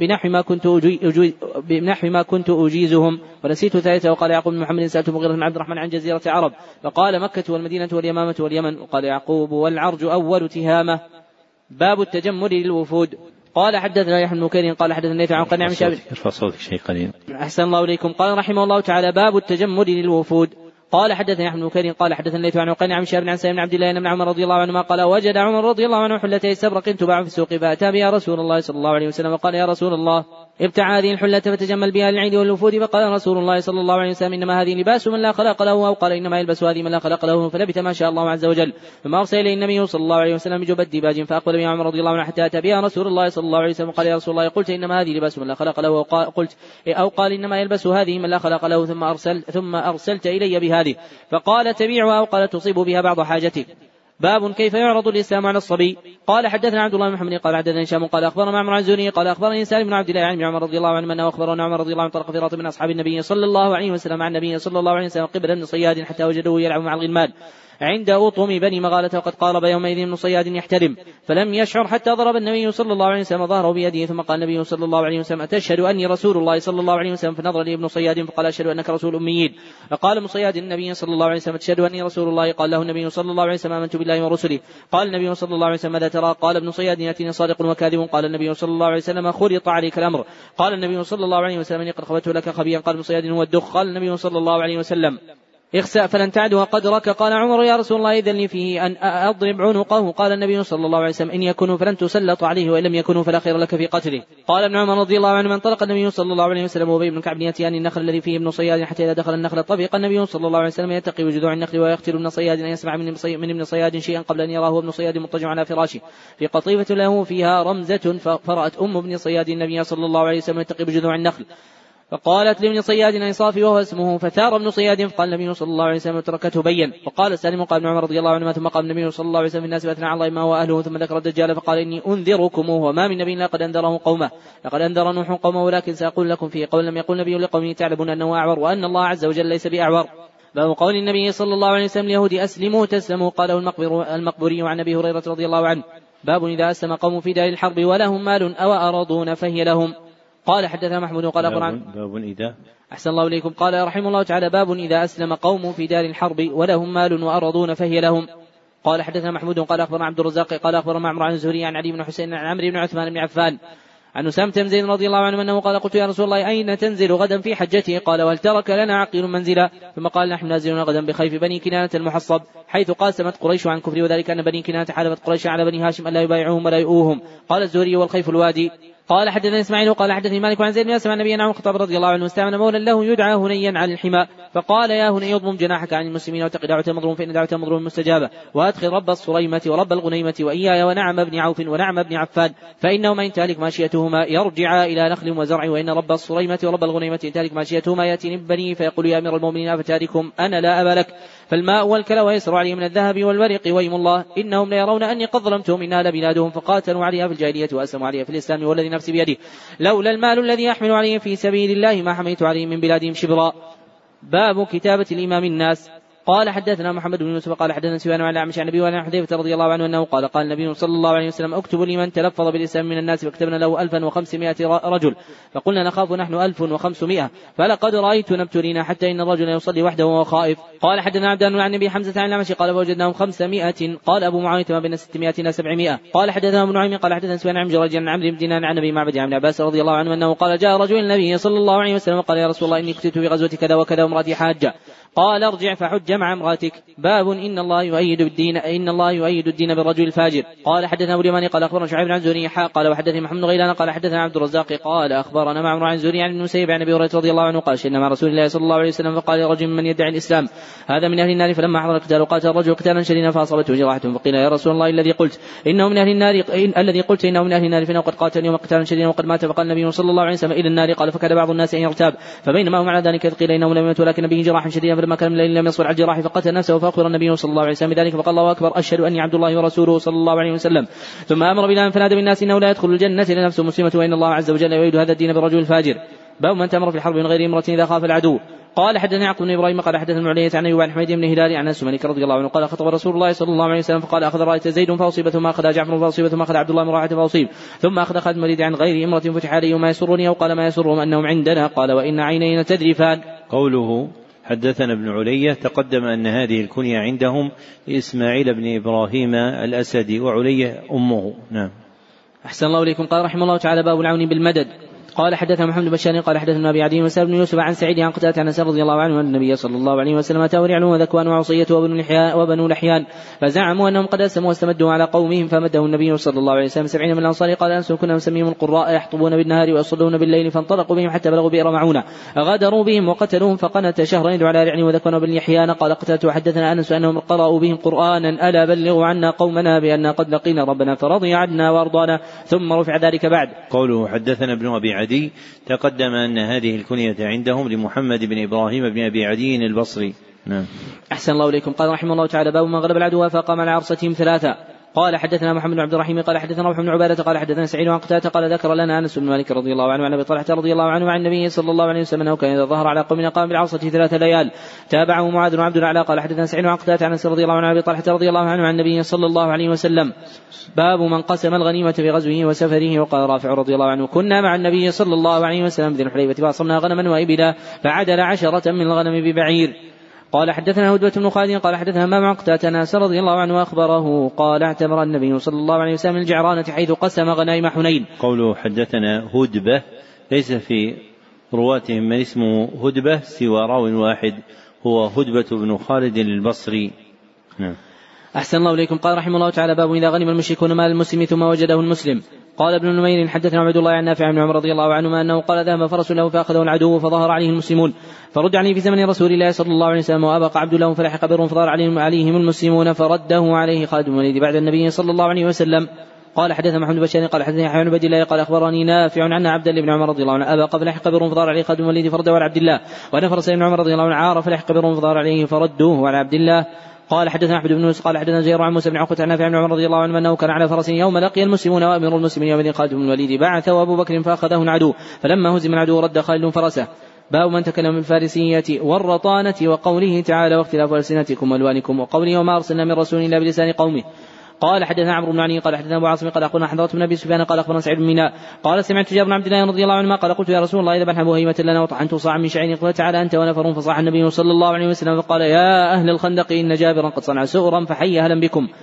بنحو ما كنت أجيزهم. ونسيت ثالثة. وقال يعقوب بن محمد: سألت مغيرة بن عبد الرحمن عن جزيرة العرب، فقال: مكة والمدينة واليمامة واليمن. وقال يعقوب: والعرج أول تهامة. باب التجمل للوفود. قال حدثنا يحيى بن بكير قال حدثنا الليث عن قنع بن شهاب. ارفع صوتك شيء قليل. أحسن الله إليكم. قال رحمه الله تعالى: باب التجمل للوفود. قال حدثنا يحيى بن بكير قال حدثنا الليث عن قنع بن شهاب عن سالم بن عبد الله بن عمر رضي الله عنهما قال: وجد عمر رضي الله عنه حلتي استبرق تباع في السوق، فأتى بها رسول الله صلى الله عليه وسلم وقال: يا رسول الله، ابتع هذه الحلة فتجمل بها للعيد والوفود. فقال رسول الله صلى الله عليه وسلم: إنما هذه لباس من لا خلق له، أو قال: إنما يلبس هذه من لا خلق له. فلبث ما شاء الله عز وجل، ثم أرسل إليه النبي صلى الله عليه وسلم بجبة ديباج، فأقبل بها عمر رضي الله عنه حتى أتى بها رسول الله صلى الله عليه وسلم وقال: يا رسول الله، قلت إنما هذه لباس من لا خلق له، أو قال إنما يلبس هذه من لا خلق له، ثم أرسلت إلي بهذه، فقال: تبيعها، أو قال: تصيب بها بعض حاجتك. باب كيف يعرض الإسلام على الصبي. قال حدثنا عبد الله بن محمد قال حدثنا هشام قال أخبرنا معمر عن الزهري قال أخبرني سالم بن عبد الله عن عمر رضي الله عنه أنه أخبرنا عمر رضي الله عنه طرق في راتب من أصحاب النبي صلى الله عليه وسلم عن النبي صلى الله عليه وسلم قبل ابن صياد حتى وجدوه يلعب مع الغلمان عند أوطم بني مغالة، وقد قارب يومئذ ابن صياد يحترم، فلم يشعر حتى ضرب النبي صلى الله عليه وسلم ظهره بيده، ثم قال النبي صلى الله عليه وسلم: أتشهد أني رسول الله صلى الله عليه وسلم؟ فنظر لي ابن صياد فقال: أشهد أنك رسول أميين. فقال ابن صياد النبي صلى الله عليه وسلم: أتشهد أني رسول الله؟ قال له النبي صلى الله عليه وسلم: آمنت بالله ورسله. قال النبي صلى الله عليه وسلم: ماذا ترى؟ قال ابن صياد: يأتيني صادق وكاذب. قال النبي صلى الله عليه وسلم: خلط عليك الأمر. قال النبي صلى الله عليه وسلم: قد خبرت لك خبيا. قال ابن صياد: هو الدخ. قال النبي صلى الله عليه وسلم: اخسأ فلن تعدها قدرك. قال عمر: يا رسول الله، إذن لي فيه أن أضرب عنقه. قال النبي صلى الله عليه وسلم: إن يكونوا فلن تسلط عليه، وإن لم يكونوا فلا خير لك في قتله. قال ابن عمر رضي الله عنه: من طلق النبي صلى الله عليه وسلم وأبي بن كعب يأتيان النخل الذي فيه ابن صياد، حتى إذا دخل النخل طفق النبي صلى الله عليه وسلم يتقي بجذوع النخل ويقتل ابن صياد أن يسمع من ابن صياد شيئا قبل أن يراه ابن صياد مضطجع على فراشه في قطيفة له فيها رمزة، فرأت أم ابن صياد النبي صلى الله عليه وسلم يتقي بجذوع النخل، فقالت لابن صياد: انصافي، وهو اسمه. فثار ابن صياد فقال النبي صلى الله عليه وسلم: تركته بين. وقال سالم قال ابن عمر رضي الله عنهما: ثم قال النبي صلى الله عليه وسلم في الناس فاثنى على الله ما هو اهله، ثم ذكر الدجال فقال: اني انذركم، وما من نبي لقد انذره قومه، لقد انذر نوح قومه، ولكن ساقول لكم فيه قول لم يقل نبي لقومه تعلمون انه اعور، وان الله عز وجل ليس باعور. باب قول النبي صلى الله عليه وسلم اليهود: اسلموا تسلموا. قاله المقبوري عن ابي هريره رضي الله عنه. باب اذا اسلم قوم في دار الحرب ولهم مال او ارضون فهي لهم. قال حدثنا محمود قال باب إذا أحسن الله إليكم. قال رحمه الله تعالى: باب إذا أسلم قوم في دار الحرب ولهم مال وأرضون فهي لهم. قال حدثنا محمود قال أخبرنا عبد الرزاق قال أخبرنا معمر عن الزهري عن علي بن حسين عن عمرو بن عثمان بن عفان عن أسامة بن زيد رضي الله عنه أنه قال: قلت يا رسول الله، أين تنزل غدا في حجته؟ قال: وهل ترك لنا عقيل منزلا؟ ثم قال: نحن نازلون غدا بخيف بني كنانة المحصب حيث قاسمت قريش عن كفر، وذلك أن بني كنانة حالفت قريش على بني هاشم ألا يبايعوهم ولا يؤوهم. قال الزهري والخيف الوادي. قال حدثنا إسماعيل قال حدثني مالك عن زيد بن أسلم عن النبي عن الخطاب رضي الله عنه استعمل مولى له يدعى هنيا على الحمى، فقال يا هني اضمم جناحك عن المسلمين واتق دعوة المظلوم فإن دعوة المظلوم مستجابة، وأدخل رب الصريمة ورب الغنيمة وإياي ونعم بن عوف ونعم بن عفان، فإنهما إن تهلك ماشيتهما يرجعا إلى نخل وزرع، وإن رب الصريمة ورب الغنيمة إن تهلك ماشيتهما يأتي بني فيقول يا أمير المؤمنين أفتاركم أنا لا أبا لك، فالماء والكلى يسر عليه من الذهب والورق، ويم الله إنهم ليرون أني قد ظلمتهم إنها لبلادهم فقاتلوا عليها في الجاهلية وأسلموا عليها في الإسلام، والذي نفسي بيده لولا المال الذي أحمل عليه في سبيل الله ما حميت عليه من بلادهم شبرا. باب كتابة الإمام الناس. قال حدثنا محمد بن يوسف قال حدثنا سفيان عن الأعمش عن أبي وعن حذيفة رضي الله عنه أنه قال قال النبي صلى الله عليه وسلم اكتبوا لمن تلفظ بالإسلام من الناس، فاكتبنا له 1500 رجل، فقلنا نخاف نحن 1500، فلقد رأيت نبتلينا حتى إن الرجل يصلي وحده وهو خائف. قال حدثنا عبدان عن النبي حمزة عن الأعمش قال فوجدناهم 500، قال أبو معاوية ما بين 600 إلى 700. قال حدثنا ابن نعيم قال حدثنا سفيان عن جريج عن عمرو بن دينار عن أبي معبد عن عباس رضي الله عنه أنه قال جاء رجل النبي صلى الله عليه وسلم وقال يا رسول الله إني كتبت في غزوة كذا وكذا وامرأتي حاجة، قال ارجع فحج مع امرأتك. باب إن الله يؤيد الدين بالرجل الفاجر. قال حدثنا أبو اليماني قال أخبرنا شعيب عن زهري قال وحدثني محمد غيلان قال حدثنا عبد الرزاق قال أخبرنا معمر عن زهري عن ابن مسيب عن أبي هريرة رضي الله عنه قال شهدنا مع رسول الله صلى الله عليه وسلم فقال لرجل من يدعي الإسلام هذا من أهل النار، فلما حضر القتال قاتل الرجل قتالا شديدا فأصابته جراحة، فقيل يا رسول الله الذي قلت إنه من أهل النار فإنه قد قاتل يوم قتالا شديدا وقد مات، فقال النبي صلى الله عليه وسلم إلى النار. قال فكاد بعض الناس أن يرتاب، فبينما هم على ذلك قيل إنه لم يمت ولكن به جراح شديدا، فلما كان من الليل لم يصبر على الجراح فقتل نفسه، فأخبر النبي صلى الله عليه وسلم بذلك فقال الله أكبر أشهد أني عبد الله ورسوله صلى الله عليه وسلم، ثم أمر بلال فنادى بالناس إنه لا يدخل الجنة إلا نفس مسلمة وإن الله عز وجل يؤيد هذا الدين بالرجل الفاجر. باب من تمر في الحرب من غير امرأة إذا خاف العدو. قال حدثنا يعقوب بن إبراهيم قال حدثنا المعلية عن أيوب عن حميد بن هلال عن أنس مالك رضي الله عنه قال خطب رسول الله صلى الله عليه وسلم فقال أخذ راية زيد فأصيب، ثم أخذ جعفر فأصيب، ثم أخذ عبد الله مراحة فأصيب، ثم أخذ خالد الوليد عن غير امرأة فتح عليه ما يسرني، أو قال ما يسرهم أنهم عندنا، قال وإن عينينا تذرفان. قوله حدثنا ابن علية تقدم أن هذه الكنية عندهم لإسماعيل بن إبراهيم الأسدي وعلية أمه. نعم. أحسن الله إليكم. قال رحمه الله تعالى باب العون بالمدد. قال حدثنا محمد بن بشار قال حدثنا أبي عدي وسالم بن يوسف عن سعيد عن قتادة عن أنس رضي الله عنه أن النبي صلى الله عليه وسلم أتاه رعل وذكوان وعصية وبنو لحيان، فزعموا أنهم قد أسلموا واستمدوا على قومهم، فمده النبي صلى الله عليه وسلم 70 من الأنصار. قال أنس كنا نسميهم القراء يحطبون بالنهار ويصلون بالليل، فانطلقوا بهم حتى بلغوا بئر معونة، غادروا بهم وقتلوهم، فقنت شهرين يدعو على رعل وذكوان وبنو لحيان. قال قتادة وحدثنا أنس أنهم قرأوا بهم قرآنا ألا بلغوا عنا قومنا بأننا قد لقينا ربنا فرضي عنا وأرضانا، ثم رفع ذلك بعد. قوله حدثنا ابن أبي عدي تقدم أن هذه الكنية عندهم لمحمد بن إبراهيم بن أبي عدي البصري. نعم. أحسن الله إليكم. قال رحمه الله تعالى باب من غلب العدو فقام على عرصتهم 3. قال حدثنا محمد بن عبد الرحيم قال حدثنا روح بن عبادة قال حدثنا سعيد عن قتادة قال ذكر لنا أنس بن مالك رضي الله عنه عن أبي طلحة رضي الله عنه عن النبي صلى الله عليه وسلم أنه كان إذا ظهر على قوم قام بالعرصة 3 ليال. تابعه معاذ بن عبد الأعلى قال حدثنا سعيد عن قتادة عن أنس رضي الله عنه عن أبي طلحة رضي الله عنه عن النبي صلى الله عليه وسلم. باب من قسم الغنيمة في غزوه وسفره. وقال رافع رضي الله عنه كنا مع النبي صلى الله عليه وسلم ذي الحليفة فأصبنا غنما وإبلا فعدل 10 من الغنم ببعير. قال حدثنا هدبة بن خالد قال حدثنا همام عن قتادة أنس رضي الله عنه وأخبره قال اعتمر النبي صلى الله عليه وسلم الجعرانة حيث قسم غنائم حنين. قوله حدثنا هدبة ليس في رواتهم من اسمه هدبة سوى راو واحد هو هدبة بن خالد البصري. نعم. أحسن الله إليكم. قال رحمه الله تعالى باب إذا غنم المشركون مال المسلم ثم وجده المسلم. قال ابن نمير حدثنا عبد الله عن نافع بن عمر رضي الله عنهما أنه قال ذهب فرس له فأخذه العدو فظهر عليه المسلمون فرد عليه في زمن رسول الله صلى الله عليه وسلم وأبق عبد الله فلحق بر فظهر عليهم المسلمون فرده عليه خالد بن الوليد بعد النبي صلى الله عليه وسلم. قال حدثنا محمد بن بشار قال حدثني يحيى بن عبد الله قال أخبرني نافع عن عبد الله بن عمر رضي الله عنه أبق فلحق بر فظهر عليه خالد بن الوليد فرده على عبد الله وأن فرس بن عمر رضي الله عنه عار فلحق بر فظهر عليه فردوه على عبد الله. قال حدثنا أحمد بن يونس قال حدثنا زهير عن موسى بن عقبة عن نافع بن عمر رضي الله عنه أنه كان على فرس يوم لقي المسلمون وأمير المسلمين يومئذ خالد بن الوليد بعث وأبو بكر فأخذه العدو فلما هزم العدو رد خالد فرسه. باب من تكلم بالفارسية والرطانة وقوله تعالى واختلاف ألسنتكم والوانكم وقوله وما أرسلنا من رسول إلا بلسان قومه. قال حدثنا عمرو بن علي قال حدثنا ابو عاصم قال اخبرنا حضرة بن ابي سفيان قال اخبرنا سعيد بن ميناء قال سمعت جابر بن عبد الله رضي الله عنهما قال قلت يا رسول الله اذا بنحب هيمة لنا وطعنت صاعا من شعير قال تعالى انت ونفر فصاح النبي صلى الله عليه وسلم فقال يا اهل الخندق ان جابرا قد صنع سؤرا فحي اهلا بكم.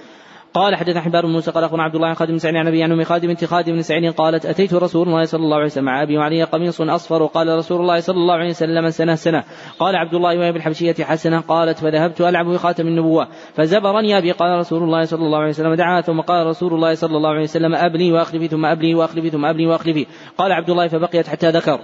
قال حدثنا حبار بن موسى قال أخبرنا عبد الله عن خالد بن سعيد عن أبي عن أم خالد بنت خالد بن سعيد قالت أتيت رسول الله صلى الله عليه وسلم مع أبي وعليه قميص أصفر وقال رسول الله صلى الله عليه وسلم سنة. قال عبد الله وهي بالحبشية حسنة. قالت فذهبت ألعب بخاتم النبوة فزبرني أبي. قال رسول الله صلى الله عليه وسلم دعا ثم قال رسول الله صلى الله عليه وسلم أبلي وأخلفي ثم أبلي وأخلفي ثم أبلي وأخلفي. قال عبد الله فبقيت حتى ذكر.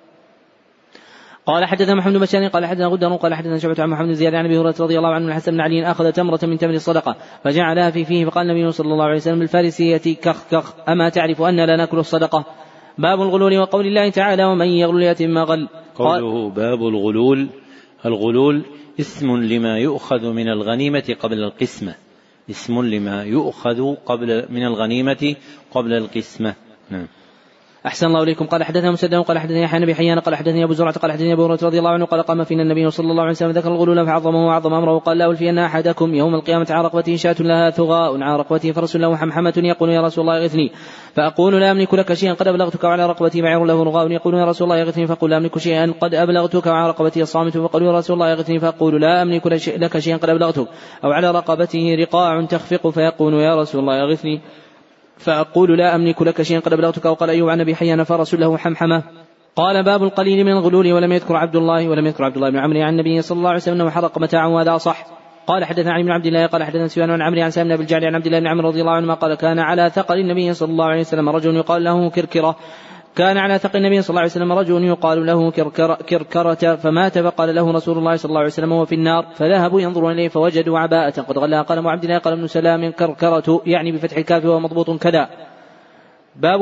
قال حدثنا محمد بن بشار قال حدثنا غدر قال حدثنا شعبة عن محمد زياد عن ابي هريرة رضي الله عنه الحسن بن علي اخذ تمرة من تمر الصدقة فجعلها في فيه فقال النبي صلى الله عليه وسلم بالفارسية كخ كخ أما تعرف أن لا نأكل الصدقة. باب الغلول وقول الله تعالى ومن يغلل يأت بما غل. قوله باب الغلول. الغلول اسم لما يؤخذ من الغنيمة قبل القسمة. اسم لما يؤخذ من الغنيمة قبل القسمة. نعم. أحسن الله إليكم. قال حدثنا مسدد قال حدثني يحيى بن حيان قال حدثني أبو زرعة قال حدثني أبو هريرة رضي الله عنه قال قام فينا النبي صلى الله عليه وسلم ذكر الغلول فعظمه وعظم أمره وقال لا ألفين أحدكم يوم القيامة على رقبته شاة لها ثغاء على رقبته فرس له حمحمة يقول يا رسول الله اغثني فأقول لا أملك لك شيئا قد أبلغتك وعلى رقبتي بعير له رغاء يقول يا رسول الله اغثني فأقول لا أملك شيئا قد أبلغتك وعلى رقبتي صامت فأقول يا رسول الله اغثني فأقول لا أملك لك شيئا قد أبلغتك أو على رقبته رقاع تخفق فيقول يا رسول الله اغثني فأقول لا أملك لك شيئا قد أبلغتك. وقال أيوب عن أبي حيان فرس له حمحمة. قال باب القليل من الغلول ولم يذكر عبد الله بن عمرو عن النبي صلى الله عليه وسلم وحرق متاعا وهذا صح. قال حدثنا علي بن عبد الله قال حدثنا سفيان عن عمرو عن سالم بن الجعد عن عبد الله بن عمرو رضي الله عنهما قال كان على ثقل النبي صلى الله عليه وسلم رجل يقال له كركرة. كان على ثقل النبي صلى الله عليه وسلم رجل يقال له كركرة فمات فقال له رسول الله صلى الله عليه وسلم وهو في النار فذهبوا ينظرون إليه فوجدوا عباءة قد غلها. قال عبد الله قال ابن سلام كركرة يعني بفتح الكاف وهو مضبوط كذا. باب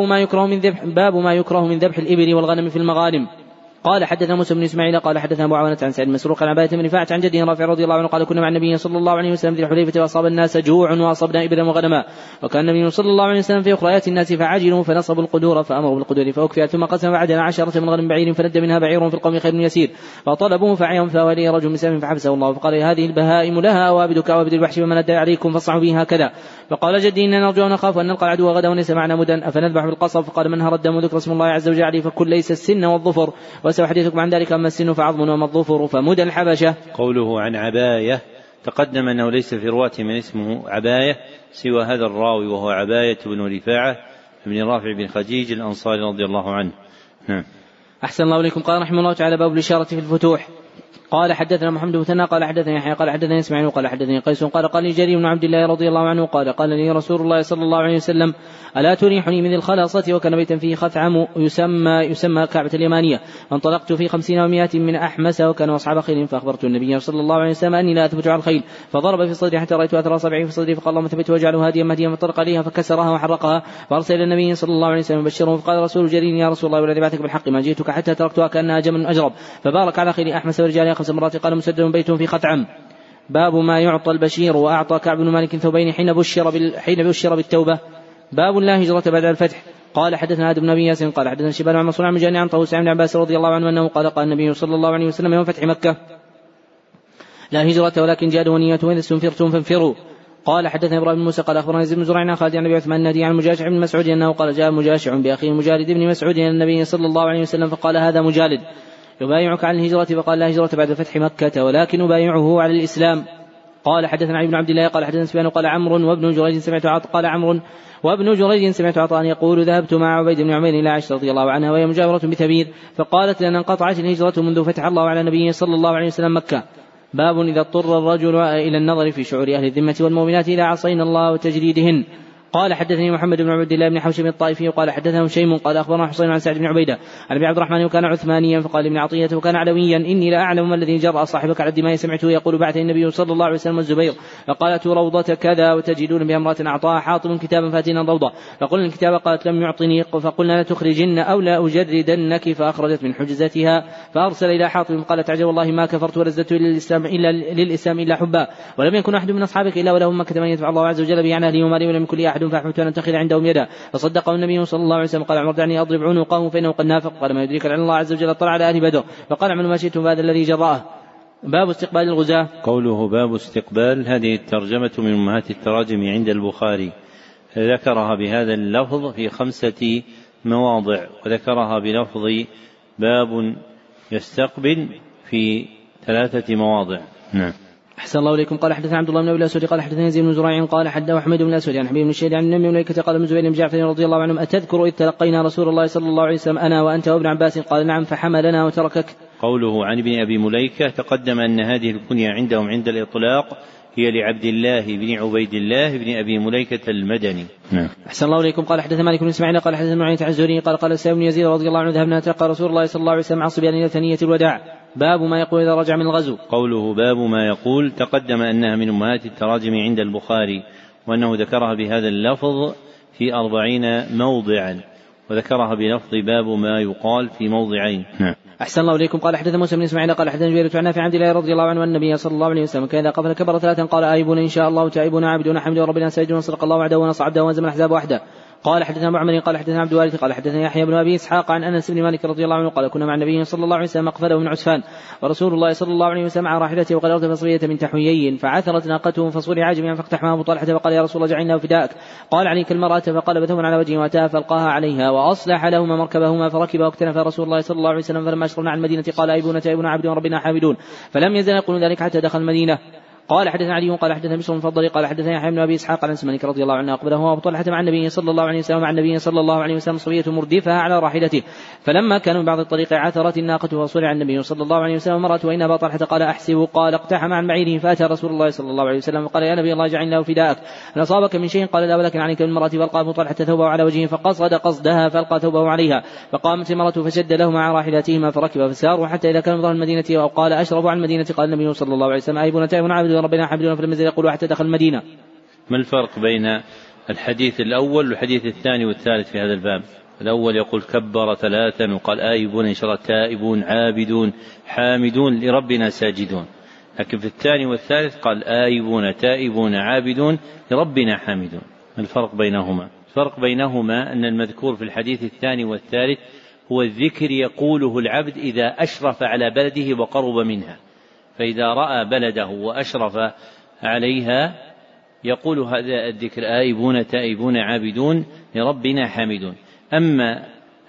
ما يكره من ذبح الإبل والغنم في المغانم. قال حدثنا موسى بن إسماعيل قال حدثنا أبو عوانة عن سعيد مسروق عن عبادة بن رفاعة عن جده رافع رضي الله عنه قال كنا مع النبي صلى الله عليه وسلم في الحليفة وأصاب الناس جوع وأصبنا إبلا وغنما وكان النبي صلى الله عليه وسلم في أخريات الناس فعجلوا فنصبوا القدور فأمروا بالقدور فأكفئت ثم قسم وعدنا 10 من غنم بعير فند منها بعير في القوم خير يسير فطلبوه فعيهم فولي رجل مسلم فحبسه الله فقال هذه البهائم لها أوابد كأوابد الوحش ومن أدى عليكم فاصنعوا بها هكذا. فقال جدي إننا نرجو ونخاف أن نلقى العدو غدا وليس معنا مدا أفنذبح بالقصب. فقال من هرد دم ذكر اسم الله عز وجل عليه فكل ليس السن والظفر وسأحدثكم عن ذلك أما السن فعظم وما الظفر فمدى الحبشة. قوله عن عباية تقدم أنه ليس في رواة من اسمه عباية سوى هذا الراوي وهو عباية بن رفاعة بن رافع بن خديج الأنصاري رضي الله عنه. نعم. أحسن الله إليكم. قال رحمه الله تعالى باب الإشارة في الفتوح. قال حدثنا محمد بن مثنى قال حدثني يحيى قال حدثني اسماعيل قال حدثني قيس قال لي جرير بن عبد الله رضي الله عنه قال لي رسول الله صلى الله عليه وسلم ألا تريحني من الخلاصة وكان بيتا فيه خثعم يسمى كعبة اليمانية فانطلقت في 50 و100 من أحمس وكان أصحاب خيل فأخبرت النبي صلى الله عليه وسلم أني لا أثبت على الخيل فضرب في صدري حتى رأيت أثر أصابعه في صدري فقال اللهم ثبت واجعله هاديا مهديا فانطلق عليها فكسرها وحرقها فأرسل إلى النبي صلى الله عليه وسلم يبشره فقال رسول جرير يا رسول الله والذي بعثك بالحق ما جئتك حتى تركتها كأنها جمل أجرب فبارك على خيل أحمس ورجالها 5 مرات. قال مسدد بيت في خثعم. باب ما يعطى البشير وأعطى كعب بن مالك ثوبين حين بشر بالتوبة. باب لا هجرة بعد الفتح. قال حدثنا آدم بن أبي ياسين قال حدثنا شيبان عن منصور عن مجاني عن طاووس عن عباس رضي الله عنه أنه قال النبي صلى الله عليه وسلم يوم فتح مكة لا هجرة ولكن جاهدوا ونية وإذا استنفرتم فانفروا. قال حدثنا إبراهيم بن موسى قال أخبرنا يزيد بن زرع عن خالد عن أبي عثمان النهدي عن مجاشع بن مسعود أنه قال جاء مجاشع بأخيه مجالد بن مسعود إلى النبي صلى الله عليه وسلم فقال هذا مجالد يبايعك على الهجرة فقال لا هجرة بعد فتح مكة ولكن أبايعه على الإسلام. قال حدثنا علي بن عبد الله قال حدثنا سفيان قال عمرو وابن جريج سمعت عطاء يقول ذهبت مع عبيد بن عمير إلى عائشة رضي الله عنها وهي مجاورة بثبير فقالت لنا انقطعت الهجرة منذ فتح الله على نبيه صلى الله عليه وسلم مكة. باب إذا اضطر الرجل إلى النظر في شعور أهل الذمة والمؤمنات إذا عصينا الله وتجريدهن. قال حدثني محمد بن عبد الله بن حوشب الطائفي قال حدثه شيم قال أخبرنا حسين عن سعد بن عبيدة عن أبي عبد الرحمن وكان عثمانيا فقال ابن عطية وكان علويا إني لا أعلم ما الذي جرأ صاحبك على الدماء سمعته يقول بعث النبي صلى الله عليه وسلم الزبير فقالت روضة كذا وتجدون بأمرأة أعطاها حاطب كتابا فاتنا الروضة فقلنا الكتاب قالت لم يعطني فقلنا لا تخرجن أو لا أجردنك فأخرجت من حجزتها فأرسل إلى حاطب قالت عجب والله ما كفرت ولزدت للإسلام إلا حبا ولم يكن أحد من أصحابك إلا وله مكة من يدفع الله عز وجل به عن أهله ومالي ولم يكن لي أحد فأحببت أن أتخذ عندهم يدا فصدقه النبي صلى الله عليه وسلم. قال عمر دعني أضرب عنقه فإنه قد نافق. قال ما يدريك لعل الله عز وجل اطلع على أهل بدر فقال اعملوا ما شئتم فهذا الذي جراه. باب استقبال الغزاة. قوله باب استقبال هذه الترجمة من أمهات التراجم عند البخاري ذكرها بهذا اللفظ في 5 مواضع وذكرها بلفظ باب يستقبل في 3 مواضع. نعم. أحسن الله إليكم. قال حدثنا عبد الله بن أبي الأسود قال حدثنا يزيد بن زريع قال حدثنا أحمد بن الأسود عن حبيب بن الشهيد عن النبي ملائكة قال ابن زبير بن جعفر رضي الله عنهم أتذكر إذ تلقينا رسول الله صلى الله عليه وسلم أنا وأنت وابن عباس؟ قال نعم. فحملنا وتركك. قوله عن ابن أبي مليكة تقدم أن هذه الكنية عندهم عند الإطلاق هي لعبد الله بن عبيد الله بن أبي مليكة المدني. أحسن الله إليكم. قال حدثنا مالك بن إسماعيل قال حدثنا معين الزهري قال سعيد بن يزيد رضي الله عنه ذهبنا نتلقى رسول الله صلى الله عليه وسلم عن صبيان إلى ثنية الوداع. باب ما يقول إذا رجع من الغزو. قوله باب ما يقول تقدم أنها من أمهات التراجم عند البخاري، وأنه ذكرها بهذا اللفظ في 40 موضعا، وذكرها بلفظ باب ما يقال في موضعين. أحسن الله إليكم. قال حدثنا موسى بن إسماعيل قال حدثنا جبير عن نافع عن عبد الله رضي الله عنه النبي صلى الله عليه وسلم كان إذا قفل كبر 3 قال آيبون إن شاء الله تائبون عابدون حمدون ربنا ساجدون صدق الله وعده ونصر عبده وهزم الأحزاب وحده. قال حدثنا معمر قال حدثنا عبد الوارث قال حدثنا يحيى بن أبي إسحاق عن أنس بن مالك رضي الله عنه قال كنا مع النبي صلى الله عليه وسلم أقفله من عسفان ورسول الله صلى الله عليه وسلم مع راحلته وقد أرتف صبية من تحويين فعثرت ناقته فصور جميعا فاقتحمها أبو طلحة فقال يا رسول الله جعلنا فداءك. قال عليك المرأة فقال بثوم على وجهه وأتاها فألقاها عليها وأصلح لهما مركبهما فركب واكتنف رسول الله صلى الله عليه وسلم فلما أشرنا عن المدينة قال آيبون تائبون عابدون ربنا حامدون فلم يزل يقول ذلك حتى دخل المدينة. قال حدثنا علي قال حدثنا بشر المفضل قال حدثنا يحيى بن ابي اسحاق عن مالك رضي الله عنه اقبله وابو طلحه مع النبي صلى الله عليه وسلم مع النبي صلى الله عليه وسلم صبيه مردفها على راحلته فلما كانوا من بعض الطريق عثرت الناقه وصرع النبي صلى الله عليه وسلم مرأت وان ابا طلحه قال احسب قال اقتحم عن بعيره فاتى رسول الله صلى الله عليه وسلم وقال يا نبي الله جعلنا له فداءك ان اصابك من شيء قال لا ولكن عليك بالمرأة فالقى ابو طلحه ثوبه على وجهه فقصد قصدها فالقى ثوبه عليها فقامت المرأة فشد له مع راحلتهما فركب فساروا حتى اذا كانوا ظهر المدينه او قال اشربوا عن المدينه قال النبي صلى الله عليه وسلم آيبون تائبون عابدون ربنا حامدون فلم يقول حتى دخل المدينة. ما الفرق بين الحديث الأول والحديث الثاني والثالث في هذا الباب؟ الأول يقول كبر 3 وقال آيبون إن شاء الله تائبون عابدون حامدون لربنا ساجدون، لكن في الثاني والثالث قال آيبون تائبون عابدون لربنا حامدون. ما الفرق بينهما؟ الفرق بينهما أن المذكور في الحديث الثاني والثالث هو الذكر يقوله العبد إذا أشرف على بلده وقرب منها، فإذا رأى بلده وأشرف عليها يقول هذا الذكر آيبون تائبون عابدون لربنا حامدون. أما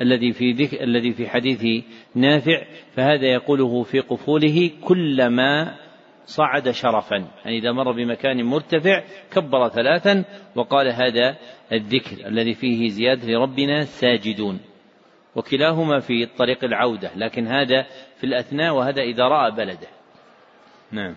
الذي في حديث نافع فهذا يقوله في قفوله كلما صعد شرفا، يعني إذا مر بمكان مرتفع كبر 3 وقال هذا الذكر الذي فيه زيادة لربنا ساجدون، وكلاهما في طريق العودة، لكن هذا في الأثناء وهذا إذا رأى بلده. نعم.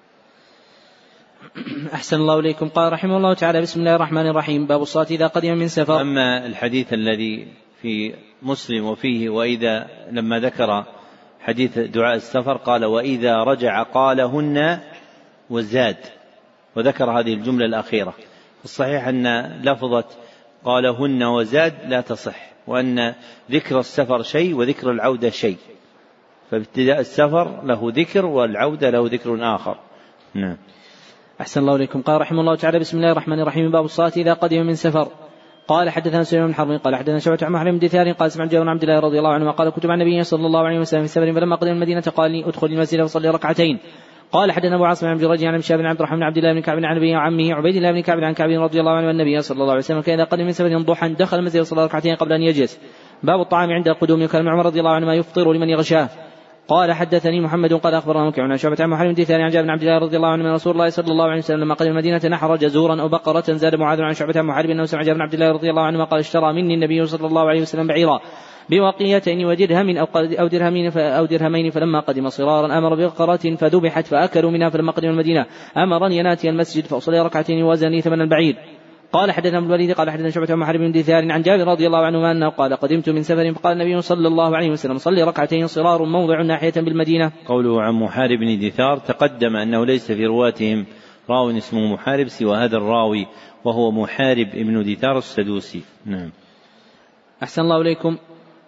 أحسن الله إليكم. قال رحمه الله تعالى بسم الله الرحمن الرحيم باب الصلاة إذا قدم من سفر. أما الحديث الذي في مسلم وفيه وإذا لما ذكر حديث دعاء السفر قال وإذا رجع قالهن وزاد، وذكر هذه الجملة الأخيرة. الصحيح أن لفظة قالهن وزاد لا تصح، وأن ذكر السفر شيء وذكر العودة شيء، فابتداء السفر له ذكر والعودة له ذكر آخر. نعم. أحسن الله إليكم. قال رحمه الله تعالى بسم الله الرحمن الرحيم باب الصلاة إذا قدم من سفر. قال حدثنا سليمان بن حرب قال حدثنا شعبة عن محمد بن دثار قال سمعت جابر بن عبد الله رضي الله عنه قال كنت مع النبي صلى الله عليه وسلم في سفر فلما قدم المدينة قال لي ادخل المسجد وصلي 2 ركعتين. قال حدثنا ابو عاصم بن رجاء عن شاب بن عبد الرحمن بن عبد الله بن كعب عن ابي وعمه عبيد الله بن كعب عن كعب رضي الله عنه النبي صلى الله عليه وسلم كان اذا قدم من سفر ضحى دخل المسجد وصلى 2 ركعتين قبل ان يجلس. باب الطعام عند القدوم. وكان عمر رضي الله عنه ما يفطر لمن يغشاه. قال حدثني محمد قال اخبرنا وكيع عن شعبة عن محمد بن دثار عن جابر بن عبد الله رضي الله عنه من رسول الله صلى الله عليه وسلم لما قدم المدينة نحر جزورا او بقرة. زاد معاذ عن شعبة عن محارب انه سمع جابر بن عبد الله رضي الله عنه قال اشترى مني النبي صلى الله عليه وسلم بعيرا بوقيتين ودرهم أو درهمين فلما قدم صرارا أمر ببقرة فذبحت فأكلوا منها. فلما قدم المدينة أمرني أن آتي المسجد فأصلي 2 ركعتين وزني ثمن البعير. قال حدثنا ابن الوليد قال حدثنا شعبة عن محارب بن دثار عن جابر رضي الله عنه أنه قال قدمت من سفر فقال النبي صلى الله عليه وسلم صلي 2 ركعتين صرار موضع ناحية بالمدينة. قوله عن محارب بن دثار تقدم أنه ليس في رواتهم راو اسمه محارب سوى هذا الراوي وهو محارب ابن دثار السدوسي. نعم. أحسن الله إليكم.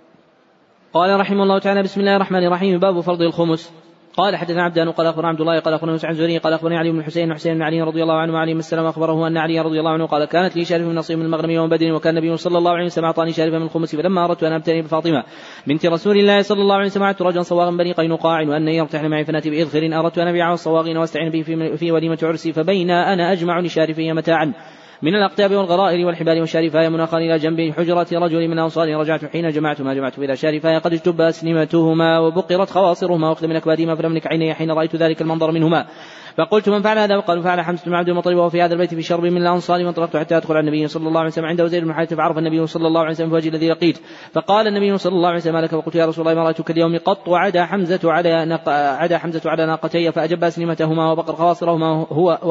قال رحمه الله تعالى بسم الله الرحمن الرحيم باب فرض الخمس. قال حدثنا عبدان قال اخبرنا عبد الله قال اخبرنا مسعود الزهري قال اخبرني علي بن حسين بن علي رضي الله عنه وعلي السلام اخبره ان علي رضي الله عنه قال كانت لي شارفه من نصيب من المغنم يوم بدر وكان النبي صلى الله عليه وسلم اعطاني شارفه من الخمس فلما اردت ان ابتني بفاطمه بنت رسول الله صلى الله عليه وسلم سمعت رجلا صواغا بني قينقاع وان يرتحل معي فناتي باذخر اردت ان ابيعه الصواغين واستعين به في وليمه عرسي فبين انا اجمع لشارفي متاعا من الأقتاب والغرائر والحبال والشارفايا مناخان إلى جنب حجرة رجل من أنصاري رجعت حين جمعت إذا شارفايا قد اجتب أسنمتهما وبقرت خواصرهما وأخذ من أكبادهما فلم لك عيني حين رأيت ذلك المنظر منهما فقلت من فعل هذا؟ وقالوا فعل حمزة بن عبد المطلب وهو في هذا البيت في شرب من الأنصار، وانطلقت حتى أدخل على النبي صلى الله عليه وسلم عنده زيد بن حارثة، فعرف النبي صلى الله عليه وسلم الوجه الذي لقيت، فقال النبي صلى الله عليه وسلم: لك؟ وقلت: يا رسول الله ما رأيتك اليوم قط. وعدا حمزة على ناقتي فأجب أسنمتهما وبقر خواصرهما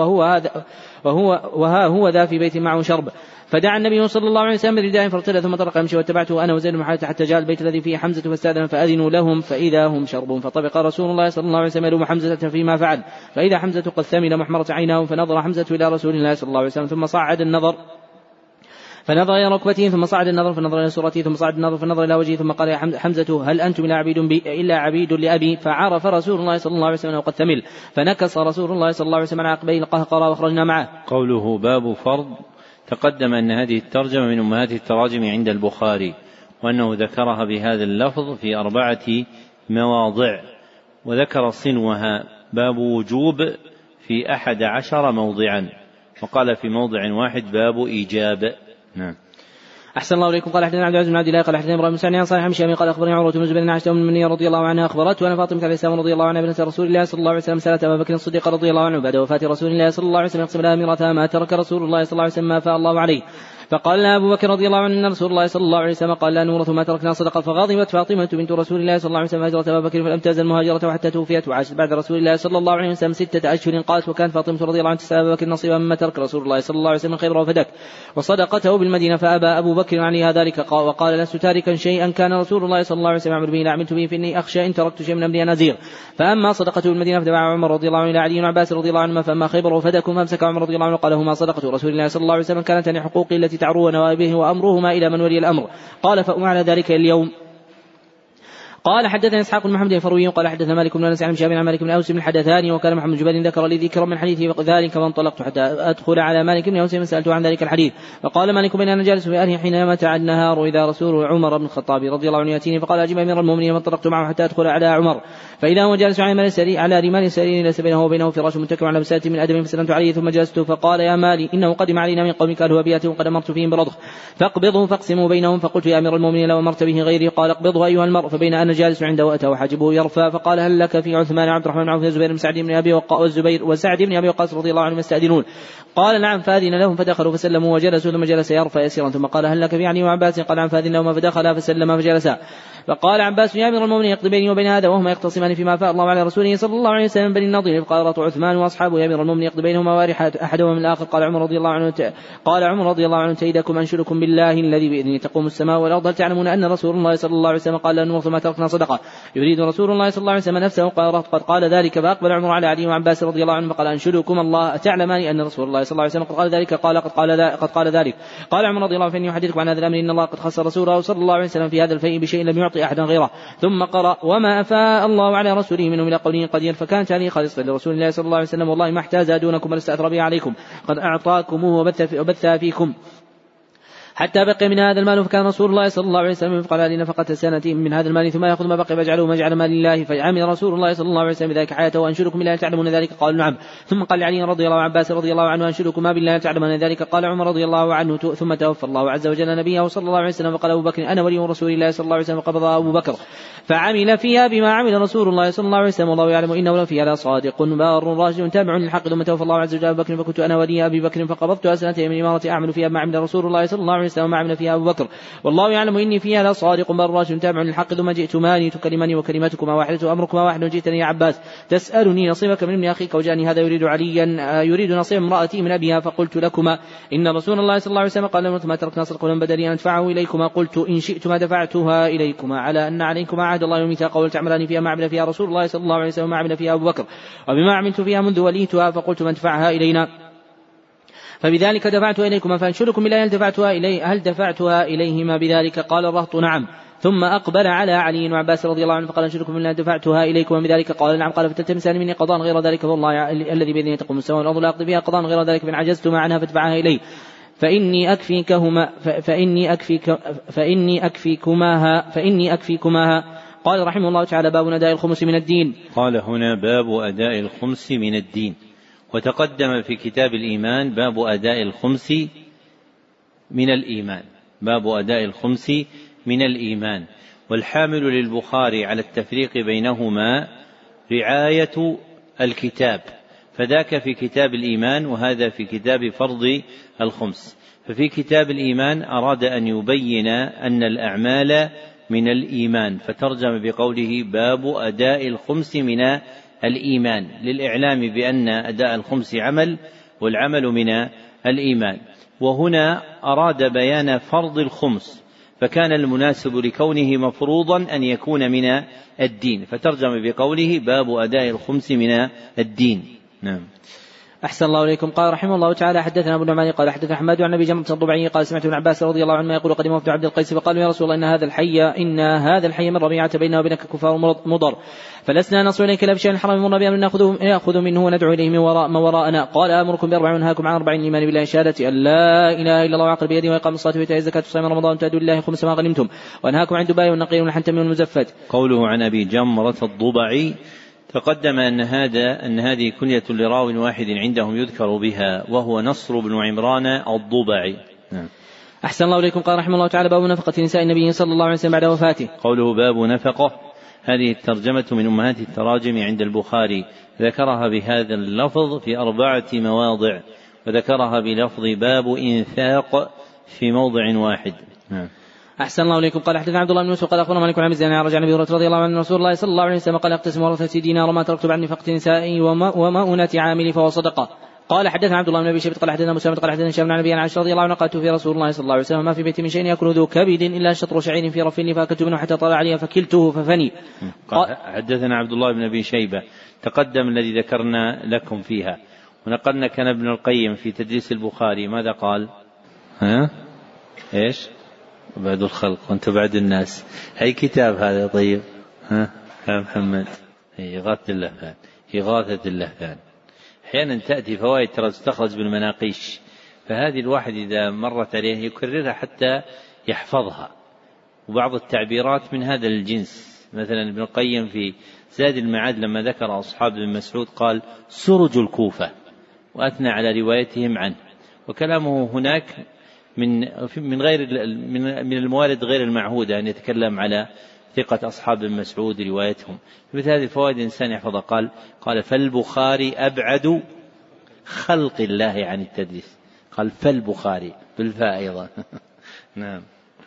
وهو ذا في بيت معه شرب. فدعا النبي صلى الله عليه وسلم برداء فارتدى ثم طرق يمشي، واتبعته أنا وزيد بن حارثة حتى جاء البيت الذي فيه حمزة فاستأذن فأذنوا لهم فإذا هم شرب. فطبق رسول الله صلى الله عليه وسلم يلوم حمزة فيما فعل، فإذا حمزة قد ثمن محمرة عيناه، فنظر حمزة إلى رسول الله صلى الله عليه وسلم ثم صعد النظر فنظر إلى ركبته، ثم صعد النظر فنظر إلى سورته، ثم صعد النظر فنظر إلى وجهه، ثم قال: يا حمزة هل أنتم إلا عبيد لأبي؟ فعرف رسول الله صلى الله عليه وسلم وقد ثمل، فنكص رسول الله صلى الله عليه وسلم على عقبيه القهقرى وخرجنا معه. قوله باب فرض، تقدم أن هذه الترجمة من أمهات التراجم عند البخاري، وأنه ذكرها بهذا اللفظ في 4 مواضع، وذكر صنوها باب وجوب في 11 موضعا، وقال في موضع واحد باب إيجاب. نعم. أحسن الله إليكم. قال حدثنا عبد العزيز بن عبد الله قال حدثنا إبراهيم بن سعد عن صالح بن شهاب قال أخبرني عروة بن الزبير عن عائشة أم المؤمنين رضي الله عنها أخبرته أن فاطمة عليه السلام رضي الله عنها بنت رسول الله صلى الله عليه وسلم سألت أبا بكر الصديق رضي الله عنه بعد وفاة رسول الله صلى الله عليه وسلم يقسم لها ميراثها ما ترك رسول الله صلى الله عليه وسلم ما أفاء الله عليه، فقال لها أبو بكر رضي الله عنه إن رسول الله صلى الله عليه وسلم قال لا نورث ما تركنا صدقة. فغضبت فاطمة بنت رسول الله صلى الله عليه وسلم هجرت أبا بكر فلم تزل مهاجرة حتى توفيت، وعاشت بعد رسول الله صلى الله عليه وسلم 6 أشهر. قالت: وكانت فاطمة رضي الله عنها تسأل أبا بكر نصيبا مما ترك رسول الله صلى الله عليه وسلم خيبر وفدك وصدقته بالمدينة، فأبى أبو بكر عليها ذلك وقال: لست تاركا شيئا كان رسول الله صلى الله عليه وسلم يعمل به لا عملت به، فإني أخشى إن تركت شيئا من أمري أن أزيغ. فأما صدقته بالمدينة فتبع عمر رضي الله عنه إلى علي وعباس رضي الله عنهما، فأما خيبر وفدك فأمسك عمر رضي الله عنه قال: هما صدقة رسول الله صلى الله عليه وسلم كانت عن حقوقه التي تعرو نوائبه وأمرهما إلى من ولي الأمر. قال: فأمعنا ذلك اليوم. قال حدثنا إسحاق بن محمد الفروي قال حدثنا مالك بن أنس عن شهاب عن مالك بن أوس بن الحدثاني، وكان محمد جبال ذكر لي ذكرا من حديثه وذلك، فانطلقت حتى أدخل على مالك بن أوس فسألته عن ذلك الحديث، فقال مالك بين أنا جالس في أهله حينما تعد النهار إذا رسول عمر بن الخطاب رضي الله عنه يأتيني، فقال: أجب أمير المؤمنين، فانطلقت معه حتى أدخل على عمر فإذا هو جالس على رمال سرير ليس بينه وبينه فراش متكئ على بساتة من أدم، فسلمت عليه ثم جلست، فقال: يا مالي إنه قدم علينا من قومك أهل وبيئة وقد أمرت فيهم برضخ فاقبضه فاقسموا بينهم. فقلت: يا أمير المؤمنين لو أمرت به غيري. قال: اقبضه أيها المرء. فبين أنا جالس عنده وأتى حاجبه يرفع، فقال: هل لك في عثمان وعبد الرحمن وعوف وزبير بن سعد بن أبي وسعد بن أبي وقاص رضي الله عنهم يستأذنون؟ قال: نعم. فأذن لهم فدخلوا فسلموا وجلسوا، ثم جلس يرفع يسيرا، ثم قال: هل لك في علي وعباس؟ قال: نعم. فأذن لهما فدخلا فسلما فجلسا. فقال عباس: يا أمير المؤمنين اقض بيني وبين هذا وهما يختصمان فيما أفاء الله على رسوله صلى الله عليه وسلم بني النضير. فقال عثمان وأصحابه: يا أمير المؤمنين اقض بينهما وارحة أحدهما من الآخر. قال عمر رضي الله عنه تيدكم أنشدكم بالله الذي بإذنه تقوم السماء والأرض، هل تعلمون أن رسول الله صلى الله عليه وسلم قال: لا نورث ما تركنا صدقة؟ يريد رسول الله صلى الله عليه وسلم نفسه. قد قال ذلك. فأقبل عمر على علي وعباس رضي الله عنهم فقال: أنشدكم الله تعلمان أن رسول الله صلى الله عليه وسلم قد قال ذلك؟ قال: قد قال ذلك. قال عمر رضي الله عنه: فإني أحدثكم عن هذا الأمر، إن الله قد خص رسوله صلى الله عليه وسلم في هذا الفيء بشيء لم يعطي أحدا غيره. ثم قرأ: وما أفاء الله على رسوله منهم إلى قوله قدير، فكانت هذه خالصة لرسول الله صلى الله عليه وسلم، والله ما احتاز دونكم ولا استأثر به عليكم، قد أعطاكموه وبث فيكم حتى بقي من هذا المال. فكان رسول الله صلى الله عليه وسلم يفقد هذه نفقة سنة من هذا المال ثم يأخذ ما بقي فيجعله مجعل مال الله، فعمل رسول الله صلى الله عليه وسلم بذلك حياته. وأنشدكم بالله تعلمون ذلك؟ قالوا: نعم. ثم قال لعلي رضي الله وعباس رضي الله عنه: أنشدكم ما بالله تعلمون ذلك؟ قال عمر رضي الله عنه: ثم توفى الله عز وجل نبيه صلى الله عليه وسلم، وقال أبو بكر: أنا ولي رسول الله صلى الله عليه وسلم. قبض أبو بكر فعمل فيها بما عمل رسول الله صلى الله عليه وسلم، والله يعلم إنه لفيها لصادق بار راشد تابع للحق. ثم توفى الله عز وجل أبو بكر، فكنت أنا ولي أبي بكر، فقبضت سنتين من إمارة أعمل فيها ما عمل رسول الله صلى الله عليه وسلم وما عمل فيها أبو بكر، والله يعلم إني فيها لصادق بار راشد تابع للحق. ثم جئتماني تكلمني وكلمتكما واحدة وأمركما واحد، وجئتني يا عباس تسألني نصيبك من ابن أخيك، وجاءني هذا يريد نصيب امرأتي من أبيها، فقلت لكما إن رسول الله صلى الله عليه وسلم قال: ما تركنا صدقة من بدلي أن أدفعه إليكما. قلت: إن شئتما دفعتها إليكما على أن عليكما عهد الله وميثاقه، ولتعملان فيها ما عمل فيها رسول الله صلى الله عليه وسلم وما عمل فيها أبو بكر، وبما عملت فيها منذ وليتها. فقلت: من دفعها إلينا؟ فبذلك دفعتها إليكما. فأنشدكم بالله هل دفعتها إليهما بذلك؟ قال الرهط: نعم. ثم أقبل على علي وعباس رضي الله عنه فقال: أنشدكم بالله دفعتها إليكما بذلك؟ قال: نعم. قال: فتلتمسان مني قضاء غير ذلك؟ والله الذي بيده تقوم السماء والأرض لا أقضي بها قضاء غير ذلك، فإن عجزتما عنها فادفعها إلي فإني أكفيكماها. قال رحمه الله تعالى: باب أداء الخمس من الدين. قال هنا: باب أداء الخمس من الدين. وتقدم في كتاب الإيمان باب أداء الخمس من الإيمان، باب أداء الخمس من الإيمان. والحامل للبخاري على التفريق بينهما رعاية الكتاب، فذاك في كتاب الإيمان وهذا في كتاب فرض الخمس. ففي كتاب الإيمان أراد أن يبين أن الأعمال من الإيمان، فترجم بقوله باب أداء الخمس من الإيمان، للإعلام بأن أداء الخمس عمل والعمل من الإيمان. وهنا أراد بيان فرض الخمس، فكان المناسب لكونه مفروضا أن يكون من الدين، فترجم بقوله باب أداء الخمس من الدين. نعم. أحسن الله إليكم. قال رحمه الله تعالى حدثنا أبو النعمان قال حدثنا حماد عن أبي جمرة الضبعي قال سمعت ابن عباس رضي الله عنه يقول قدم وفد عبد القيس فقالوا يا رسول الله إن هذا الحي من ربيعة بيننا وبينك كفار مضر، فلسنا نصل إليك إلا بشيء حرام مر بأن نأخذ منه وندعو إليه من وراءنا. قال آمركم ب4 وأنهاكم عن 4: الإيمان بالله شهادة أن لا إله إلا الله وعقل بيده وإقام الصلاة وإيتاء الزكاة وصيام رمضان تؤدوا لله خمس ما غنمتم، وأنهاكم عن دباء والنقير والحنتم والمزفت. قوله عن أبي جمرة الضبعي تقدم أن هذه كنية لراو واحد عندهم يذكر بها وهو نصر بن عمران الضبعي. أحسن الله إليكم. قال رحمه الله تعالى باب نفقة نساء النبي صلى الله عليه وسلم بعد وفاته. قوله باب نفقة، هذه الترجمة من أمهات التراجم عند البخاري، ذكرها بهذا اللفظ في 4 مواضع، وذكرها بلفظ باب إنفاق في موضع واحد. أحسن الله إليكم. قال حدثنا عبد الله بن مسعود قال أخبرنا مالك بن عبد الزاني رجع النبي رضي الله عنه رسول الله صلى الله عليه وسلم قال اقتسم ورثتي دينار ما تركت بعد نفقة نسائي ومؤونة عاملي فهو صدقة. قال حدثنا عبد الله بن ابي شيبة قال حدثنا مسلم قال حدثنا هشام عن ابي عائشة رضي الله عنها قالت في رسول الله صلى الله عليه وسلم ما في بيت من شيء يأكل ذو كبد الا شطر شعير في رف فاكلت منه حتى طلع علي فكلته ففني. حدثنا عبد الله بن ابي شيبة تقدم الذي ذكرنا لكم فيها، ونقلنا كان ابن القيم في تدريس البخاري ماذا قال؟ ايش؟ بعد الخلق وانت بعد الناس، اي كتاب هذا؟ طيب يا محمد، إغاثة اللهفان. أحيانا تأتي فوائد ترى تستخرج بالمناقيش، فهذه الواحد إذا مرت عليه يكررها حتى يحفظها. وبعض التعبيرات من هذا الجنس، مثلا ابن القيم في زاد المعاد لما ذكر أصحاب ابن مسعود قال سرج الكوفة، وأثنى على روايتهم عنه. وكلامه هناك من الموارد غير المعهودة أن يتكلم على ثقة أصحاب المسعود روايتهم. مثل هذه الفوائد الإنسان يحفظها. قال فالبخاري أبعد خلق الله عن التدريس، قال فالبخاري بالفاء أيضا. نعم.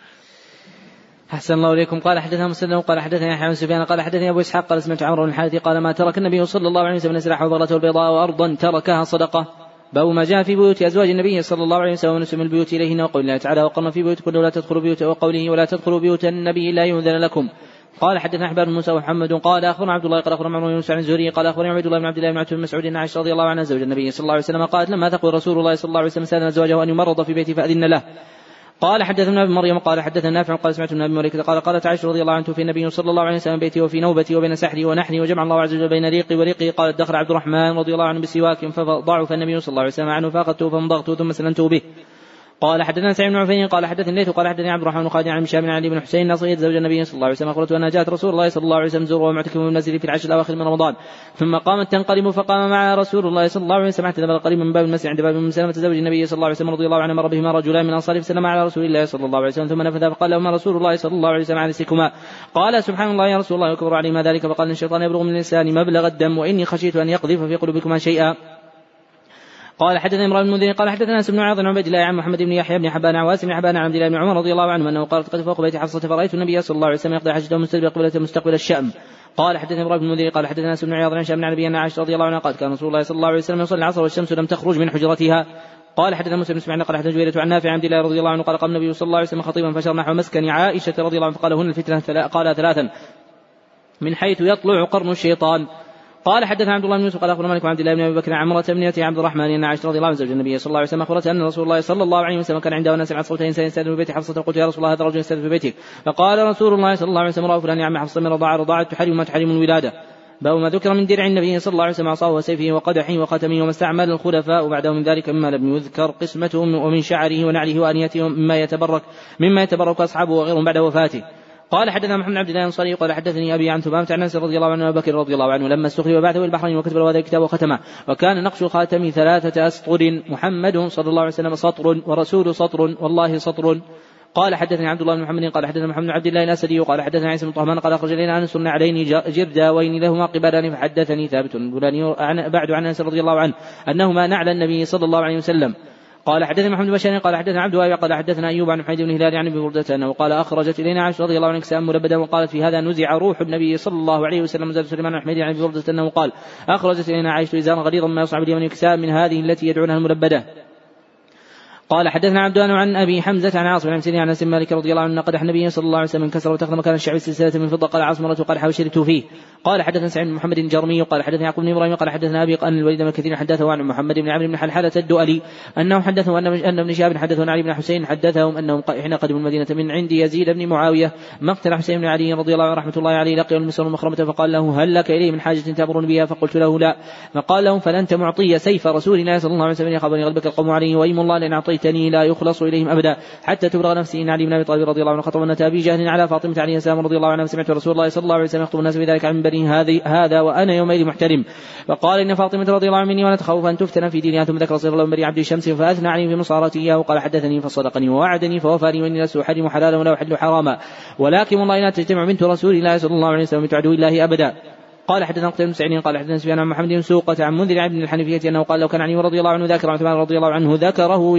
أحسن الله إليكم. قال حدثنا مسلم قال حدثنا يحيى بن سفيان قال حدثني أبو إسحاق قال سمعت عمرو بن الحارث قال ما ترك النبي صلى الله عليه وسلم نسرح وبرته البيضاء وأرضا تركها صدقة. باب ما جاء في بيوت أزواج النبي صلى الله عليه وسلم ونسم البيوت إليهن وقول الله تعالى وقرن في بيوتكن ولا تدخلوا بيوت، وقوله ولا تدخلوا بيوت النبي إلا يؤذن لكم. قال حدثنا أحباب بن موسى ومحمد قال أخبرنا عبد الله قال أخبرنا عمرو بن يونس عن الزهري قال أخبرنا عبد الله بن عبد الله بن عتبة بن مسعود عائشة رضي الله عنها زوج النبي صلى الله عليه وسلم قالت لما تقول رسول الله صلى الله عليه وسلم سألنا أزواجه أن يمرض في بيته فأذن له. قال حدثنا ابن مريم قال حدثنا نافع قال سمعت من ابي مليكة قال قالت عائشة رضي الله عنها في النبي صلى الله عليه وسلم بيتي وفي نوبتي وبين سحري ونحني وجمع الله عز وجل بين ريقي وريقي. قالت دخل عبد الرحمن رضي الله عنه بسواك فضعف النبي صلى الله عليه وسلم عنه فاخذته فمضغته ثم سلمته به. قال حدثنا سعيد بن عفين قال حدثني الليث قال حدثني عبد الرحمن خالد عن هشام بن علي بن حسين نصير زوج النبي صلى الله عليه وسلم أخبرته أنها جاءت رسول الله صلى الله عليه وسلم زوره ومعتكف ومنزل في العشر الأواخر من رمضان، ثم قامت تنقلب فقام معها رسول الله صلى الله عليه وسلم حتى ذهب قريبا من باب المسجد عند باب ام سلمة زوج النبي صلى الله عليه وسلم رضي الله عنه مر بهما رجلان من أنصاره فسلم على رسول الله صلى الله عليه وسلم ثم نفذ فقال لهما رسول الله صلى الله عليه وسلم عليكما. قال سبحان الله يا رسول الله يكبر عليهما ذلك. فقال إن الشيطان يبلغ من الإنسان مبلغ الدم وإني خشيت أن يقذف في قلوبكما شيئا. قال حدثنا امرأة بن المنذر قال حدثنا انس بن عاض عن عبيد الله عن محمد بن يحيى بن حبان عواس بن حبان عن عبد الله بن عمر رضي الله عنه انه قال قد فوق بيت حفصة فرأيت النبي صلى الله عليه وسلم يقضي حجته مستقبل الشام. قال حدثنا امرأة بن المنذر قال حدثنا انس بن عاض عن شام عن ابي عائشة رضي الله عنها قال كان رسول الله صلى الله عليه وسلم يصلي العصر والشمس لم تخرج من حجرتها. قال حدثنا مسلم بن اسماعيل قال حدثنا جويرة عن نافع عن عبد الله رضي الله عنه قال قام النبي صلى الله عليه وسلم خطيبا فشر نحو مسكن عائشة رضي الله عنها فقال هن الفتنة قال ثلاثا من حيث يطلع قرن الشيطان. قال حدثنا عبد الله بن يوسف قال اخبرنا مالك عبد الله بن ابي بكر عن عمرة بنت عبد الرحمن ان عائشة رضي الله عنها زوج النبي صلى الله عليه وسلم اخبرته ان رسول الله صلى الله عليه وسلم كان عنده وناس سمع صوتين يستأذن في بيت حفصة. قلت يا رسول الله هذا رجل يستأذن في بيتك. فقال رسول الله صلى الله عليه وسلم رأى فلان يا عم حفصة من رضاعة تحرم ما تحرم الولادة. باب ما ذكر من درع النبي صلى الله عليه وسلم عصاه وسيفه وقدحه وختمه وما استعمل الخلفاء وبعده من ذلك مما لم يذكر قسمته ومن شعره ونعله وانيته مما يتبرك اصحابه وغيرهم بعد وفاته. قال حدثنا محمد عبد الله الانصاري قال حدثني ابي عن ثمامة عن انس رضي الله عنه وابي بكر رضي الله عنه لما استخلف بعثه البحرين وكتب له هذا الكتاب وختمه وكان نقش الخاتم 3 أسطر محمد صلى الله عليه وسلم سطر ورسول سطر والله سطر قال حدثني عبد الله بن محمد قال حدثنا محمد بن عبد الله الأسدي قال حدثنا عيسى بن طهمان قال أخرج إلينا أنس عليين جرداوين لهما قبالان فحدثني ثابت البناني بعد عن أنس رضي الله عنه أنهما نعل النبي صلى الله عليه وسلم. قال حدثنا محمد بن بشار قال حدثنا عبد الله قال حدثنا أيوب عن حميد بن هلال عن ابي بردة أنه قال أخرجت إلينا عائشة رضي الله عنها كساء مربدا وقالت في هذا نزع روح النبي صلى الله عليه وسلم. زاد سليمان عن حميد عن ابي بردة أنه قال أخرجت إلينا عائشة إزارا غليظا ما يصعب اليمن كساء من هذه التي يدعونها المربدة. قال حدثنا عبدان عن أبي حمزة عن عاصم عن سيدنا أنس مالك رضي الله عنه قدح النبي صلى الله عليه وسلم انكسر وتخرم كان الشعب سلسلة من فضة قال عاصمة قال حوشرت فيه. قال حدثنا سعيد بن محمد الجرمي قال حدثنا يعقوب بن إبراهيم قال حدثنا أبي أن الوليد بن كثير حدثه عن محمد بن عمرو بن حلحلة الدؤلي أنه حدثه أن ابن شهاب حدثه عن علي بن حسين حدثهم أنهم حين قدموا المدينة من عند يزيد بن معاوية مقتل حسين بن علي رضي الله عنه رحمة الله عليه لقي المسر المخرمة فقال له هل لك إليه من حاجة تأمرون بها؟ فقلت له لا. فقال لهم فلنت معطي سيف رسول الله صلى الله عليه وسلم يخاف أن يغلبك القوم عليه وإيم الله لأن أعطيتني لا يخلص إليهم أبدا حتى تبرغ نفسي. إن علي بن أبي طالب رضي الله عنه خطب ابنة أبي جهل على فاطمة عليه السلام رضي الله عنها فسمعت رسول الله صلى الله عليه وسلم يخطب الناس بذلك عن بني هذا وأنا يومئذ محترم. فقال إن فاطمة رضي الله عنها مني وأنا تخوف أن تفتن في دينها. ثم ذكر صغر الله بني عبد الشمس فأثنى عليه في مصاراتي إياه وقال حدثني فصدقني ووعدني فوفاني وإني لست أحرم حلالا ولا أحل حراما ولكن والله لا تجتمع بنت رسول الله صلى الله عليه وسلم بنت عدو الله أبدا. قال حدثنا قتيبة بن سعيد قال حدثنا سفيان عن محمد بن سوقة عن منذر بن الحنفية أنه قال لو كان علي رضي الله عنه ذاكر عثمان رضي الله عنه ذكره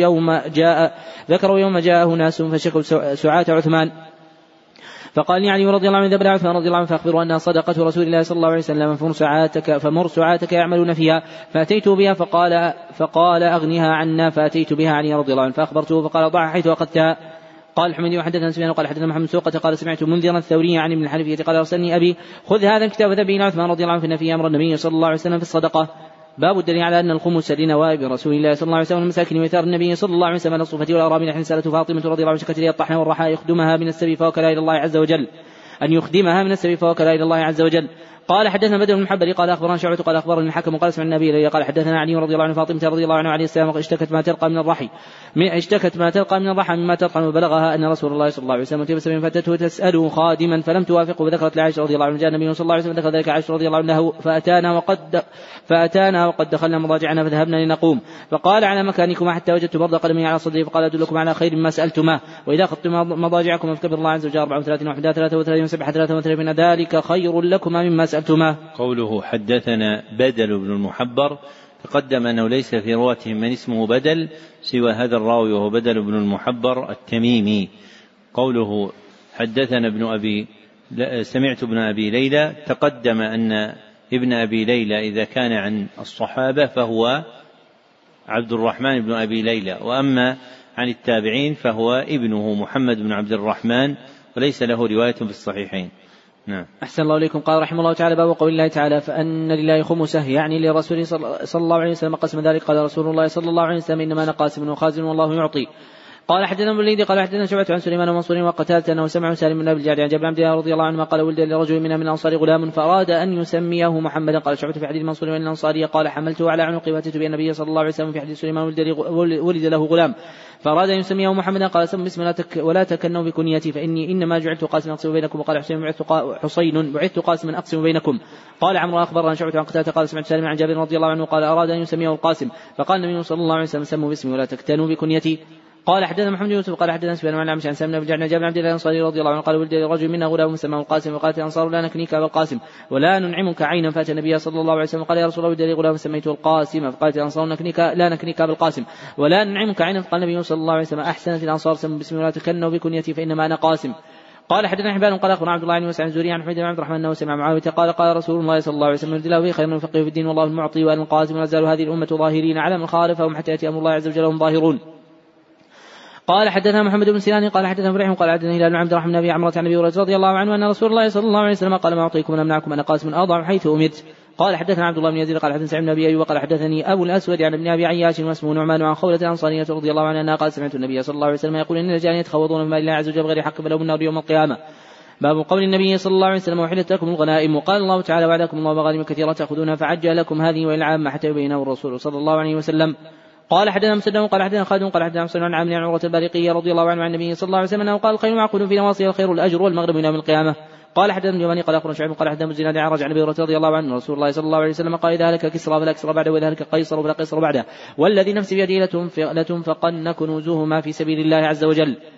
يوم جاءه ناس فشكوا سعاة عثمان فقال لي علي رضي الله عنه إذا بلغ عثمان رضي الله عنه فأخبروا أنها صدقة رسول الله صلى الله عليه وسلم فمر سعاتك يعملون فيها. فأتيت بها فقال أغنها عنا فأتيت بها علي رضي الله عنه فأخبرته فقال ضعها حيث أخذتها. قال حميد وحدثنا سفيان قال حدثنا محمد سوقة قال سمعت منذرا الثوري عن ابن الحنفية قال أرسلني أبي خذ هذا الكتاب ذبي إلى عثمان رضي الله عنه في أمر النبي صلى الله عليه وسلم في الصدقة. باب الدليل على أن الخمس لنوائب رسول الله صلى الله عليه وسلم المساكين وإثار النبي صلى الله عليه وسلم على الصفة والأرامل حين سألته فاطمة رضي الله عنها شكت لي الطحن والرحى يخدمها من السبي فوكلها إلى الله عز وجل أن يخدمها من السبي فوكلها إلى الله عز وجل. قال حدثنا بدر بن محبر قال أخبرنا شعبة قال أخبرني الحكم قال سمع النبي قال حدثنا علي رضي الله عنه فاطمة رضي الله عنه عليه السلام اشتكت ما تلقى من الرحى مما تلقى وبلغها أن رسول الله صلى الله عليه وسلم تبس من فتته تسأله خادما فلم توافقه فذكرت لعائشة رضي الله عنه جاء النبي صلى الله عليه وسلم ذكر ذلك عائشة رضي الله عنه فأتانا وقد دخلنا مضاجعنا فذهبنا لنقوم فقال على مكانكما حتى وجدت برد قدمي على صدري فقال أدلكم على خير مما سألتما وإذا أخذتم مضاجعكم فاذكروا الله عز وجل 34 وحدات 33 وسبحة 33 ذلك خير لكما مما سألتما. قوله حدثنا بدل بن المحبر تقدم أنه ليس في رواتهم من اسمه بدل سوى هذا الراوي وهو بدل بن المحبر التميمي. قوله حدثنا سمعت ابن أبي ليلى تقدم أن ابن أبي ليلى إذا كان عن الصحابة فهو عبد الرحمن بن أبي ليلى وأما عن التابعين فهو ابنه محمد بن عبد الرحمن وليس له رواية في الصحيحين. نعم. أحسن الله إليكم. قال رحمه الله تعالى باب قول الله تعالى فأن لله خمسه يعني لرسوله صلى الله عليه وسلم قسم ذلك قال رسول الله صلى الله عليه وسلم إنما أنا قاسم وخازن والله يعطي. قال حدثنا ابن الوليد قال حدثنا شعبة عن سليمان ومنصور وقتادة أنه سمع سالم بن أبي الجعد عن جابر بن عبد الله رضي الله عنه قال ولد لرجل من الأنصار غلام فأراد أن يسميه محمدا. قال شعبة في حديث منصور من الأنصارية قال حملته على عنقي وأتيت به النبي صلى الله عليه وسلم في حديث سليمان ولد له غلام فأراد أن يسميه محمدا قال سم باسم ولا تكنوا بكنيتي فإني إنما جعلت قاسما أقسم بينكم. وقال حسين بعثت قاسما أقسم بينكم. قال عمرو أخبرنا شعبة عن قتادة قال سمعت سالم عن جابر رضي الله عنه قال أراد أن يسميه القاسم فقال النبي صلى الله عليه وسلم سموا باسمي ولا تكتنوا بكنيتي. قال حدثنا محمد يوسف قال حدثنا سفيان عن عمش عن سالم بن جابر بن عبد الله الأنصاري رضي الله عنه قال ولد لرجل منا غلام سماه القاسم وقالت الأنصار لا نكنيك أبا القاسم ولا ننعمك عينا فأتى النبي صلى الله عليه وسلم قال يا رسول الله ولد لي غلام سميته القاسم فقالت الأنصار لا نكنيك أبا القاسم ولا ننعمك عينا فقال النبي صلى الله عليه وسلم أحسنت الأنصار سموا باسمي ولا تكنوا بكنيتي فإنما أنا قاسم. قال حدثنا حبان قال أخبرنا عبد الله بن وسع الزهري عن حميد بن عبد الرحمن أنه سمع معاوية قال رسول الله صلى الله عليه وسلم يرد الله به خير من فقه في الدين والله المعطي وأنا القاسم ولا زال هذه الأمة ظاهرين على من خالفهم حتى يأتي أمر الله عز وجل وهم ظاهرون. قال حدثنا محمد بن سنان قال حدثنا فريح قال حدثنا هلال بن عبد الرحمن بن ابي عمرة عن ابي هريرة رضي الله عنه ان رسول الله صلى الله عليه وسلم قال ما اعطيكم من امنعكم انا قاسم اضع حيث امرت. قال حدثنا عبد الله بن يزيد قال حدثنا سعيد بن ابي ايوب قال حدثني ابو الاسود عن ابن ابي عياش واسمه نعمان عن خولة الانصارية رضي الله عنها انها قال سمعت النبي صلى الله عليه وسلم يقول ان الرجال يتخوضون بما الله عز وجل بغير حق فلهم النار يوم القيامة. باب قول النبي صلى الله عليه وسلم وحلت لكم الغنائم وقال الله تعالى وعدكم الله مغانم كثيرة تأخذونها فعجل لكم هذه والى العامة حتى يبينه الرسول صلى الله عليه وسلم. قال حدثنا مسدد قال حدثنا خالد قال حدثنا مسلم عن عامر عن عروة البارقية رضي الله عنه عن النبي صلى الله عليه وسلم انه قال الخير معقول في نواصي الخير الاجر والمغرب من يوم القيامة. قال حدثنا اليماني قال اخبرنا شعيب قال حدثنا الزناد عن رجع عن ابي هريرة رضي الله عنه رسول الله صلى الله عليه وسلم قال اذا هلك كسرى فلا كسرى بعده واذا هلك قيصر فلا قيصر بعده والذي نفسي بيده لتنفقن كنوزهما في سبيل الله عز وجل.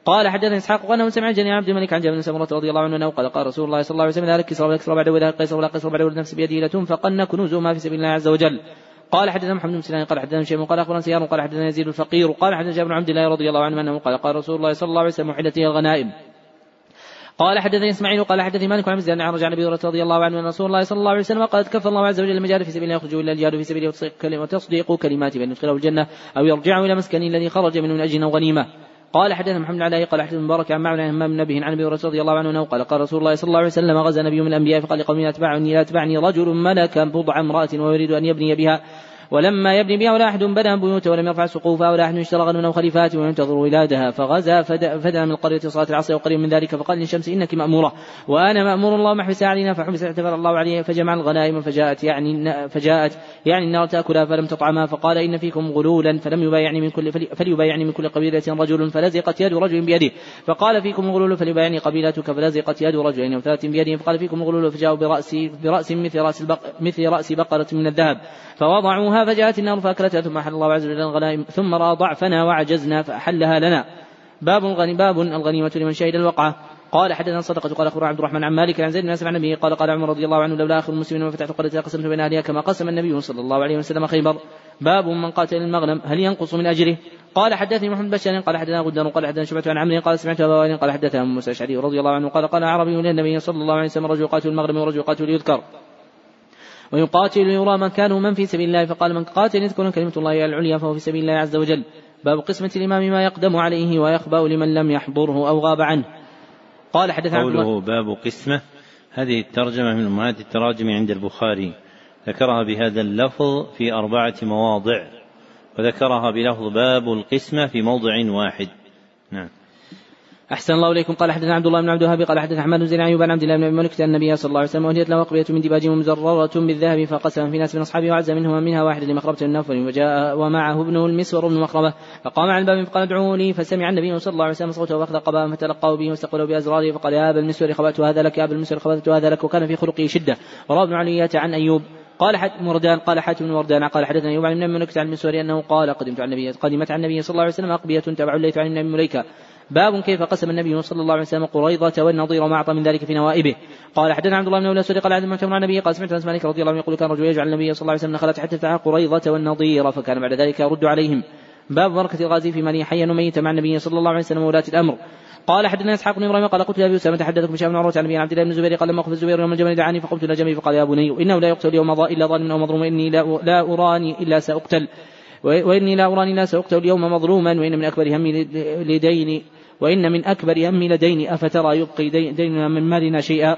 قال حدثنا إسحاق أنه سمع جني عبد الملك عن جابر بن سمرة رضي الله عنه قال قال رسول الله صلى الله عليه وسلم لا كسرى ولا كسرى بعد ولا قيصر ولا قيصر بعد ولا نفس بيده لتنفقن كنوزهما في سبيل الله عز وجل. قال حدثنا محمد بن سنان قال حدثنا شيء قال أخبرنا سيار قال حدثنا يزيد الفقير قال حدثنا جابر بن عبد الله رضي الله عنه أنه قال قال رسول الله صلى الله عليه وسلم محلت هي الغنائم. قال حدثني اسماعيل قال حدثني مالك عن زيد عن رجع النبي رضي الله عنه ان رسول الله صلى الله عليه وسلم قال كفر الله عز وجل المجاهد في سبيل الله يخرجوا الا الجهاد في سبيله وتصديق كلمات بان يدخله الجنه او يرجعوا الى مسكنه الذي خرج منه من اجل او غنيمه. قال حدثنا محمد عليه قال حدثنا مبارك عن معن همام بن نبيه عن ابي هريره رضي الله عنه قال قال رسول الله صلى الله عليه وسلم غزا نبي من الانبياء فقال لقومه لا تبعني رجل ملك بضع امراه ويريد ان يبني بها ولما يبني بها ولا أحد بنى بيوته ولم يرفع سقوفها ولا أحد اشترى غنما وخليفات وينتظر ولادها فغزا فدنا من القرية صلاة العصر وقريب من ذلك فقال للشمس إنك مأمورة وأنا مأمور الله محبس علينا فحبس اعتبر الله عليه فجمع الغنائم فجاءت يعني النار تأكلها فلم تطعمها فقال إن فيكم غلولا فليبايعني من كل قبيلة رجل فلزقت يد رجل بيده فقال فيكم غلول فليبايعني قبيلتك فلزقت يد رجلين أو ثلاث بيده فقال فيكم غلول فجاءوا برأس مثل رأس بقرة من الذهب فوضعوها فجاءت النار فأكلتها ثم أحل الله عز وجل الغنائم ثم رأى ضعفنا وعجزنا فأحلها لنا. باب الغنيمة لمن شهد الوقعة. قال حدثنا صدقة قال أخبرنا عبد الرحمن عن مالك عن زيد بن أسلم عن النبي قال قال عمر رضي الله عنه لولا آخر المسلمين وفتحت قرية قسمت بين أهلها كما قسم النبي صلى الله عليه وسلم خيبر. باب من قاتل المغنم هل ينقص من أجره. قال حدثني محمد بشار قال حدثنا غدار قال حدثنا شعبة عن عمرو قال سمعت أبا وائل قال حدثنا موسى الأشعري رضي الله عنه قال قال عربي للنبي صلى الله عليه وسلم رجل يقاتل المغنم ورجل يقاتل يذكر ويقاتل يرى مكانه من في سبيل الله فقال من قاتل تكون كلمة الله العليا فهو في سبيل الله عز وجل. باب قسمة الإمام ما يقدم عليه ويخبأ لمن لم يحضره أو غاب عنه. قال حدثنا قوله باب قسمة هذه الترجمة من أمهات التراجم عند البخاري ذكرها بهذا اللفظ في 4 مواضع وذكرها بلفظ باب القسمة في موضع واحد. نعم. أحسن الله إليكم. قال حدثنا عبد الله بن عبد الوهاب قال حدثنا أحمد بن زيد عن أيوب عن عبد الله بن أبي ملك أن النبي صلى الله عليه وسلم وهديت له أقبية من ديباج مزررة بالذهب فقسم في ناس من أصحابه وعز منها واحد لمخربة النفل وجاء ومعه ابنه المسور بن مخربة فقام عن الباب فقال ادعوا لي فسمع النبي صلى الله عليه وسلم صوته فأخذ قباء فتلقاه به واستقبله بأزراره فقال يا أبا المسور خبأت هذا لك يا أبا المسور خبأت هذا لك وكان في خلقه شدة. وروى ابن علية عن أيوب قال حاتم بن وردان قال حدثنا أيوب عن ابن ملك عن المسور أنه قال قدمت عن النبي صلى الله عليه وسلم أقبية تبع الليث عن ابن مليكة. باب كيف قسم النبي صلى الله عليه وسلم قريضة والنضير وما أعطى من ذلك في نوائبه. قال حدثنا عبد الله بن الأسود قال حدثنا معتمر عن النبي قال سمعت أنس مالك رضي الله عنه يقول كان رجل يجعل النبي صلى الله عليه وسلم نخلت حتى فتح قريضة والنضير فكان بعد ذلك يرد عليهم. باب بركة الغازي في من حيا وميت مع النبي صلى الله عليه وسلم وولاة الأمر. قال حدثنا اسحاق بن ابراهيم قال قلت لابي اسامه تحدثك بشيء من عروه عن ابي عبد الله بن الزبير قال لما اخذ الزبير يوم الجمل دعاني فقمت الى جنبه فقال يا بني انه لا يقتل يوم الا ظالم او مظلوم اني لا اراني الا ساقتل واني لا اراني لا ساقتل اليوم مظلوما وان من اكبر همي لدين افترى يبقي ديننا من مالنا شيئا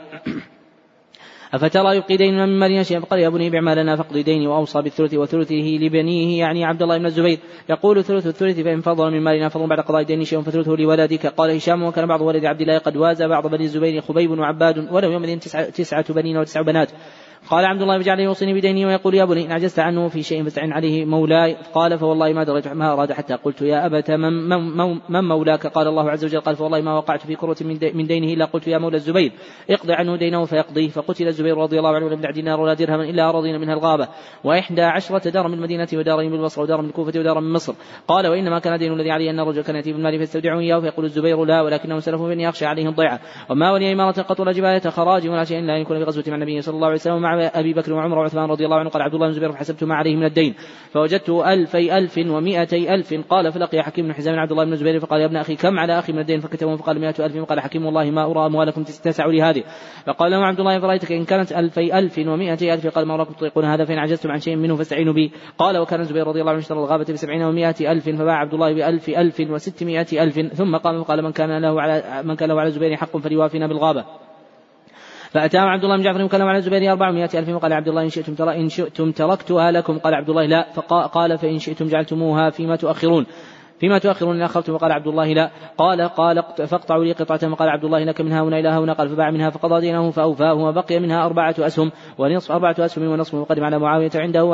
فقال يا بني بع مالنا فاقضي ديني وأوصى بالثلث وثلثه لبنيه يعني عبد الله بن الزبير يقول ثلث الثلث فإن فضل من مالنا فضل بعد قضاء دين شيء فثلثه لولدك. قال هشام وكان بعض ولد عبد الله قد وازى بعض بني الزبير خبيب وعباد ولو يومئذ 9 بنين و9 بنات. قال عبد الله بجعله يوصيني بديني ويقول يا بني إن عجزت عنه في شيء فاستعن عليه مولاي. قال فوالله ما دريت ما أراد حتى قلت يا أبت من مولاك. قال الله عز وجل. قال فوالله ما وقعت في كرة من دينه إلا قلت يا مولى الزبير اقضي عنه دينه فيقضيه. فقتل الزبير رضي الله عنه ولم يدع دينار ولا درهم إلا أراضين منها الغابة 11 دار من المدينة ودارين بالبصرة ودار من الكوفة ودار من مصر. قال وإنما كان دين الذي عليه أن الرجل كان يأتي بالمال فيستودعه إياه فيقول الزبير لا ولكنه سلف بني أخشى عليهم ضيعة وما ولي إمارة قط ولا جباية خراج ولا شيء لا يكون في غزوة مع النبي صلى الله عليه وسلم مع أبي بكر وعمر وعثمان رضي الله عنه. قال عبد الله بن الزبير فحسبت ما عليه من الدين فوجدت 200,000 قال فلقي حكيم بن حزام عبد الله بن الزبير فقال يا ابن أخي كم على أخي من الدين فكتبه فقال 100,000 فقال حكيم والله ما أرى أموالكم تسع لهذه. فقال له عبد الله فرأيتك إن كانت 200,000 قال ما أراكم تطيقون هذا فإن عجزتم عن شيء منه فاستعينوا بي. قال وكان الزبير رضي الله عنه اشترى الغابة ب70 و100,000 فباع عبد الله ب1,000 و600,000 ثم قام وقال من كان له على الزبير حق فليوافينا بالغابة. فأتاه عبد الله بن جعفر وكلم على الزبير 400,000 وقال عبد الله إن شئتم تركتها لكم. قال عبد الله لا. فقال فإن شئتم جعلتموها فيما تؤخرون إن أخرتم. وقال عبد الله لا. قال فاقطعوا لي قطعة. وقال عبد الله لك من هنا إلى هنا. قال فباع منها فقضى دينه فأوفاه وبقي منها 4 أسهم ونصف 4 أسهم ونصف. وقدم على معاوية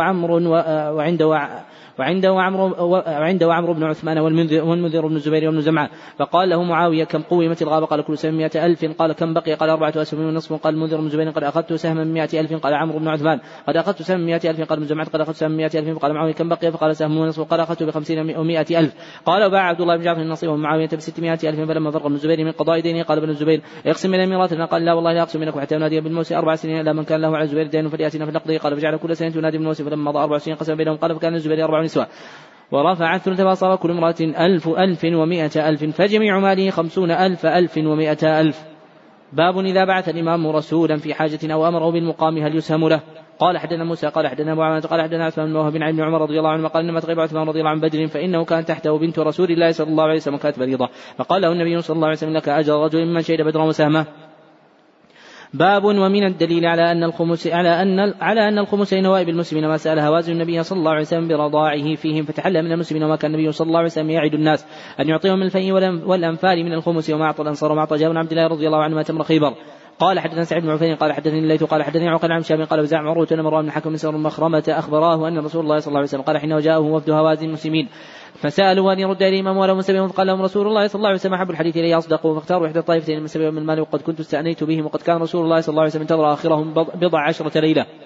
وعنده عمرو بن عثمان والمنذر بن الزبير وابن زمعة. فقال له معاوية كم قومت الغابة؟ قال كل سهم 100,000. قال كم بقي؟ قال 4 أسهم ونصف. قال المنذر بن الزبير قد أخذت سهما 100,000. قال عمرو بن عثمان قد أخذت سهم 100,000. قال ابن زمعة قد أخذت سهم 100,000. قال معاوية كم بقي؟ فقال سهم ونصف. قال أخذت ب50 و100,000. قال وباع عبد الله بن جعفر نصيبه من معاوية ب600,000 فلما فرغ ابن الزبير من قضاء دينه قال ابن الزبير اقسم من الميراث قال لا والله لا أقسم منكم حتى ينادي بالموت 4 سنين إلا من كان له على الزبير دين فليأتنا فلنقضي. قال فجعل كل سنة ينادي بالموت فلما مضى 4 سنين قسم بينهم قال فكان الزبير 4 نسوة ورفع الثلث فصار كل امرأة 1,100,000 فجميع ماله 50,000 1,100,000. باب إذا بعث الإمام رسولا في حاجة أو أمره بالمقام هل يسهم له؟ قال حدثنا موسى قال حدثنا أبو عوانة قال حدثنا عثمان بن وهب عن عمر رضي الله عنه قال إنما تغيب عثمان رضي الله عن بدر فإنه كان تحته بنت رسول الله صلى الله عليه وسلم كانت مريضة فقال له النبي صلى الله عليه وسلم لك أجر رجل ممن شهد بدرا وسهمه. باب ومن الدليل على أن الخمس لنوائب المسلمين ما سأل هوازن النبي صلى الله عليه وسلم برضاعه فيهم فتحلى من المسلمين وما كان النبي صلى الله عليه وسلم يعد الناس أن يعطيهم من الفيء والأنفال من الخمس وما أعطى الأنصار وما أعطى جابر بن عبد الله رضي الله عنه تمر خيبر. قال حدثنا سعيد بن عفير قال حدثني الليث قال حدثني عقيل عن شاب قال وزع عروة بن مروان بن حكم بن سور مخرمة أخبراه أن رسول الله صلى الله عليه وسلم قال حين وجاءه وفد هوازن المسلمين فسألوا أن يرد إليهم ولهم سبيهم فقال لهم رسول الله صلى الله عليه وسلم أحب الحديث إلي أصدقوا فاختاروا إحدى الطائفتين من سبيهم من المال وقد كنت استأنيت بهم وقد كان رسول الله صلى الله عليه وسلم انتظر آخرهم بضع عشرة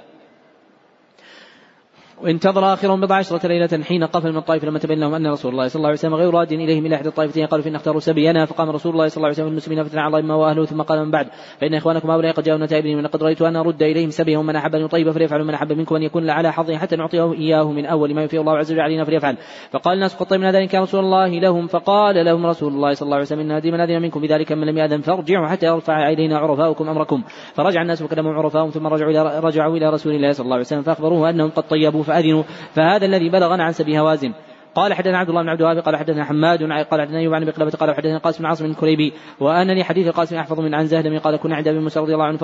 ليلة حين قفل من الطائف لما تبين لهم أن رسول الله صلى الله عليه وسلم غير راد إليهم إلى إحدى الطائفتين قالوا فإن اختاروا سبينا فقام رسول الله صلى الله عليه وسلم المسلمين فتنع على الله وأهله ثم قال من بعد فإن إخوانكم هؤلاء قد جاءوا تائبين ولقد رأيت أن أرد إليهم سبيهم من أحب أن يطيب فليفعل من أحب منكم أن يكون على حظه حتى نعطيه إياه من أول ما يفي الله عز وجل علينا فليفعل. فقال الناس قد طيبنا ذلك يا رسول الله لهم فقال لهم رسول الله صلى الله عليه وسلم إن هذه من أذن منكم بذلك من لم يأذن فارجعوا حتى يرفع إلينا عرفاؤكم أمركم. فرجع الناس وكلموا عرفاؤهم ثم رجعوا إلى رسول الله صلى الله عليه وسلم فأخبروه أنهم قد طيبوا فأذنوا فهذا الذي بلغنا عن سبي هوازن. قال حدثنا عبد الله بن عبد الوهاب قال حدثنا حماد قال حدثنا أيوب عن بقلبة قال حدثنا قاسم بن عاصم بن كريبي وأنا لي حديث القاسم أحفظ من عن زهد قال كنا عند أبي موسى رضي الله عنه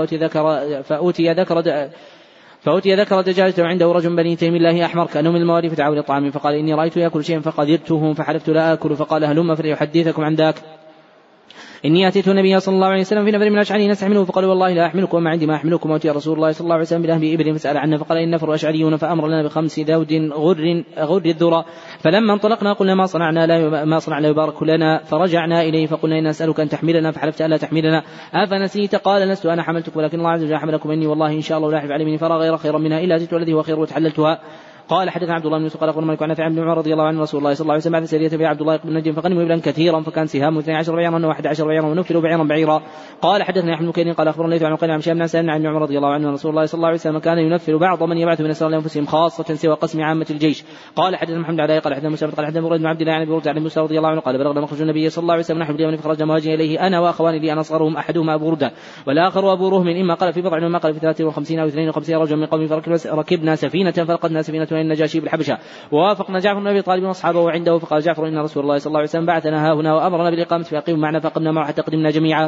فأوتي ذكر دجاجة عنده رجل بني تيم الله أحمر كأنه من الموالي فتعاول الطعام فقال إني رأيت يأكل شيئا فقدرته فحلفت لا آكل فقال هلم فليحدثكم عن ذاك إني أتيت النبي صلى الله عليه وسلم في نفر من الأشعريين نستحمله فقالوا والله لا أحملكم وما عندي ما أحملكم وأتي رسول الله صلى الله عليه وسلم بلهم إبل فسأل عنه فقال إن نفر أشعريون فأمر لنا ب5 ذود غر الذرة فلما انطلقنا قلنا ما صنعنا يبارك لنا فرجعنا إليه فقلنا إن نسألك أن تحملنا فحلفت ألا تحملنا أفنسيت قال لست أنا حملتك ولكن الله عز وجل حملكم إني والله إن شاء الله لا أحلف علي مني فرا غير خيرا منها إلا زدت والذي هو خير وتحللتها. قال حدثنا عبد الله بن يوسف قال أخبرنا مالك عن نافع بن عمر رضي الله عنه رسول الله صلى الله عليه وسلم بعث سرية في عبد الله بن نجم فغنموا إبلا كثيرا فكان سهام 12 بعيرا و11 بعيرا ونفلوا بعيرا. قال حدثنا أحمد بن قال أخبرنا ليث عن قال عن شيخ بن سالم عن عمر رضي الله عنه رسول الله صلى الله عليه وسلم كان ينفل بعض من يبعث من أسرار لأنفسهم خاصة سوى قسم عامة الجيش. قال حدثنا محمد علي قال حدثنا موسى قال حدثنا مراد بن عبد الله عن برد عن موسى رضي الله عنه قال بلغنا مخرج النبي صلى الله عليه وسلم نحن اليمن فخرجنا مهاجرين إليه أنا وأخواني لي أنا أصغرهم أحدهما أبو بردة والآخر أبو رهم إما قال في بضع وما قال في 53 أو 52 رجل من قوم فركبنا سفينة فلقدنا سفينة النجاشي بالحبشة ووافقنا جعفر بن أبي طالب واصحابه عنده فقال جعفر إن رسول الله صلى الله عليه وسلم بعثنا ها هنا وأمرنا بالإقامة فأقيموا معنا فأقمنا معه حتى قدمنا جميعا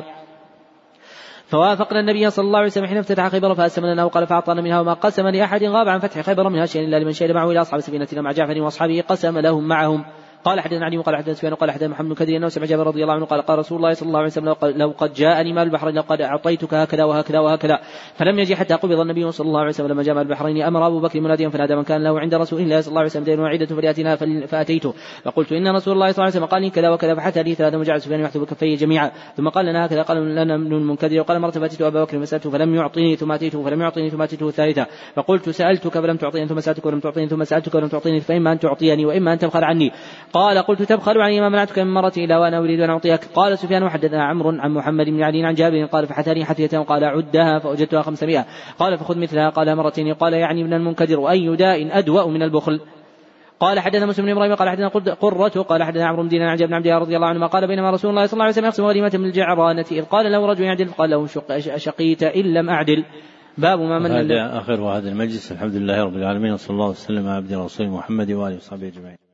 فوافقنا النبي صلى الله عليه وسلم حين افتتح خيبر فأسلم لنا وقال فأعطانا منها وما قسم لأحد غاب عن فتح خيبر منها شيئا إلا لمن شهد معه إلى أصحاب سفينتنا مع جعفر وأصحابه قسم لهم معهم. قال حدثنا علي وقال حدثنا سفيان وقال حدثنا محمد بن كثير انه سمع جابر رضي الله عنه قال رسول الله صلى الله عليه وسلم لو قد جاءني مال البحرين لقد اعطيتك هكذا وهكذا وهكذا فلم يجي حتى قبض النبي صلى الله عليه وسلم لما جاء مال البحرين امر ابو بكر مناديا فنادى من كان له عند رسول الله صلى الله عليه وسلم دين وعيده فلياتنا فاتيته فقلت ان رسول الله صلى الله عليه وسلم قال لي كذا وكذا فحتى لي 3 وجعل سفيان يحث بكفيه جميعا ثم قال لنا هكذا قال لنا ابن المنكدر وقال مره فاتيت ابا بكر فسالته فلم يعطيني ثم اتيته فلم يعطيني ثم اتيته الثالثه فقلت سالتك فلم تعطيني ثم سالتك ولم تعطيني ثم سالتك ولم تعطيني فاما ان تعطيني واما ان تبخل عني. قال قلت تبخل عني ما منعتك من مرتي إلا وأنا أريد أن أعطيك. قال سفيان وحدثنا عمرو عن محمد بن علي عن جابر قال فحثني حثية وقال عدها فوجدتها 500 قال فخذ مثلها قال مرتين قال يعني ابن المنكدر وأي داء أدوأ من البخل. قال حدثنا مسلم بن إبراهيم قال حدثنا قرة قال حدثنا عمرو بن دينار عن جابر بن عبد الله رضي الله عنه قال بينما رسول الله صلى الله عليه وسلم يقسم غنيمة من الجعرانة إذ قال له رجل يعدل قال له شقيت إن لم أعدل. باب ما من هذا آخر هذا المجلس. الحمد لله رب العالمين وصلى الله وسلم على عبده ورسوله محمد وآله وصحبه أجمعين.